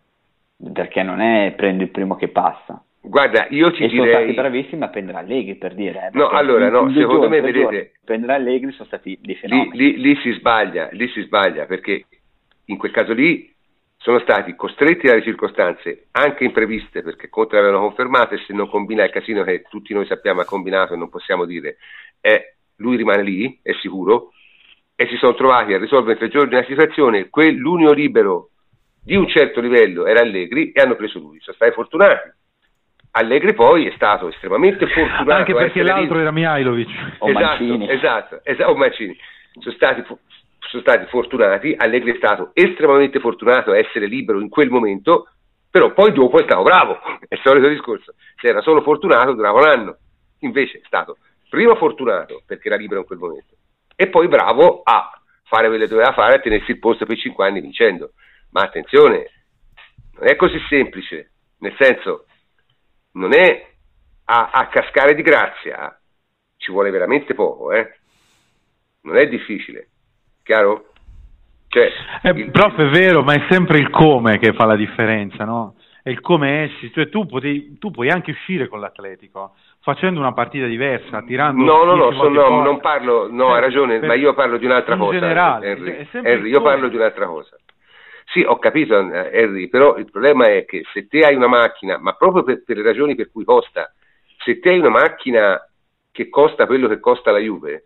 perché non è prendi il primo che passa. Guarda, io ti e direi... sono stati bravissimi a prendere Allegri, per dire. Eh, no, allora, no, in secondo giorni, me, vedete... prendere Allegri sono stati dei fenomeni. Lì, lì, lì si sbaglia, lì si sbaglia, perché in quel caso lì sono stati costretti dalle circostanze, anche impreviste, perché Conte l'avevano confermato, e se non combina il casino che tutti noi sappiamo ha combinato e non possiamo dire, è, lui rimane lì, è sicuro, e si sono trovati a risolvere in tre giorni una situazione, quel, l'unico libero di un certo livello era Allegri, e hanno preso lui, sono stati fortunati. Allegri poi è stato estremamente fortunato, anche perché l'altro lì. era Mihajlovic o esatto, Mancini. esatto, esatto, o Mancini. Sono stati, sono stati fortunati. Allegri è stato estremamente fortunato a essere libero in quel momento, però poi dopo è stato bravo, è il solito discorso, se era solo fortunato durava un anno, invece è stato prima fortunato perché era libero in quel momento e poi bravo a fare quello che doveva fare, a tenersi il posto per cinque anni vincendo. Ma attenzione, non è così semplice, nel senso, non è a, a cascare di grazia, ci vuole veramente poco, eh? Non è difficile, chiaro? Cioè, eh, il... prof, è vero, ma è sempre il come che fa la differenza, no? È il come esci, cioè tu, potevi, tu puoi anche uscire con l'Atletico facendo una partita diversa, tirando no no no, so, no forte. non parlo, no, hai ragione, per, ma io parlo di un'altra in cosa, generale, Henry, è Henry, io parlo di un'altra cosa. Sì, ho capito, Henry, però il problema è che se te hai una macchina, ma proprio per, per le ragioni per cui costa, se te hai una macchina che costa quello che costa la Juve,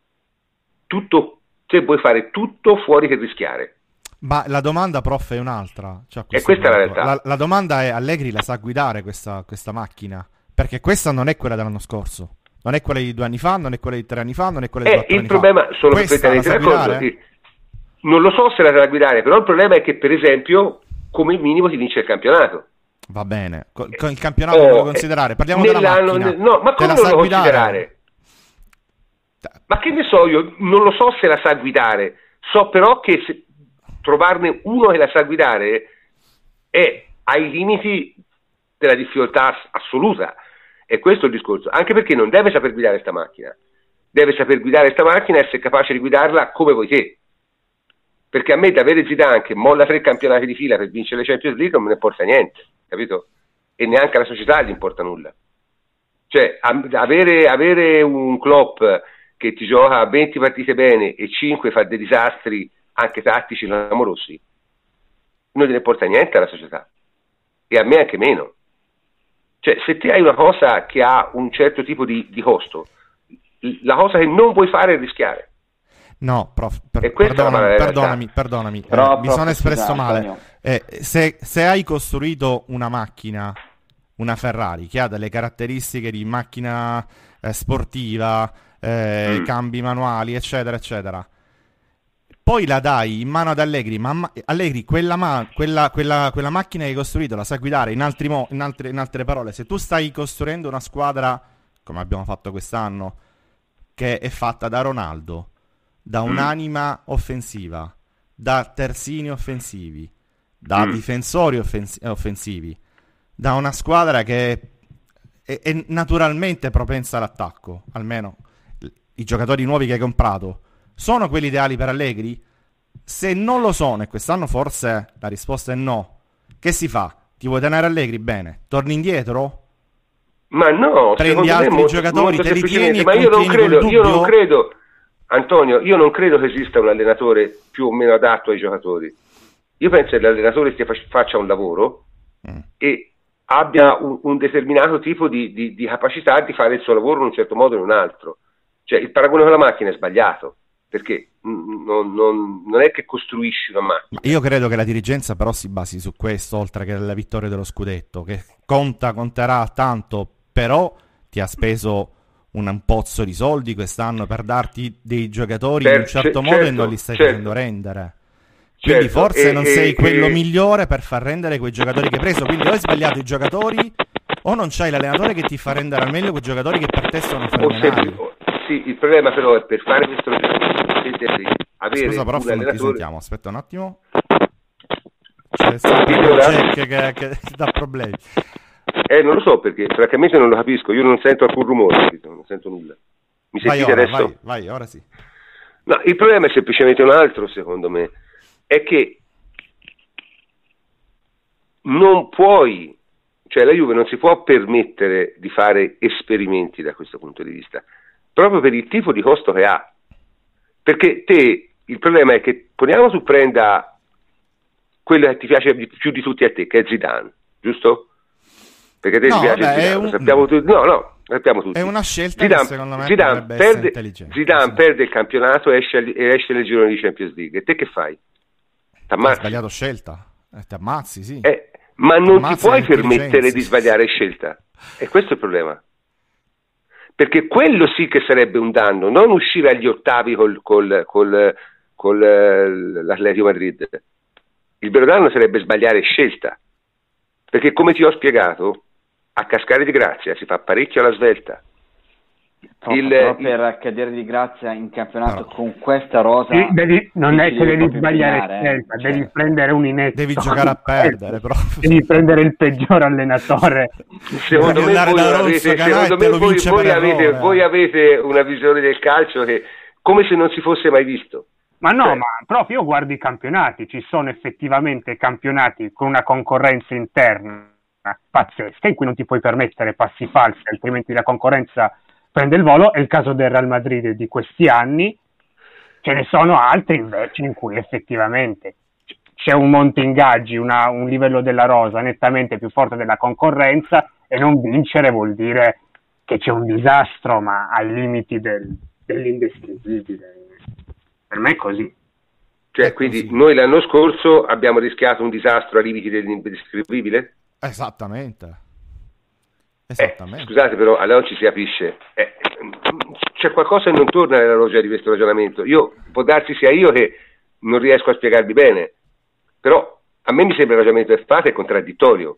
tutto, te puoi fare tutto fuori che rischiare. Ma la domanda, prof, è un'altra. Cioè, e questa punto. è la realtà. La, la domanda è: Allegri la sa guidare questa, questa macchina? Perché questa non è quella dell'anno scorso, non è quella di due anni fa, non è quella di tre anni fa, non è quella di eh, quattro anni fa. Il problema, sono perfettamente d'accordo, sì. Non lo so se la sa guidare, però il problema è che, per esempio, come minimo ti vince il campionato. Va bene, con il campionato oh, non lo considerare, parliamo della macchina. Nel, no, ma come non lo considerare? Ma che ne so io, non lo so se la sa guidare, so però che se, trovarne uno che la sa guidare è ai limiti della difficoltà assoluta, e questo è il discorso, anche perché non deve saper guidare sta macchina, deve saper guidare sta macchina e essere capace di guidarla come vuoi te, perché a me da avere Zidane che molla tre campionati di fila per vincere le Champions League non me ne importa niente, capito? E neanche alla società gli importa nulla, cioè avere, avere un Klopp che ti gioca venti partite bene e cinque fa dei disastri anche tattici clamorosi, non gliene importa niente alla società, e a me anche meno. Cioè, se te hai una cosa che ha un certo tipo di, di costo, la cosa che non puoi fare è rischiare. No, prof, per, perdonami, perdonami, perdonami, Però, eh, mi sono espresso scusa, male. Eh, se, se hai costruito una macchina, una Ferrari, che ha delle caratteristiche di macchina eh, sportiva, eh, mm. cambi manuali, eccetera, eccetera, poi la dai in mano ad Allegri, ma Allegri quella, ma- quella, quella, quella macchina che hai costruito la sa guidare, in, altri mo- in, altre, in altre parole, se tu stai costruendo una squadra, come abbiamo fatto quest'anno, che è fatta da Ronaldo, da un'anima offensiva, da terzini offensivi, da mm. difensori offens- offensivi, da una squadra che è, è naturalmente propensa all'attacco, almeno i giocatori nuovi che hai comprato sono quelli ideali per Allegri? Se non lo sono, e quest'anno forse la risposta è no, che si fa? Ti vuoi tenere Allegri? Bene, torni indietro? Ma no, prendi altri molto, giocatori, molto te li tieni ma e io non credo, col io non credo, Antonio, io non credo che esista un allenatore più o meno adatto ai giocatori. Io penso che l'allenatore stia, faccia un lavoro mm. e abbia un, un determinato tipo di, di, di capacità di fare il suo lavoro in un certo modo o in un altro. Cioè, il paragone con la macchina è sbagliato, perché non, non, non è che costruisci una macchina. Io credo che la dirigenza però si basi su questo, oltre che alla vittoria dello scudetto, che conta, conterà tanto, però ti ha speso un, un pozzo di soldi quest'anno per darti dei giocatori per, in un certo c- modo certo, e non li stai certo. facendo rendere. Quindi certo, forse e, non e, sei quello e... migliore per far rendere quei giocatori che hai preso. Quindi o hai sbagliato i giocatori o non c'hai l'allenatore che ti fa rendere al meglio quei giocatori che per te sono fenomenali. Sì, il problema però è per fare questo ragionamento avere Scusa prof, un non allenatore... ti sentiamo, aspetta un attimo. C'è sempre il Jack che, che dà problemi. Eh, non lo so perché francamente non lo capisco, io non sento alcun rumore, non sento nulla. Mi vai sentite ora, adesso? Vai, vai, ora sì. No, il problema è semplicemente un altro, secondo me, è che non puoi, cioè la Juve non si può permettere di fare esperimenti da questo punto di vista, proprio per il tipo di costo che ha. Perché te, il problema è che poniamo tu prenda quello che ti piace più di tutti a te, che è Zidane, giusto? Perché a te no, ti piace vabbè, Zidane, un... lo sappiamo tutti. No, no, lo sappiamo tutti. È una scelta Zidane, che secondo me Zidane potrebbe perde, essere intelligente. Zidane sì. perde il campionato e esce, e esce nel girone di Champions League. E te che fai? T'ammazzi. Hai sbagliato scelta. Eh, ti ammazzi, sì. Eh, ma non Ammazzi ti puoi permettere di sbagliare scelta. E questo è il problema. Perché quello sì che sarebbe un danno, non uscire agli ottavi col, col, col, col l'Atletico Madrid. Il vero danno sarebbe sbagliare scelta. Perché come ti ho spiegato, a cascare di grazia si fa parecchio alla svelta. Troppo, il, però per cadere di grazia in campionato no. con questa rosa sì, devi, non è che devi sbagliare scelta, eh. devi cioè, prendere un inetto, devi giocare a perdere però. Devi prendere il peggior allenatore. Secondo me, voi, avete, secondo me voi, voi, avete, voi avete una visione del calcio che come se non si fosse mai visto. Ma no, cioè, ma proprio io guardo i campionati, ci sono effettivamente campionati con una concorrenza interna pazzesca in cui non ti puoi permettere passi falsi, altrimenti la concorrenza prende il volo. È il caso del Real Madrid di questi anni. Ce ne sono altri invece in cui effettivamente c'è un monte ingaggi, una, un livello della rosa nettamente più forte della concorrenza, e non vincere vuol dire che c'è un disastro, ma ai limiti del, dell'indescrivibile. Per me è così. Cioè, quindi noi l'anno scorso abbiamo rischiato un disastro ai limiti dell'indescrivibile? Esattamente. Esattamente. Eh, scusate, però allora non ci si capisce. Eh, c'è qualcosa che non torna nella logica di questo ragionamento. Io può darsi sia io che non riesco a spiegarvi bene, però a me mi sembra il ragionamento che fate è contraddittorio,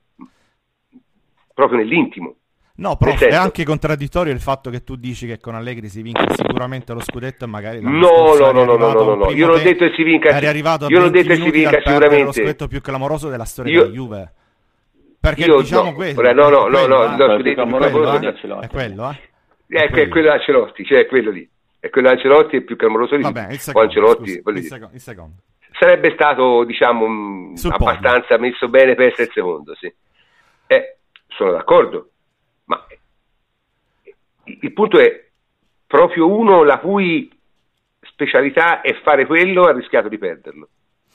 proprio nell'intimo. No, prof, è anche contraddittorio il fatto che tu dici che con Allegri si vinca sicuramente lo scudetto e magari no, no, no, no, no, no, no, io non ho detto che si vinca, eri arrivato io non ho detto che si vinca sicuramente lo scudetto più clamoroso della storia io, della Juve. Perché io, diciamo no, questo. No, no, no, no, no, no, no, scudetto no, clamoroso è quello, eh? È quello, eh? È, è quello Ancelotti, cioè è quello lì. È quello Ancelotti è più clamoroso di Vabbè, il secondo, Ancelotti, scusa, il, secondo, il secondo. Sarebbe stato, diciamo, Sul abbastanza podio. Messo bene per essere il secondo, sì. Eh, sono d'accordo, ma il punto è proprio uno la cui specialità è fare quello ha rischiato di perderlo.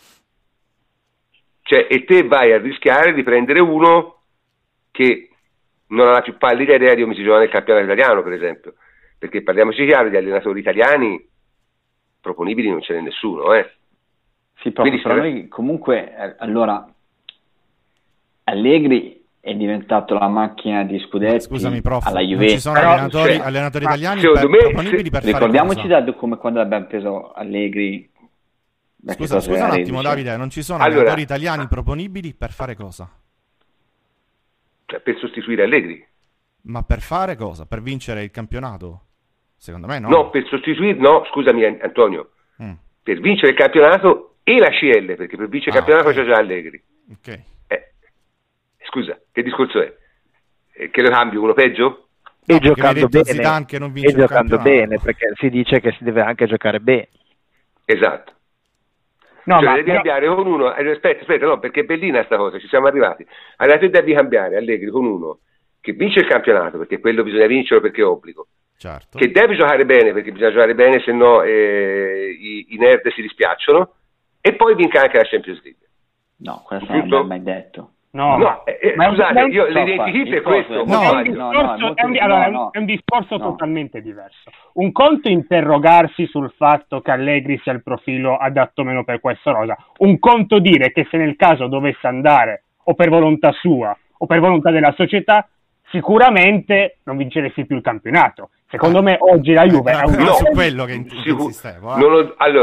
Cioè, e te vai a rischiare di prendere uno che non ha la più pallida idea di come si gioca nel campionato italiano, per esempio, perché parliamoci chiaro, gli allenatori italiani proponibili non ce n'è nessuno, eh. Sì, proprio, però noi comunque, allora, Allegri è diventato la macchina di scudetti. Scusami, prof, alla Juventus. Non ci sono però, allenatori, cioè, allenatori italiani per, me, proponibili per ricordiamoci fare da come quando abbiamo preso Allegri. Scusa, scusa un attimo, Davide, non ci sono allora, allenatori italiani proponibili per fare cosa? Cioè, per sostituire Allegri. Ma per fare cosa? Per vincere il campionato? Secondo me no. No, per sostituire, no, scusami Antonio, mm. per vincere il campionato e la C L, perché per vincere il ah, campionato okay. c'è già Allegri. Ok. Eh, scusa, che discorso è? Eh, che lo cambi uno peggio? E no, giocando bene, Zidane che non vince e giocando bene, perché si dice che si deve anche giocare bene. Esatto. No, cioè, ma devi però... cambiare con uno, eh, aspetta, aspetta, no, perché è bellina sta cosa, ci siamo arrivati. Allora tu devi cambiare Allegri con uno che vince il campionato, perché quello bisogna vincerlo perché è obbligo. Certo. Che deve giocare bene, perché bisogna giocare bene, se no eh, i, i nerd si dispiacciono, e poi vinca anche la Champions League. No, questo non l'ho mai detto. No, no eh, ma scusate, io so, l'identikit è questo. No, è un discorso, è un, allora, no, no. è un discorso no. totalmente diverso. Un conto interrogarsi sul fatto che Allegri sia il profilo adatto meno per questa rosa. Un conto dire che se nel caso dovesse andare o per volontà sua o per volontà della società, sicuramente non vinceresti più il campionato. Secondo me oggi la Juve eh, è un no, no. su quello che insistevo. Eh. Non ho, allora,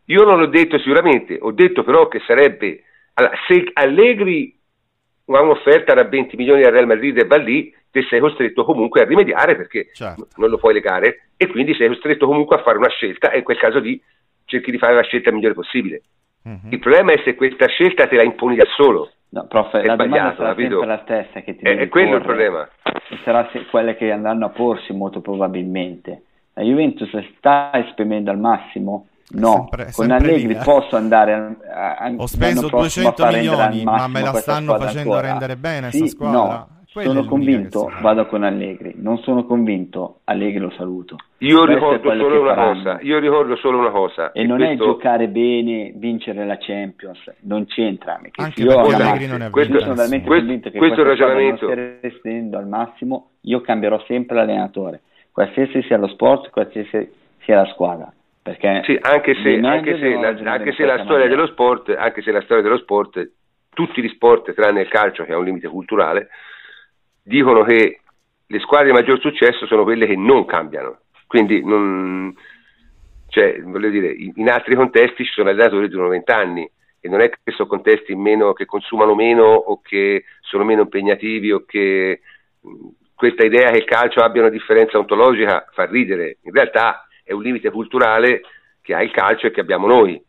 io non l'ho detto sicuramente, ho detto però che sarebbe, allora, se Allegri ha un'offerta da venti milioni al Real Madrid e va lì, te sei costretto comunque a rimediare perché certo. non lo puoi legare e quindi sei costretto comunque a fare una scelta e in quel caso lì cerchi di fare la scelta migliore possibile. Mm-hmm. Il problema è se questa scelta te la imponi da solo. No, prof, la domanda sarà sempre la stessa che ti è, è quello il problema. E sarà se, quelle che andranno a porsi molto probabilmente. La Juventus sta esprimendo al massimo? No, sempre, con Allegri lì, eh. posso andare a, a, ho speso duecento milioni, ma me la stanno facendo squadra. rendere bene sì, sta squadra? No, Quello sono convinto, vado con Allegri, non sono convinto, Allegri lo saluto. Io ricordo solo una faranno. cosa, io ricordo solo una cosa. E non questo... è giocare bene, vincere la Champions, non c'entra. Anche io perché Allegri non è questo, io sono veramente questo, convinto che questo questa ragionamento non stia restando al massimo, io cambierò sempre l'allenatore, qualsiasi sia lo sport, qualsiasi sia la squadra. Perché sì, anche se, anche se, la, anche se la storia dello sport, anche se la storia dello sport, tutti gli sport tranne il calcio che ha un limite culturale, dicono che le squadre di maggior successo sono quelle che non cambiano, quindi non, cioè, voglio dire, in altri contesti ci sono allenatori che durano vent'anni e non è che sono contesti meno, che consumano meno o che sono meno impegnativi o che questa idea che il calcio abbia una differenza ontologica fa ridere, in realtà è un limite culturale che ha il calcio e che abbiamo noi,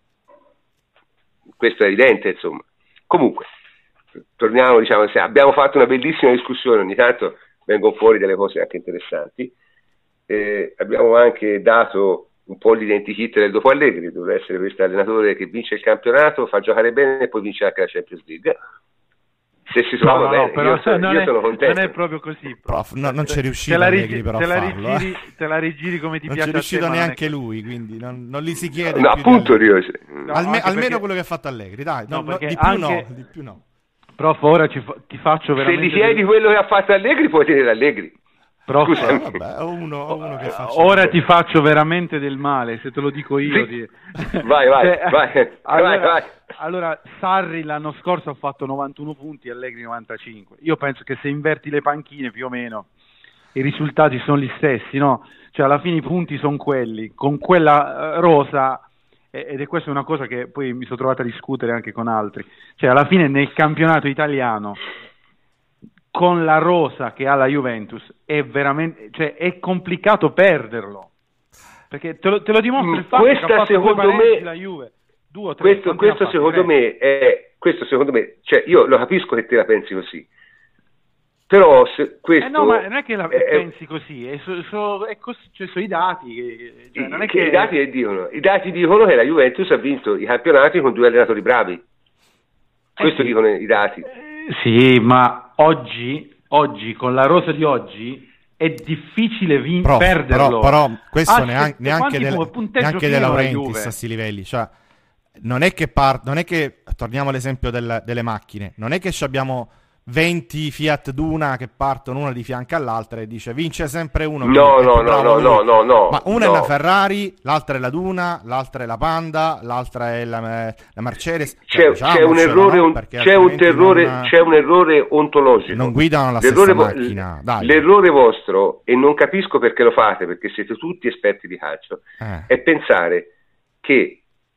questo è evidente, insomma. Comunque torniamo, diciamo, abbiamo fatto una bellissima discussione, ogni tanto vengono fuori delle cose anche interessanti, eh, abbiamo anche dato un po' l'identikit del dopo Allegri, dovrebbe essere questo allenatore che vince il campionato, fa giocare bene e poi vince anche la Champions League. Se si trova no, no, bene, no, però io, sono, non, io è, sono contento. Non è proprio così, prof, no, non c'è riuscito te Allegri rigi- però te a la farlo, rigiri, eh. te la rigiri come ti non piace c'è riuscito a te, neanche è... lui, quindi non, non gli si chiede no, più appunto io, no, Alme- almeno perché... quello che ha fatto Allegri, dai, no, no, no, di più anche... no, di più no. Prof, ora ci fa- ti faccio veramente... Se gli chiedi quello che ha fatto Allegri puoi tenere Allegri. Prof, eh, vabbè, uno, uno che ora ti faccio veramente del male, se te lo dico io. Sì. Ti... Vai, vai, cioè, vai, allora, vai, vai. Allora, Sarri l'anno scorso ha fatto novantuno punti, Allegri novantacinque. Io penso che se inverti le panchine più o meno i risultati sono gli stessi, no? Cioè alla fine i punti sono quelli, con quella uh, rosa, eh, ed è questa una cosa che poi mi sono trovato a discutere anche con altri. Cioè alla fine nel campionato italiano, con la rosa che ha la Juventus, è veramente, cioè è complicato perderlo, perché te lo, te lo dimostra il fatto questa, che ha fatto secondo due me, la Juve, due o tre, questo, questo secondo me è, questo secondo me, cioè io lo capisco che te la pensi così, però se questo... Eh no, ma non è che la è, pensi così, è so, so, è cos- cioè, sono i dati, che, cioè, non è che che... i dati dicono, i dati dicono che la Juventus ha vinto i campionati con due allenatori bravi, questo eh sì. dicono i dati. Eh, sì, ma oggi, oggi, con la rosa di oggi, è difficile vin- Prof, perderlo. Però, però questo ah, neanche, neanche, del, neanche De Laurentiis a sti livelli, cioè non è che par- non è che, torniamo all'esempio del, delle macchine, non è che abbiamo venti Fiat Duna che partono una di fianco all'altra e dice vince sempre uno. No, no, no, no, no, no, no. Ma una no. è la Ferrari, l'altra è la Duna, l'altra è la Panda, l'altra è la, la Mercedes. C'è, cioè, diciamo, c'è, un errore, no? un, c'è, un terrore, non, c'è un errore ontologico. Non guidano la l'errore stessa vo- macchina. Dai. L'errore vostro, e non capisco perché lo fate, perché siete tutti esperti di calcio, eh. è pensare che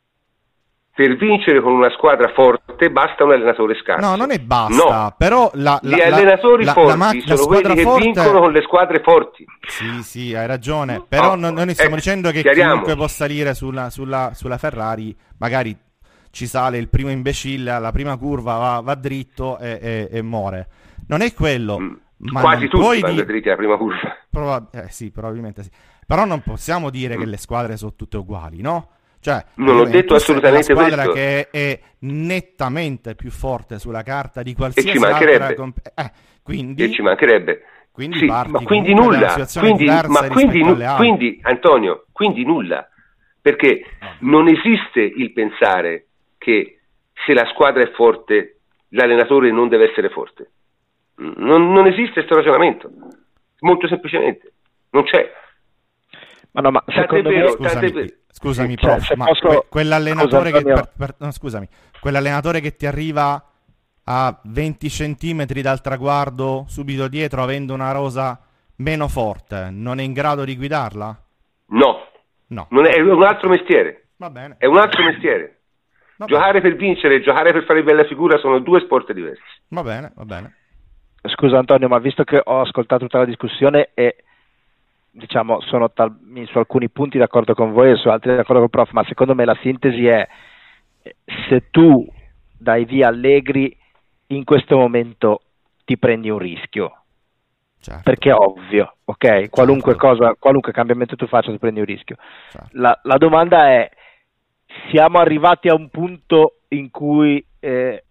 per vincere con una squadra forte basta un allenatore scarso. No, non è basta, no. però la, la, gli allenatori la, forti la, la, la sono quelli che forte... vincono con le squadre forti. Sì, sì, hai ragione, però oh, non, noi stiamo eh, dicendo che chiariamo. chiunque può salire sulla, sulla, sulla Ferrari, magari ci sale il primo imbecille alla prima curva, va, va dritto e, e, e muore. Non è quello. Mm. Ma quasi tutti vanno di... dritti alla prima curva. Proba... Eh, sì, probabilmente sì. Però non possiamo dire mm. che le squadre sono tutte uguali, no? Cioè, non ho detto assolutamente è una squadra questo. che è nettamente più forte sulla carta di qualsiasi e ci mancherebbe. altra comp- eh, quindi, e ci mancherebbe. Quindi sì, ma quindi nulla. Quindi, ma quindi, nu- quindi, Antonio, quindi nulla. Perché no. non esiste il pensare che se la squadra è forte, l'allenatore non deve essere forte. Non, non esiste questo ragionamento. Molto semplicemente. Non c'è. Ma no, ma secondo me... Scusami, tante... scusami cioè, prof, ma posso... que- quell'allenatore Scusa, che per, per, no, scusami, quell'allenatore che ti arriva a venti centimetri dal traguardo subito dietro avendo una rosa meno forte, non è in grado di guidarla? No, no. Non è, è un altro mestiere. Va bene. È un altro mestiere. Va giocare bene. Per vincere e giocare per fare bella figura sono due sport diversi. Va bene, va bene. Scusa Antonio, ma visto che ho ascoltato tutta la discussione e diciamo sono tal- su alcuni punti d'accordo con voi e su altri d'accordo con il prof, ma secondo me la sintesi è: se tu dai via Allegri in questo momento ti prendi un rischio. Certo. Perché è ovvio, ok? Qualunque certo. cosa, qualunque cambiamento tu faccia ti prendi un rischio. Certo. La, la domanda è: siamo arrivati a un punto in cui eh,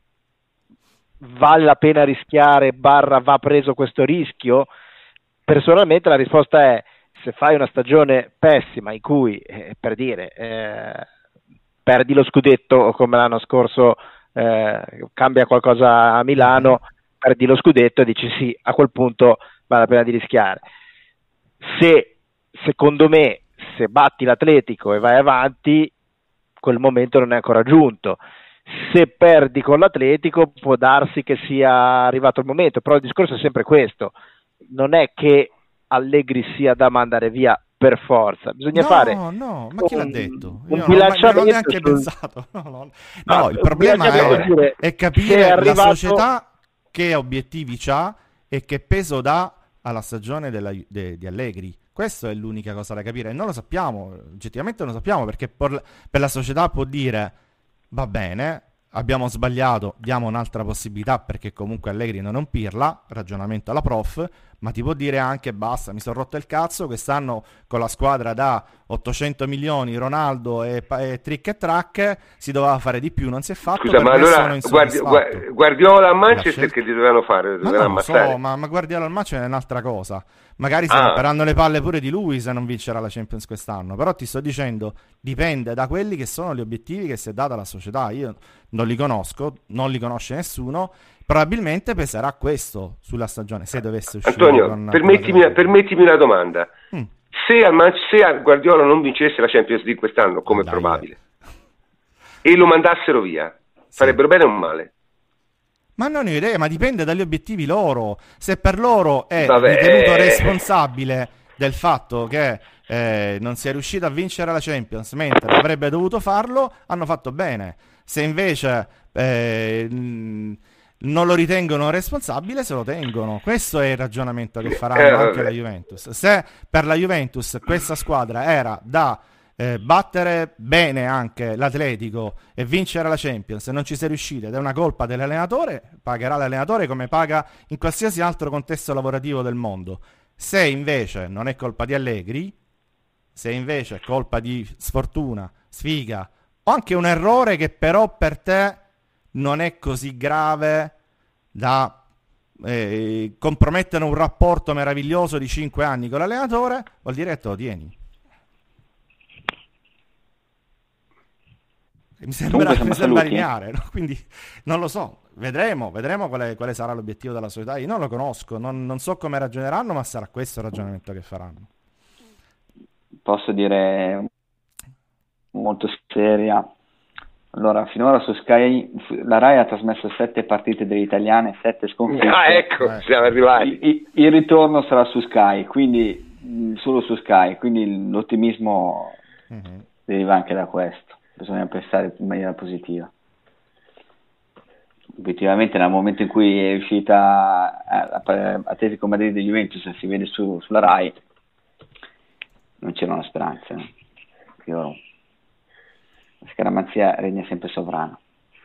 vale la pena rischiare, barra va preso questo rischio? Personalmente la risposta è: se fai una stagione pessima in cui, eh, per dire, eh, perdi lo scudetto o come l'anno scorso eh, cambia qualcosa a Milano, perdi lo scudetto e dici sì, a quel punto vale la pena di rischiare. Se, secondo me, se batti l'Atletico e vai avanti, quel momento non è ancora giunto. Se perdi con l'Atletico può darsi che sia arrivato il momento, però il discorso è sempre questo: non è che Allegri sia da mandare via per forza, bisogna no, fare no, no, ma chi un, l'ha detto? Io un non, bilanciamento non ho neanche sul... pensato. No, no. no, no il problema è, dire, è capire arrivato... la società che obiettivi c'ha e che peso dà alla stagione della, de, di Allegri. Questa è l'unica cosa da capire e non lo sappiamo, oggettivamente non lo sappiamo, perché per, per la società può dire va bene, abbiamo sbagliato, diamo un'altra possibilità perché comunque Allegri non è un pirla, ragionamento alla prof, ma ti può dire anche basta, mi sono rotto il cazzo, quest'anno con la squadra da ottocento milioni, Ronaldo e, e trick e track, si doveva fare di più, non si è fatto. Scusa, ma allora Guardi, Guardiola a Manchester che ti dovevano fare? Ma non lo so, ma, ma Guardiola al Manchester è un'altra cosa. Magari si ah. romperanno le palle pure di lui se non vincerà la Champions quest'anno, però ti sto dicendo, dipende da quelli che sono gli obiettivi che si è data la società. Io non li conosco, non li conosce nessuno, probabilmente peserà questo sulla stagione se dovesse uscire. Antonio, con, permettimi, con permettimi una domanda. Mm. Se, al Man- se al Guardiola non vincesse la Champions League quest'anno, come è probabile, e lo mandassero via, sì. farebbero bene o male? Ma non ho idea, ma dipende dagli obiettivi loro. Se per loro è Vabbè. ritenuto responsabile del fatto che eh, non si è riuscito a vincere la Champions mentre avrebbe dovuto farlo, hanno fatto bene. Se invece eh, non lo ritengono responsabile, se lo tengono. Questo è il ragionamento che faranno eh, anche la Juventus. Se per la Juventus questa squadra era da Eh, battere bene anche l'Atletico e vincere la Champions e non ci sei riuscito ed è una colpa dell'allenatore, pagherà l'allenatore come paga in qualsiasi altro contesto lavorativo del mondo. Se invece non è colpa di Allegri, se invece è colpa di sfortuna, sfiga o anche un errore che però per te non è così grave da eh, compromettere un rapporto meraviglioso di cinque anni con l'allenatore, vuol dire che te lo tieni. Mi sembra, mi sembra lineare, no? Quindi non lo so, vedremo, vedremo quale, quale sarà l'obiettivo della società. Io non lo conosco, non, non so come ragioneranno, ma sarà questo il ragionamento che faranno. Posso dire molto seria. Allora, finora su Sky la Rai ha trasmesso sette partite delle italiane, sette sconfitte. Ah, ecco, eh. siamo arrivati. Il, il ritorno sarà su Sky, quindi solo su Sky, quindi l'ottimismo mm-hmm. deriva anche da questo. Bisogna pensare in maniera positiva. Obiettivamente nel momento in cui è uscita Atletico Madrid e Juventus, si vede su, sulla Rai, non c'era una speranza. No? Io, la scaramanzia regna sempre sovrana.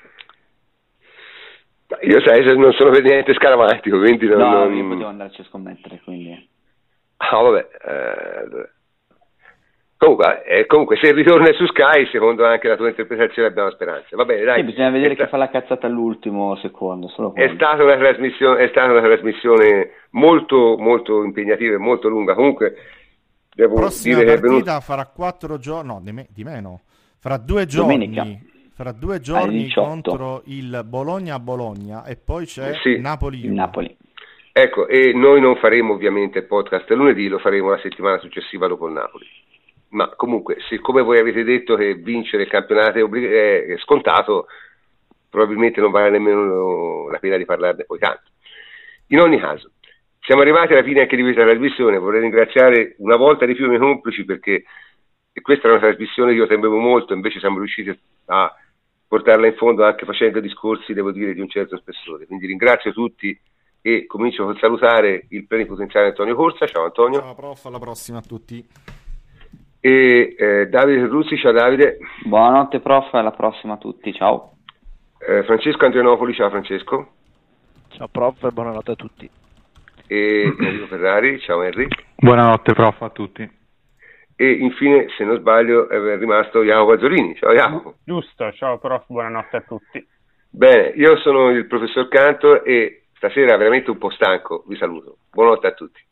Io sai, non sono per niente scaramantico, quindi non... No, non... io potevo andarci a scommettere, quindi... Ah, vabbè... Eh... Comunque, eh, comunque, se il ritorno è su Sky, secondo anche la tua interpretazione abbiamo speranza. Va bene, dai. Sì, bisogna vedere sta... chi fa la cazzata all'ultimo secondo. Solo è, stata una trasmissione, è stata una trasmissione molto, molto impegnativa e molto lunga. Comunque, devo prossima dire che partita è venuto... farà quattro giorni, no, di, me, di meno, farà due giorni. Domenica. Farà due giorni contro il Bologna a Bologna e poi c'è sì. Napoli. Napoli. Ecco, e noi non faremo ovviamente il podcast lunedì, lo faremo la settimana successiva dopo il Napoli. Ma comunque, siccome voi avete detto che vincere il campionato è, obblig- è scontato, probabilmente non vale nemmeno la pena di parlarne poi tanto. In ogni caso, siamo arrivati alla fine anche di questa trasmissione. Vorrei ringraziare una volta di più i miei complici perché e questa era una trasmissione che io temevo molto, invece siamo riusciti a portarla in fondo anche facendo discorsi, devo dire, di un certo spessore. Quindi ringrazio tutti e comincio col salutare il plenipotenziario Antonio Corsa. Ciao Antonio. Ciao prof, alla prossima a tutti. E eh, Davide Terruzzi. Ciao Davide. Buonanotte prof, alla prossima a tutti, ciao. Eh, Francesco Andrianopoli. Ciao Francesco. Ciao prof e buonanotte a tutti. E Enrico Ferrari. Ciao Henry. Buonanotte prof a tutti. E infine, se non sbaglio, è rimasto Jacopo Azzolini. Ciao Jacopo. Giusto, ciao prof, buonanotte a tutti. Bene, io sono il professor Cantor e stasera veramente un po' stanco, vi saluto. Buonanotte a tutti.